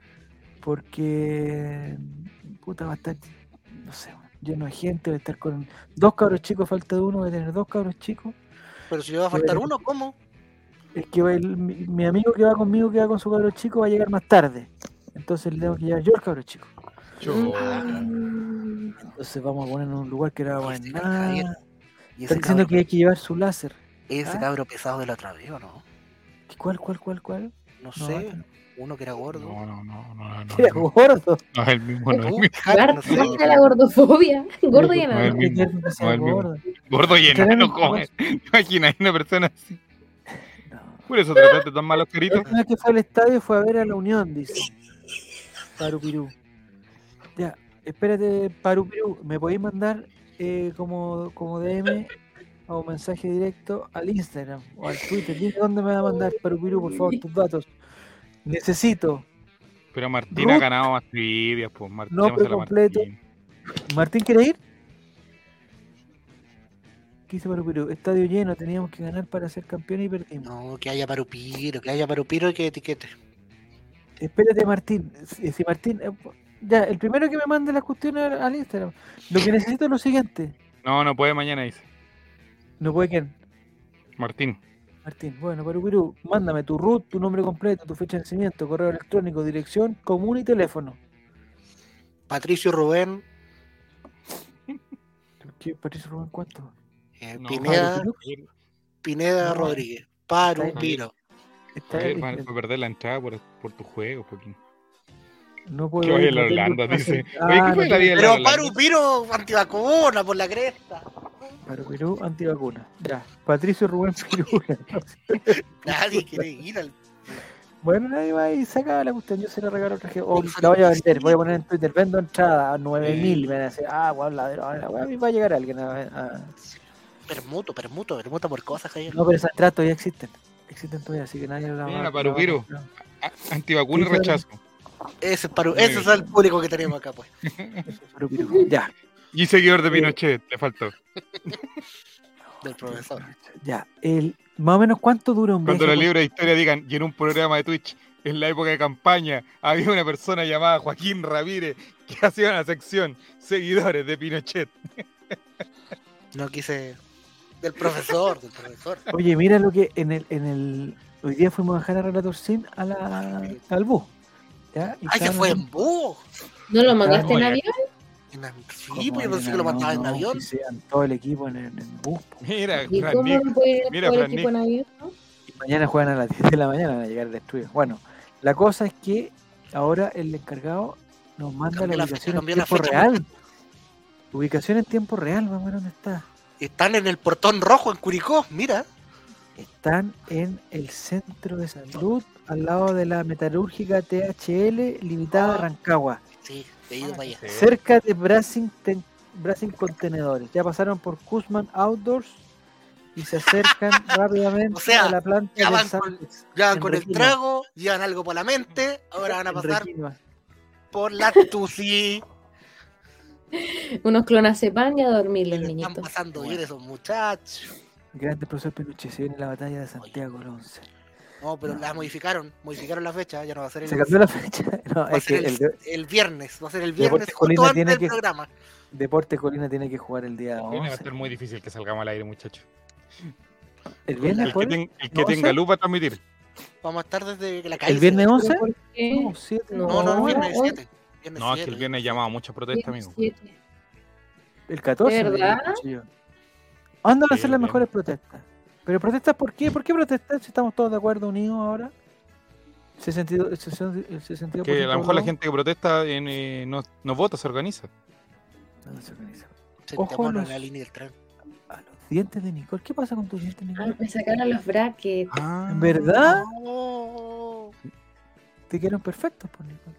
Porque puta va a estar, no sé, weón, lleno de gente, voy a estar con dos cabros chicos, falta de uno, voy a tener dos cabros chicos. Pero si le va a faltar uno, ¿cómo? Es que va el- mi, mi amigo que va conmigo, que va con su cabro chico, va a llegar más tarde. Entonces le tengo que llevar yo al cabro chico. Yo- Mm. Entonces vamos a poner en un lugar que no vamos a Ese ver Javier, nada. Y Están ese diciendo cabro, que hay que llevar su láser. ese ¿Ah? cabro pesado de la otra vez, ¿o no? ¿Cuál, cuál, cuál, cuál? No No, sé, este no. uno que era gordo. No, no, no, no, no. Era No, gordo. no es el mismo, no es el Tú, mismo. Javi, no sé. Basta la gordofobia. Gordo y No, enano. el mismo, Que no, sea el mismo. gordo. Gordo y Es que enano, eran joder. Imagina una persona así. No. Por eso trataste tan mal los La caritos. última vez que fue al estadio fue a ver a la Unión, dice Parupirú. Ya, espérate, Parupirú, ¿me podéis mandar eh, como, como D M o un mensaje directo al Instagram o al Twitter? Dime dónde me va a mandar, Parupirú, por favor, tus datos. Necesito. Pero Martín ha Ruth. ganado más trivias, pues Martín. No, llámasela pero completo. Martín. ¿Martín quiere ir? ¿Qué dice Parupirú? Estadio lleno, teníamos que ganar para ser campeones y perdimos. No, que haya parupiro, que haya parupiro y que etiquete. Espérate, Martín. Si, si Martín. eh, ya, el primero que me mande las cuestiones al, al Instagram. Lo que necesito es lo siguiente. No, no puede mañana, dice. No puede quién. Martín. Martín, bueno, Parupirú, mándame tu root, tu nombre completo, tu fecha de nacimiento, correo electrónico, dirección, común y teléfono. Patricio Rubén, ¿Qué, Patricio Rubén, cuánto? eh, No, Pineda, Javier, Pineda No. Rodríguez, Parupiro. Está Javier, en- va en- a perder la entrada por, por tu juego, Joaquín. no puedo Que vaya ir, a no tengo Orlando, espacio. dice. Ah, Oye, ¿qué no fue la tengo- vida de Pero Orlando? Parupiro antivacuna por la cresta. Parupirú, antivacuna. Ya, Patricio Rubén Pirula. Nadie quiere ir al. Bueno, nadie va y saca la cuestión, yo se la regalo otra gente. O la voy a vender, voy a poner en Twitter, vendo entrada a nueve mil. Me van a decir, ah, weón, ladrón, la weá, a mí va a llegar alguien a, a- Permuto, permuto, permuto por cosas, Javier. No, pero esas entradas todavía existen. Existen todavía, así que nadie la va Mira, la va Parupiro. a comprar. A- Antivacuna y ¿Qué hizo? rechazo. Ese es, Paru- Muy ese es el público que tenemos acá, pues. Parupirú. Ya. Y seguidor de Eh, Pinochet, le faltó. Del profesor. Ya, el, más o menos cuánto dura un Cuando viaje los por- libros de historia digan, y en un programa de Twitch, en la época de campaña, había una persona llamada Joaquín Ramírez que hacía una sección, seguidores de Pinochet. No quise. Del profesor, del profesor. Oye, mira lo que en el, en el hoy día fuimos a dejar a Relator Sin a la, al bus. ¿Ya? Y Ay, se estaban fue en- en bus. ¿No lo mandaste en Oye. avión? En av- ¿Cómo Sí, pues yo en pensé que lo avión? mandaba en No, avión. que sean todo el equipo en el, en el bus. po. Mira, ¿Y Fran cómo Nick, no puede ir mira, todo el Fran equipo en avión? ¿No? Y mañana juegan a las diez de la mañana, van a llegar destruidos. Bueno, la cosa es que ahora el encargado nos manda Cambió la la fecha, ubicación en cambió la tiempo fecha. real. Ubicación en tiempo real, vamos a ver dónde está. Están en el portón rojo en Curicó, mira. Están en el centro de salud, al lado de la metalúrgica T H L limitada de Rancagua, Sí, he ido para allá. Sí. cerca de Bracing, Ten- Bracing Contenedores. Ya pasaron por Kuzman Outdoors y se acercan rápidamente O sea, a la planta ya del van con- Sandex. Ya van En con el Requino. trago, llevan algo por la mente, ahora van a En pasar Requino. por la Tusi. Unos clonazepam y a dormir Y los lo están niñitos. pasando bien esos muchachos. Grande profesor Peluche, se viene la batalla de Santiago el once. No, pero la modificaron, modificaron la fecha, ya no va a ser el Se cambió la fecha. No, va a es que ser el, el, el viernes, va a ser el viernes Deportes justo Colina antes tiene del que- programa. Deportes Colina tiene que jugar el día Viene, va a once. estar muy difícil que salgamos al aire, muchachos. ¿El viernes? El que, ¿Cuál? ten- el que ¿once? tenga luz va a transmitir. Vamos a estar desde la calle. ¿El viernes ¿Pero once? por qué? No, siete. No, No, no, el no, viernes hoy- siete. Viernes No, es que siete. el viernes llamaba mucha protesta, amigo. diecisiete. El catorce. ¿De me verdad? escuché yo. Andan a Sí, hacer las bien. mejores protestas. ¿Pero protestas por qué? ¿Por qué protestar si estamos todos de acuerdo, unidos ahora? sesenta y dos, el sesenta el sesenta y dos por Que ciento a lo mejor la habló. gente que protesta en, eh, no, no vota, se organiza. No, no se organiza. Sentémonos Ojo, en los- la línea del tren. A los dientes de Nicole. ¿Qué pasa con tus dientes, Ah, Nicole? me sacaron los brackets. Ah, ¿En verdad? No. Te quedaron perfectos, pues, Nicole.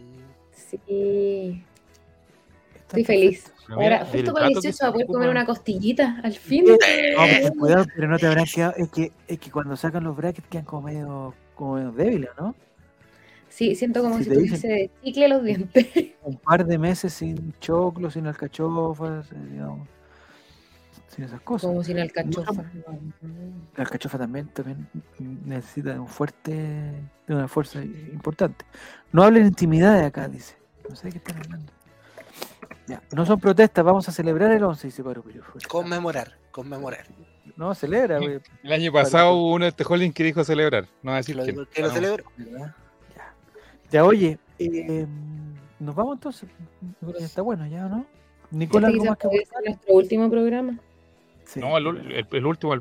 Sí. Están Estoy feliz. perfectos. Pero mira, Ahora, del justo para el gato que dieciocho se va a poder ocupa- comer una costillita, al fin. No, pero cuidado, pero no te habrán quedado. Es que, es que cuando sacan los brackets quedan como medio, como medio débiles, ¿no? Sí, siento como Si si te dicen- tuviese de chicle los dientes. Un par de meses sin choclo, sin alcachofas, eh, digamos. Sin esas cosas. Como sin alcachofa. La alcachofa también, también necesita de un fuerte, de una fuerza importante. No hablen intimidades acá, dice. No sé de qué están hablando. Ya, no son protestas, vamos a celebrar el once, dice Paro Pillo. Conmemorar, conmemorar. No, celebra, güey. El año pasado hubo uno de este holding que dijo celebrar. No va a decir Lo quién. digo que lo No. celebro. ¿Verdad? Ya. Ya, oye, eh, nos vamos entonces. Yo creo que está bueno, ¿ya o no? Nicolás, Este ¿algo quizás más que puede aportar? ser nuestro último programa. Sí, No, el, pero- ul- el- el último, el,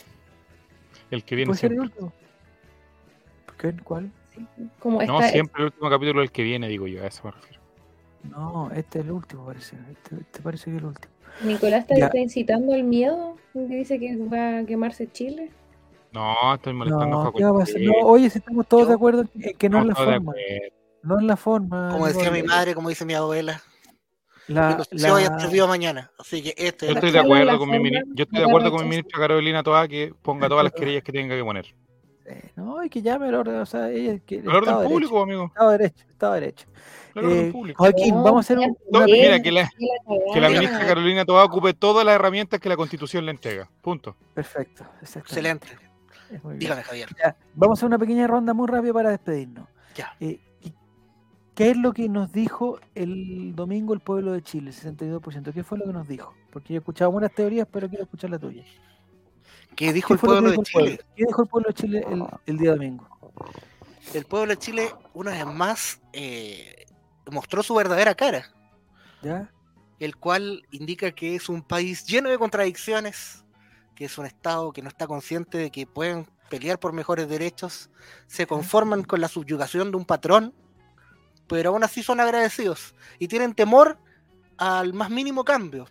el que viene ¿Puede ser el siempre. último? ¿Qué? ¿Cuál? Como No, esta, siempre el último capítulo es el que viene, digo yo, a eso me refiero. No, este es el último, parece. Este, este parece que es el último. Nicolás está, Ya. está incitando al miedo. Que dice que va a quemarse Chile. No, estoy molestando a No, Jaco. ¿qué va a pasar? No, oye, si estamos todos Yo- de acuerdo en que no es la Estamos todos de forma. acuerdo. No es la forma. Como decía Nicole. mi madre, como dice mi abuela, La, que no sé si la- hoy ha perdido mañana. Así que este Yo es estoy el de Solo la acuerdo con mi forma mini- yo estoy no de acuerdo da con mi rechazo. ministra Carolina Toa que ponga todas las querellas que tenga que poner. eh, no, y que llame al orden, o sea, ella, que el El orden Estado de público, Derecho, amigo. Estado de Derecho, Estado de Derecho. El orden Eh, público. Joaquín, No, vamos a hacer un- ya, una mira, pequeña- que la- que la Que la cagada. ministra Carolina Toa ocupe todas las herramientas que la Constitución le entrega. Punto. Perfecto, exactamente. excelente. Es muy bien. Dígame, Javier. Ya, vamos a hacer una pequeña ronda muy rápida para despedirnos. Ya. Eh, ¿y ¿Qué es lo que nos dijo el domingo el pueblo de Chile, el sesenta y dos por ciento? ¿Qué fue lo que nos dijo? Porque yo he escuchado buenas teorías, pero quiero escuchar la tuya. ¿Qué dijo ¿Qué el fue lo que pueblo de dijo el Chile? pueblo? ¿Qué dijo el pueblo de Chile el, el día domingo? El pueblo de Chile, una vez más, eh, mostró su verdadera cara, ¿Ya? el cual indica que es un país lleno de contradicciones, que es un Estado que no está consciente de que pueden pelear por mejores derechos, se conforman con la subyugación de un patrón, pero aún así son agradecidos y tienen temor al más mínimo cambio.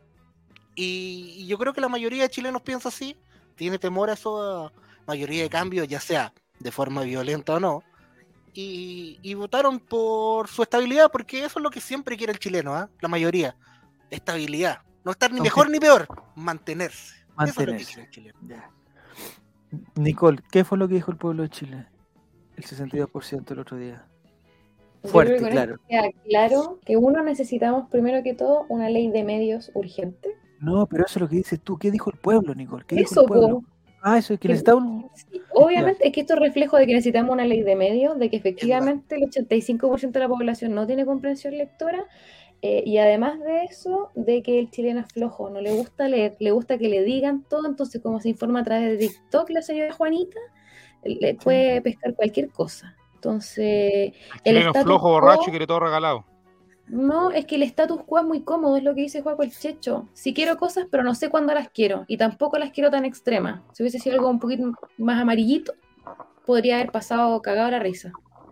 Y, y yo creo que la mayoría de chilenos piensa así, tiene temor a esa mayoría de cambios, ya sea de forma violenta o no, y, y votaron por su estabilidad, porque eso es lo que siempre quiere el chileno, ¿ah? La mayoría, estabilidad, no estar ni Aunque- mejor ni peor, mantenerse. Eso es lo que Mantenerse. quiere el chileno. Ya. Nicole, ¿qué fue lo que dijo el pueblo de Chile? El sesenta y dos por ciento el otro día. Yo Fuerte, creo que con claro. esto queda claro que uno necesitamos primero que todo una ley de medios urgente. No, pero eso es lo que dices tú. ¿Qué dijo el pueblo, Nicole? ¿Qué dijo Eso, el pueblo? po. Ah, eso es que Que- necesitaba un... Sí, obviamente es que esto es reflejo de que necesitamos una ley de medios, de que efectivamente el ochenta y cinco por ciento de la población no tiene comprensión lectora, eh, y además de eso, de que el chileno es flojo, no le gusta leer, le gusta que le digan todo, entonces como se informa a través de TikTok la señora Juanita, le puede pescar cualquier cosa. Entonces, El chileno status flojo, quo- borracho y quiere todo regalado. no, es que el status quo es muy cómodo, es lo que dice Juaco el Checho. Si quiero cosas, pero no sé cuándo las quiero. Y tampoco las quiero tan extremas. Si hubiese sido algo un poquito más amarillito, podría haber pasado cagado la risa.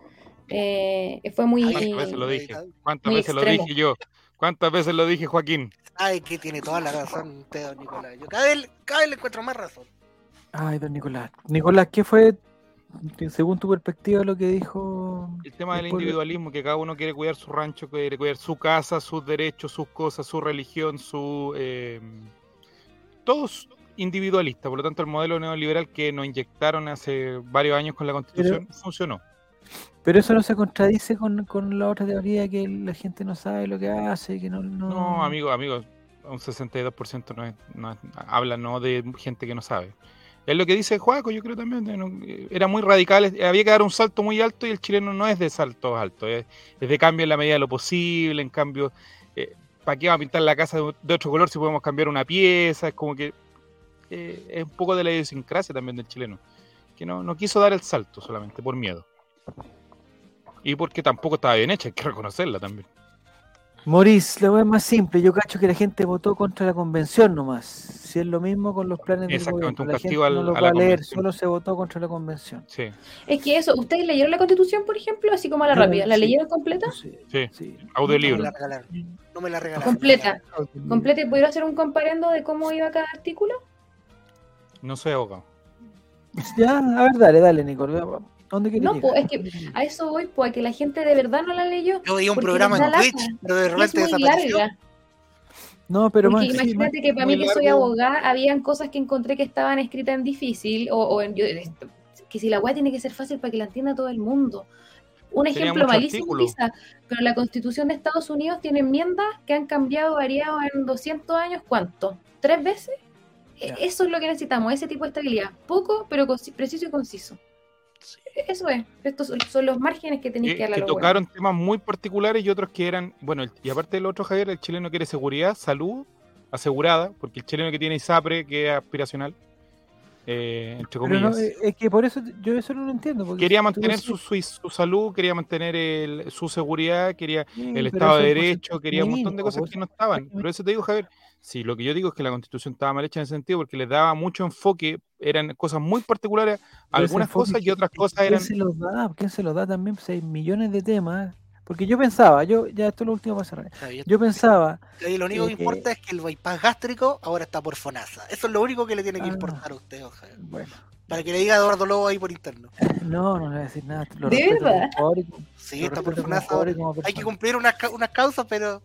Eh, fue muy... ¿Cuántas veces lo dije? ¿Cuántas Muy veces lo extremo. dije yo? ¿Cuántas veces lo dije, Joaquín? Ay, que tiene toda la razón usted, don Nicolás. Yo cada vez, cada vez le encuentro más razón. Ay, don Nicolás. Nicolás, ¿qué fue, según tu perspectiva, lo que dijo El tema del el pueblo? individualismo, que cada uno quiere cuidar su rancho, quiere cuidar su casa, sus derechos, sus cosas, su religión, su... Eh, todos individualistas. Por lo tanto, el modelo neoliberal que nos inyectaron hace varios años con la Constitución funcionó. Pero eso no se contradice con, con la otra teoría que la gente no sabe lo que hace, que no... No, No, amigo, amigo, un sesenta y dos por ciento no es, no es- habla no de gente que no sabe. Es lo que dice Joaco, yo creo también, no, era muy radical, había que dar un salto muy alto y el chileno no es de saltos altos, es, es de cambio en la medida de lo posible, en cambio, eh, ¿para qué vamos a pintar la casa de, de otro color si podemos cambiar una pieza? Es como que eh, es un poco de la idiosincrasia también del chileno, que no, no quiso dar el salto solamente por miedo. Y porque tampoco estaba bien hecha, hay que reconocerla también. Maurice, la wea es más simple. Yo cacho que la gente votó contra la convención nomás. Si es lo mismo con los planes del Exactamente, gobierno. un La gente castigo al- no lo a va la a leer, convención. solo se votó contra la convención. Sí, Es que eso, ¿ustedes leyeron la Constitución, por ejemplo? Así como a la Yo la- rápida. ¿La sí. leyeron completa? Sí, sí, sí. No me audiolibro. la regalaron. No me la regalaron. Completa. Completa. ¿Completa y pudieron hacer un comparendo de cómo iba cada artículo? No soy abogado. Ya, a ver, dale, dale, Nicole. ¿A dónde quieres No, llegar? pues es que a eso voy, pues a que la gente de verdad no la leyó. Yo veía un porque programa les en da Twitch, lata, pero de y es repente muy desapareció. larga. No, pero Porque más, sí, más- imagínate que para muy mí que soy largo. abogada, habían cosas que encontré que estaban escritas en difícil, o, o en, yo, que si la weá tiene que ser fácil para que la entienda todo el mundo. Un Tenía ejemplo muchos malísimo artículos. quizás, pero la Constitución de Estados Unidos tiene enmiendas que han cambiado, variado en doscientos años, ¿cuánto? ¿Tres veces? E- Ya. Eso es lo que necesitamos, ese tipo de estabilidad. Poco, pero conci- preciso y conciso. Eso es. Estos son, son los márgenes que tenéis Que, que darle a que los tocaron temas muy particulares y otros que eran, bueno, el- y aparte del otro, Javier, el chileno quiere seguridad, salud asegurada, porque el chileno que tiene ISAPRE, que es aspiracional, eh, entre pero no, comillas, eh, es que por eso yo eso no lo entiendo. Porque quería si tú mantener decís, su, su, su salud, quería mantener el- su seguridad, quería sí, el pero Estado eso de es un Derecho, porcentaje quería un montón de mínimo, cosas pues, que no eso es un estaban. porcentaje Pero eso te digo, Javier, sí, lo que yo digo es que la Constitución estaba mal hecha en ese sentido porque les daba mucho enfoque, eran cosas muy particulares, Pero ese algunas enfoque, cosas y otras ¿quién cosas eran... se los da? ¿Quién se los da también? Pues hay millones de temas. Porque yo pensaba, yo ya esto es lo último para cerrar. O sea, yo- Yo pensaba, ahí lo único eh, que importa es que el bypass gástrico ahora está por FONASA. Eso es lo único que le tiene que Ah. importar a usted, Javier. bueno, Para que le diga a Eduardo Lobo ahí por interno. no, no le voy a decir nada. Lo ¿De respeto verdad? como jugador y como- Sí, lo está por respeto como FONASA jugador y ahora. como Hay que persona. cumplir unas, ca- unas causas, pero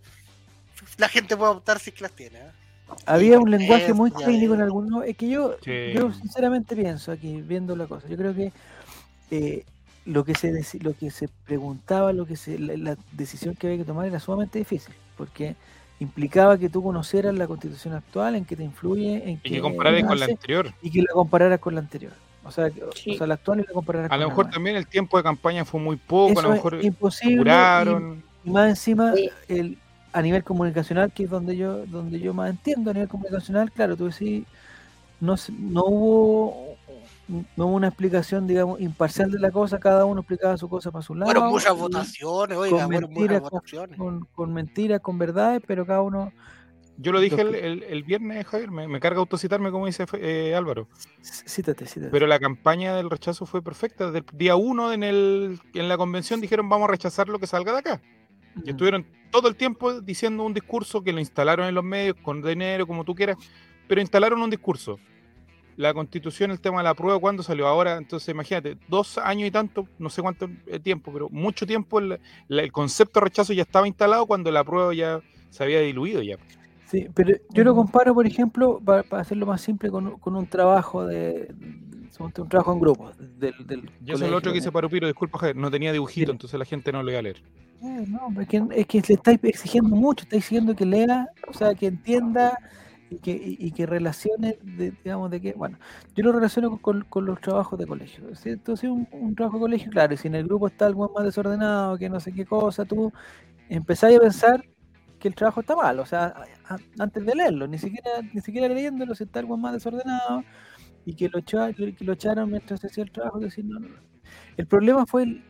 la gente puede optar si es que las tiene. ¿eh? Había Y un lenguaje muy ya técnico es- en algunos. Es que yo, Sí. yo sinceramente pienso aquí, viendo la cosa, yo creo que eh, lo que se deci- lo que se preguntaba, lo que se la, la decisión que había que tomar era sumamente difícil, porque implicaba que tú conocieras la constitución actual, en qué te influye, en Y qué que compararé con la hace, anterior. y que la compararas con la anterior. O sea, que- Sí. o sea, la actual y la compararas A con lo la mejor nueva. también el tiempo de campaña fue muy poco, a Eso lo es mejor imposible y, apuraron. y más encima Oye. el, a nivel comunicacional, que es donde yo donde yo más entiendo, a nivel comunicacional, claro, tú decís, no, se- no hubo no hubo una explicación, digamos, imparcial de la cosa, cada uno explicaba su cosa para su lado. Fueron muchas y votaciones, con oiga, fueron muchas mentiras, con, votaciones. con, con mentiras, con verdades, pero cada uno... Yo lo dije Lo el, que- el- el viernes, Javier, me, me carga autocitarme, como dice eh, Álvaro. Cítate, cítate. Pero la campaña del rechazo fue perfecta. Desde el día uno en, el, en la convención dijeron vamos a rechazar lo que salga de acá. Y Mm. estuvieron todo el tiempo diciendo un discurso que lo instalaron en los medios, con dinero, como tú quieras, pero instalaron un discurso. La constitución, el tema de la prueba, ¿cuándo salió? Ahora, entonces imagínate, dos años y tanto, no sé cuánto eh, tiempo, pero mucho tiempo el, la- el concepto de rechazo ya estaba instalado cuando la prueba ya se había diluido ya. Sí, pero yo lo comparo, por ejemplo, para, para hacerlo más simple, con, un- con un trabajo de suponte un trabajo en grupo del, del Y eso es lo otro que dice para Parupiro, disculpa, Javier, no tenía dibujito, Mira. entonces la gente no lo iba a leer. Eh, no, es que, es que le estáis exigiendo mucho, estáis exigiendo que lea, o sea, que entienda y que, y, y que relacione, de, digamos, de que, bueno, yo lo relaciono con, con, con los trabajos de colegio. ¿Sí? Entonces, un, un trabajo de colegio, claro, y si en el grupo está algo más desordenado, que no sé qué cosa, tú empezáis a pensar que el trabajo está mal, o sea, a, a, antes de leerlo, ni siquiera, ni siquiera leyéndolo, si está algo más desordenado y que lo, echa, que lo echaron mientras se hacía el trabajo, decir, no, no, no. El problema fue el,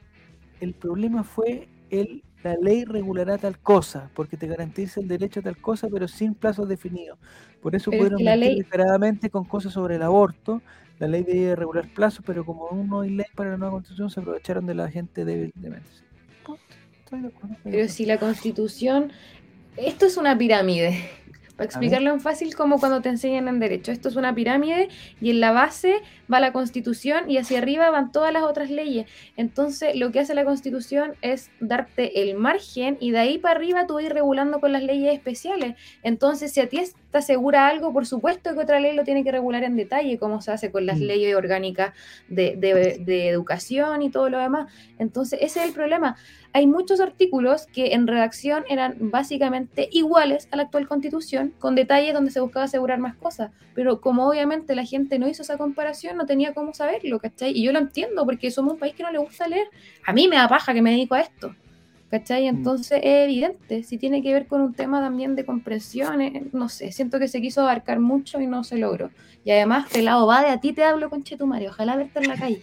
el problema fue el la ley regulará tal cosa, porque te garantiza el derecho a tal cosa, pero sin plazos definidos. Por eso Pero es pudieron que la mentir ley- descaradamente con cosas sobre el aborto. La ley debía regular plazos, pero como aún no hay ley para la nueva constitución, se aprovecharon de la gente débil de mente. Punto. Estoy de acuerdo, estoy de Pero acuerdo. si la constitución, esto es una pirámide. Para explicarlo en fácil, como cuando te enseñan en derecho. Esto es una pirámide y en la base va la constitución y hacia arriba van todas las otras leyes. Entonces, lo que hace la constitución es darte el margen y de ahí para arriba tú vas a ir regulando con las leyes especiales. Entonces, si a ti te asegura algo, por supuesto que otra ley lo tiene que regular en detalle, como se hace con las Mm. leyes orgánicas de, de, de educación y todo lo demás. Entonces, ese es el problema. hay muchos artículos que en redacción eran básicamente iguales a la actual Constitución, con detalles donde se buscaba asegurar más cosas, pero como obviamente la gente no hizo esa comparación, no tenía cómo saberlo, ¿cachai? Y yo lo entiendo, porque somos un país que no le gusta leer. A mí me da paja que me dedico a esto, ¿cachai? Entonces es evidente, si tiene que ver con un tema también de comprensión, eh, no sé, siento que se quiso abarcar mucho y no se logró. Y además, pelado, va de a ti te hablo, conchetumario, ojalá verte en la calle.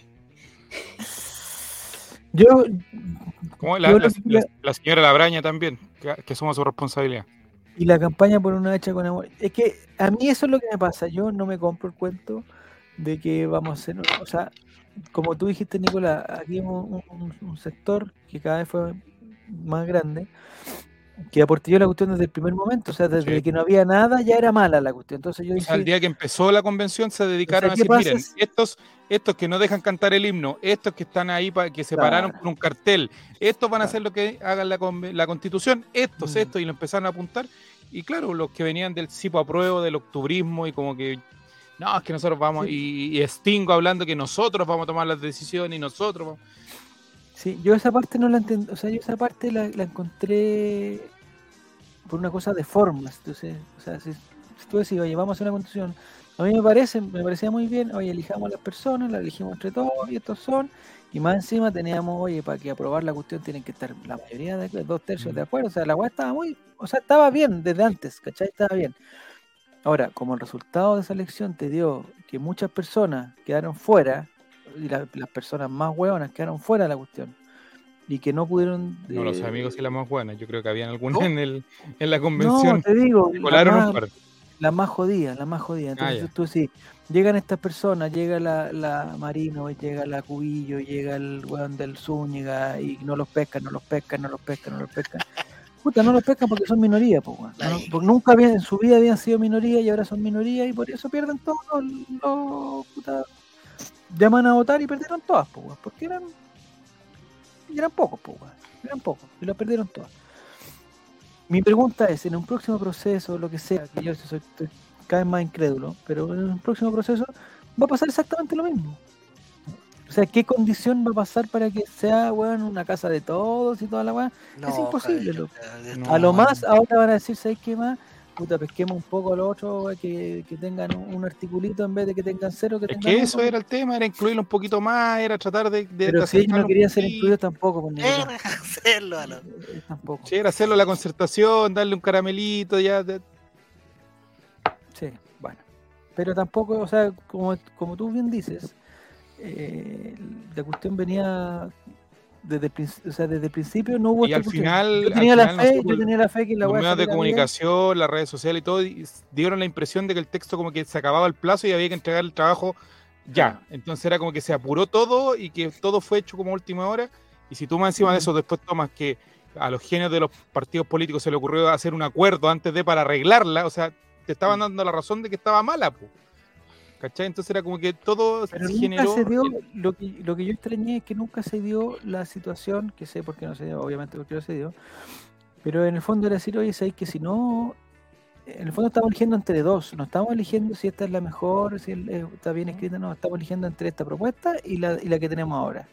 Yo, Como la, yo la, lo que- la, la señora Labraña también, que, que somos su responsabilidad. y la campaña por una hacha con amor. Es que a mí eso es lo que me pasa. Yo no me compro el cuento de que vamos a hacer. O sea, como tú dijiste, Nicolás, aquí hay un, un- un sector que cada vez fue más grande, que aportilló la cuestión desde el primer momento. O sea, desde Sí. que no había nada ya era mala la cuestión. Entonces yo O dije, sea, el día que empezó la convención se dedicaron O sea, a ¿qué decir, pasa miren, si- estos, estos que no dejan cantar el himno, estos que están ahí, pa- que se Claro. pararon con un cartel, estos van a Claro. hacer lo que hagan la, conve- la constitución, estos, Mm. estos, y lo empezaron a apuntar. Y claro, los que venían del Cipo apruebo, del octubrismo, y como que, no, es que nosotros vamos, y, y Stingo hablando que nosotros vamos a tomar las decisiones y nosotros vamos. sí, yo esa parte no la entendí. O sea, yo esa parte la, la encontré por una cosa de formas. Entonces, o sea, si, si tú decís, oye, vamos a hacer una constitución, a mí me parece, me parecía muy bien, oye, elijamos a las personas, las elegimos entre todos, y estos son, y más encima teníamos, oye, para que aprobar la cuestión tienen que estar la mayoría de dos tercios de acuerdo, o sea, la weá estaba muy, o sea, estaba bien desde antes, ¿cachai? Estaba bien. Ahora, como el resultado de esa elección te dio que muchas personas quedaron fuera, y la- las personas más hueonas quedaron fuera de la cuestión, y que no pudieron... No, los eh, amigos y las más buenas, yo creo que habían algunas ¿No? en, el, en la No, convención, te digo, se la colaron más, un par. la más jodida, la más jodida. Entonces Ah, ya. tú sí, llegan estas personas, llega la, la Marino, llega la Cubillo, llega el weón del Zúñiga y no los pescan, no los pescan, no los pescan, no los pescan. Puta, no los pescan porque son minoría, po, weón. No, porque nunca habían, en su vida habían sido minoría y ahora son minoría y por eso pierden todos los, los puta, llaman a votar y perdieron todas, po, weón, porque eran, eran pocos, po, weón, eran pocos y los perdieron todas. Mi pregunta es, en un próximo proceso, lo que sea, que yo soy, estoy cada vez más incrédulo, pero en un próximo proceso va a pasar exactamente lo mismo. O sea, ¿qué condición va a pasar para que sea, weón, una casa de todos y toda la weá? No, Es imposible, Javier, loco. ya- No. A lo más, ahora van a decir, ¿sabes qué más? Puta, pesquemos un poco a los otros, weón, que, que tengan un, un articulito en vez de que tengan cero, que Es tengan que eso uno. era el tema, era incluirlo un poquito más, era tratar de, de, Pero de si ellos no acercarlo un querían ser poquito. incluidos tampoco, con Era hacerlo, a lo- tampoco. Sí, era hacerlo la concertación, darle un caramelito, ya. de- Sí, bueno. Pero tampoco, o sea, como, como tú bien dices, eh, la cuestión venía desde el, princi- o sea, desde el principio, no hubo Y esta al cuestión. final- Yo al tenía la final fe, nosotros, yo tenía la fe que la Los weá medios de saliera bien. comunicación, las redes sociales y todo, y s- dieron la impresión de que el texto como que se acababa el plazo y había que entregar el trabajo ya. Entonces era como que se apuró todo y que todo fue hecho como a última hora. Y si tú más encima de eso después tomas que a los genios de los partidos políticos se le ocurrió hacer un acuerdo antes de para arreglarla, o sea, te estaban dando la razón de que estaba mala, po. ¿Cachai? Entonces era como que todo Pero se nunca generó. se dio, lo que, lo que yo extrañé es que nunca se dio la situación, que sé por qué no se dio, obviamente porque no se dio, pero en el fondo era decir, oye, sabéis que si no, en el fondo estamos eligiendo entre dos, no estamos eligiendo si esta es la mejor, si el- eh, está bien escrita, no, estamos eligiendo entre esta propuesta y la, y la que tenemos ahora.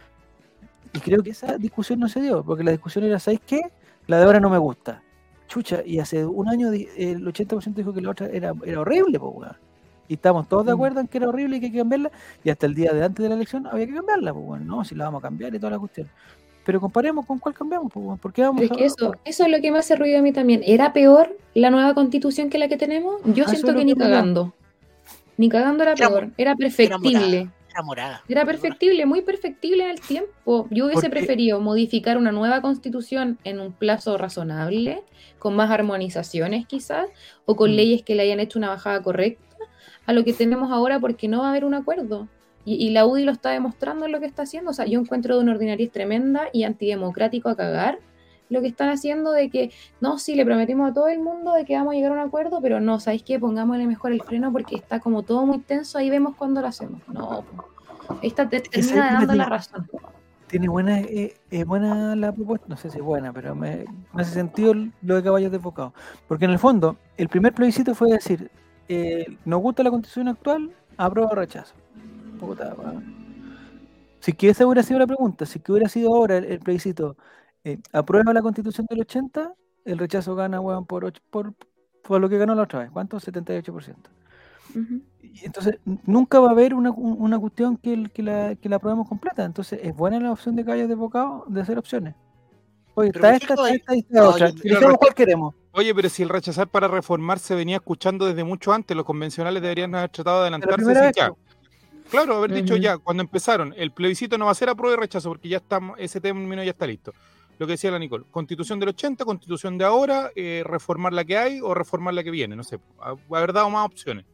Y creo que esa discusión no se dio, porque la discusión era, ¿sabéis qué? La de ahora no me gusta. Chucha, y hace un año di- el ochenta por ciento dijo que la otra era, era horrible, pues, weón. Y estamos todos de Mm. acuerdo en que era horrible y que hay que cambiarla, y hasta el día de antes de la elección había que cambiarla, pues, bueno, no, si la vamos a cambiar y toda la cuestión. Pero comparemos con cuál cambiamos, pues, bueno, ¿por qué vamos Pero es que a- eso, eso es lo que me hace ruido a mí también. ¿Era peor la nueva constitución que la que tenemos? Yo Ah, eso siento es lo que ni que voy yo. cagando. Ni cagando era Era peor. mo- Era Era perfectible. morada. Era morada. Era perfectible, muy perfectible en el tiempo. Yo hubiese Porque- preferido modificar una nueva constitución en un plazo razonable, con más armonizaciones quizás, o con Mm. leyes que le hayan hecho una bajada correcta, a lo que tenemos ahora, porque no va a haber un acuerdo. Y, y la U D I lo está demostrando en lo que está haciendo. O sea, yo encuentro de una ordinariedad tremenda y antidemocrático a cagar lo que están haciendo de que, no, sí, le prometimos a todo el mundo de que vamos a llegar a un acuerdo, pero no, ¿sabéis qué? Pongámosle mejor el freno porque está como todo muy tenso, ahí vemos cuándo lo hacemos. No, po. Ahí está, te que termina sabes que me dando la tiene- razón. Tiene buena, eh, eh, buena la propuesta, no sé si es buena, pero me, me hace sentido lo de caballos desbocados. Porque en el fondo, el primer plebiscito fue decir, eh, ¿nos gusta la constitución actual? Aprueba o rechazo. Puta, weón. Si que esa hubiera sido la pregunta, si que hubiera sido ahora el, el plebiscito, eh, aprueba la Constitución del ochenta, el rechazo gana, weón, por, ocho, por, por lo que ganó la otra vez. ¿Cuánto? setenta y ocho por ciento. Ujú. Y entonces, n- nunca va a haber una, un- una cuestión que, el- que, la, que la aprobemos completa. Entonces, es buena la opción de Calles de Bocado de hacer opciones. Oye, Pero está ¿por qué esta, está hay- esta y está No, otra. yo- Elijamos cuál queremos. Oye, pero si el rechazar para reformar se venía escuchando desde mucho antes, los convencionales deberían haber tratado de De la adelantarse y primera decir vez, ya. po. Claro, haber dicho Ujú. ya, cuando empezaron, el plebiscito no va a ser apruebo y rechazo, porque ya estamos, ese término ya está listo. Lo que decía la Nicole, Constitución del ochenta, Constitución de ahora, eh, reformar la que hay o reformar la que viene, no sé, ha- haber dado más opciones.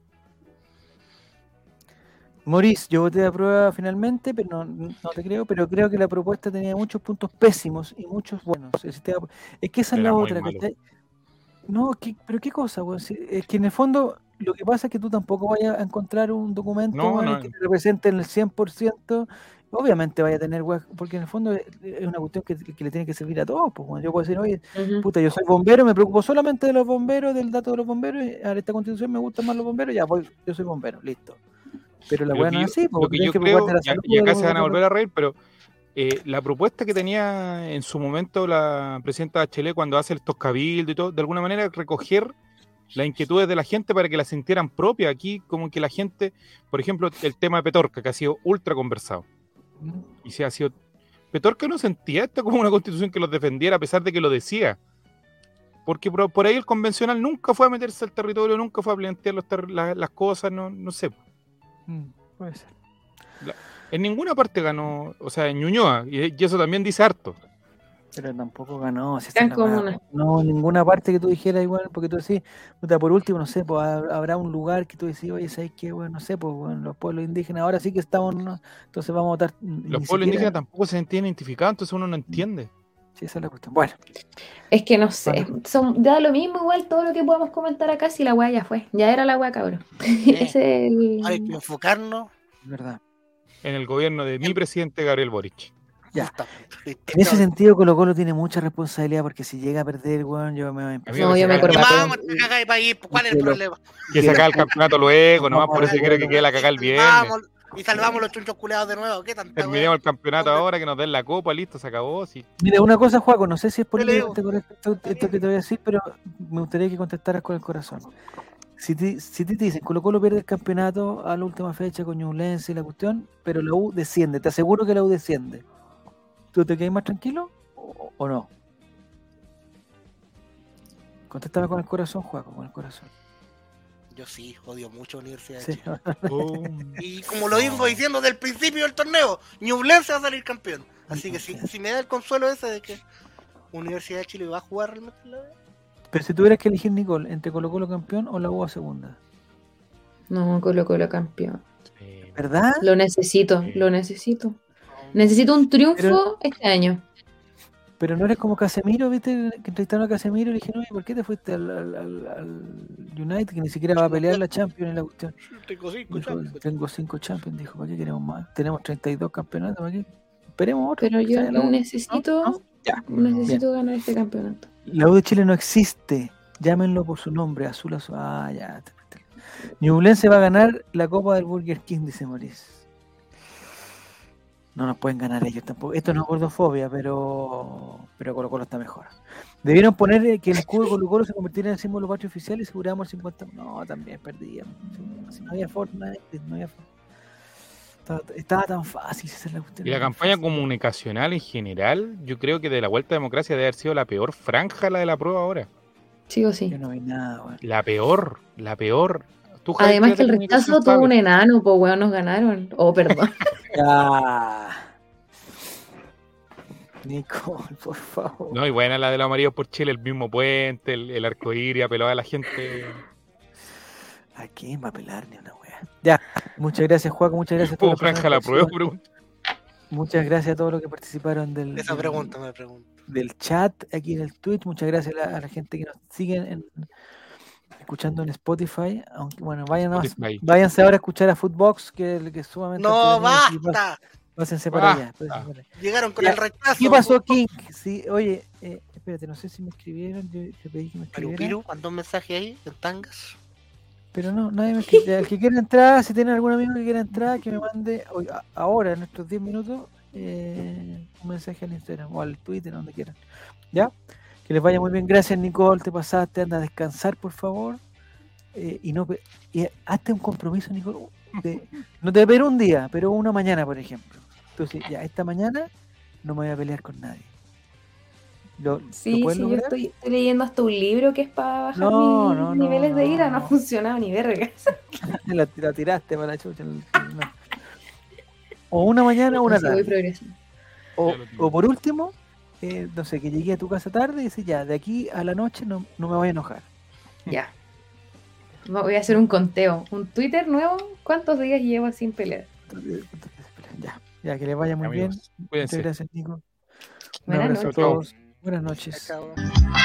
Maurice, yo voté a prueba finalmente, pero no, no te creo, pero creo que la propuesta tenía muchos puntos pésimos y muchos buenos. El sistema- es que esa es Era la muy otra, malo. ¿cachai? No, ¿qué- pero qué cosa, weón. Si- es que en el fondo lo que pasa es que tú tampoco vayas a encontrar un documento, No, weón, no. que te represente en el cien por ciento. Obviamente vaya a tener, weón, porque en el fondo es, es una cuestión que, que le tiene que servir a todos. Pues, weón. Yo puedo decir, oye, Ujú. puta, yo soy bombero, me preocupo solamente de los bomberos, del dato de los bomberos, y a esta constitución me gustan más los bomberos, ya, voy, yo soy bombero, listo. Pero la Lo weá que no yo- es así, lo porque que yo tienes que preocuparte creo, de la ya- salud y de acá los- se van a de los- volver a reír, pero eh, la propuesta que tenía en su momento la presidenta Bachelet cuando hace estos cabildos y todo, de alguna manera recoger las inquietudes de la gente para que las sintieran propias. Aquí como que la gente, por ejemplo, el tema de Petorca, que ha sido ultra conversado. Y se ha sido... Petorca no sentía esto como una constitución que los defendiera a pesar de que lo decía. Porque por, por ahí el convencional nunca fue a meterse al territorio, nunca fue a plantear los ter- la- las cosas, no, no sé. Mm, puede ser. En ninguna parte ganó, o sea, en Ñuñoa, y, y eso también dice harto. Pero tampoco ganó. Si esa Gran es la weá, comuna. po. No, en ninguna parte que tú dijeras igual, porque tú decís, puta, por último, no sé, pues hab- habrá un lugar que tú decís, oye, ¿sabes qué? Bueno, no sé, pues bueno, los pueblos indígenas ahora sí que estamos, ¿no? Entonces vamos a votar. Los ni pueblos siquiera- indígenas tampoco se sentían identificados, entonces uno no entiende. Sí, esa es la cuestión. Bueno, Es que no sé, Bueno. son, da lo mismo igual todo lo que podamos comentar acá si la weá ya fue. Ya era la weá, cabrón. Ese es el... Hay que enfocarnos. es verdad. En el gobierno de mi presidente Gabriel Boric. Ya. justamente. En ese sentido, Colo Colo tiene mucha responsabilidad porque si llega a perder, weón, yo me voy a A mí No, me yo me saca- ¿Qué corbateo. más vamos a cagar de país? ¿Cuál es el Que lo- problema? que sacar el campeonato luego, nomás Vamos por a eso ver, creo que queda la cagada el viernes. Salvamos- Y salvamos los chunchos culeados de nuevo. ¿Qué tanta Terminemos wea? el campeonato ahora, que nos den la copa, listo, se acabó. Sí. Mira, una cosa, Juaco, no sé si es Te leo. políticamente correcto esto, esto que te voy a decir, pero me gustaría que contestaras con el corazón. Si te, si te dicen Colo Colo pierde el campeonato a la última fecha con Ñublense y la cuestión, pero la U desciende, te aseguro que la U desciende, ¿tú te quedas más tranquilo o, o no? Contéstame con el corazón, Juaco, con el corazón. Yo sí, odio mucho a Universidad de Sí. Chile. Oh. Y como lo vengo diciendo desde el principio del torneo, Ñublense va a salir campeón. Así que si, si me da el consuelo ese de que Universidad de Chile va a jugar realmente la vez. Pero si tuvieras que elegir, Nicole, entre Colo Colo campeón o la U a segunda, No, Colo Colo campeón. Sí. ¿verdad? Lo necesito, lo necesito. Necesito un triunfo Pero- este año. Pero no eres como Casemiro, ¿viste? Que entrevistaron a Casemiro y le dijeron, oye, ¿por qué te fuiste al, al, al- al United que ni siquiera va a pelear la Champions en la cuestión? Tengo cinco Dijo, champions. tengo cinco Champions, dijo, ¿para qué queremos más? Tenemos treinta y dos campeonatos, ¿para qué? Esperemos otro. Pero yo ¿cachai? La U- necesito, ¿no? Ya. necesito ganar este campeonato. La U de Chile no existe. Llámenlo por su nombre, Azul Azul. Ah, ya. te- te- Ñublense va a ganar la Copa del Burger King, dice Maurice. No nos pueden ganar ellos tampoco. Esto no es gordofobia, pero pero Colo Colo está mejor. Debieron poner eh, que el escudo de Colo Colo se convirtiera en el símbolo patrio oficial y asegurábamos el cincuenta. No, también perdíamos. Si, si no había Fortnite, no había Fortnite. Estaba, estaba tan fácil esa es la cuestión. Y la era tan campaña fácil. comunicacional en general, yo creo que de la Vuelta a Democracia debe haber sido la peor franja la de la prueba ahora. Sí o sí. Yo no vi nada, weón. La peor, la peor. Tú, Javi, Además eres que el de rechazo comunicación, tuvo un sabes. enano, pues weón, nos ganaron. Oh, perdón. Ah. Nicole, por favor. No, y buena la de los amarillos por Chile, el mismo puente, el, el arco iris, apelaba a la gente. ¿A quién va a pelar ni una wea? Ya, muchas gracias, Juaco, muchas gracias a todos ¿Puedo los franja la que prueba? participaron. Pregunta. Muchas gracias a todos los que participaron del, Esa del- pregunta me pregunto. del chat aquí en el Twitch. Muchas gracias a la, a la gente que nos sigue en- escuchando en Spotify. Aunque bueno, vayan a- Spotify. váyanse ahora a escuchar a Footbox, que, que es sumamente ¡No, entretenido, y pas- basta! Pásense para allá. Basta. pásense para allá. Llegaron con Ya. el rechazo. ¿Qué pasó, King? Sí, oye, eh, espérate, no sé si me escribieron. Yo le pedí que me Piru, escribieran. piru, mandó un mensaje ahí en tangas. Pero no, nadie me escribe. El que quiera entrar, si tiene algún amigo que quiera entrar, que me mande hoy, a- ahora, en estos diez minutos, eh, un mensaje al Instagram o al Twitter, donde quieran. ¿Ya? Que les vaya muy bien. Gracias, Nicole. Te pasaste. Anda a descansar, por favor. Eh, y no pe- y hazte un compromiso, Nicole. de- no te voy a pedir un día, pero una mañana, por ejemplo. Entonces, ya, esta mañana no me voy a pelear con nadie. ¿Lo, ¿lo Sí, puedes sí, yo lograr? estoy, estoy leyendo hasta un libro que es para bajar No, mis no, no, niveles de ira, no ha no. funcionado ni verga. La, la tiraste para la chucha. el- el- no. O una mañana o una Así voy tarde. progresando. O, Ya lo tengo. o por último, eh, no sé, que llegué a tu casa tarde y dices, ya, de aquí a la noche no, no me voy a enojar. Ya. Voy a hacer un conteo. Un Twitter nuevo. ¿Cuántos días llevo sin pelear? Entonces, entonces, Ya, ya, que les vaya muy Amigos, bien. cuídense. Muchas gracias, Nico. Un Buenas abrazo a noches. Chao, chao. todos. Buenas noches. Chao.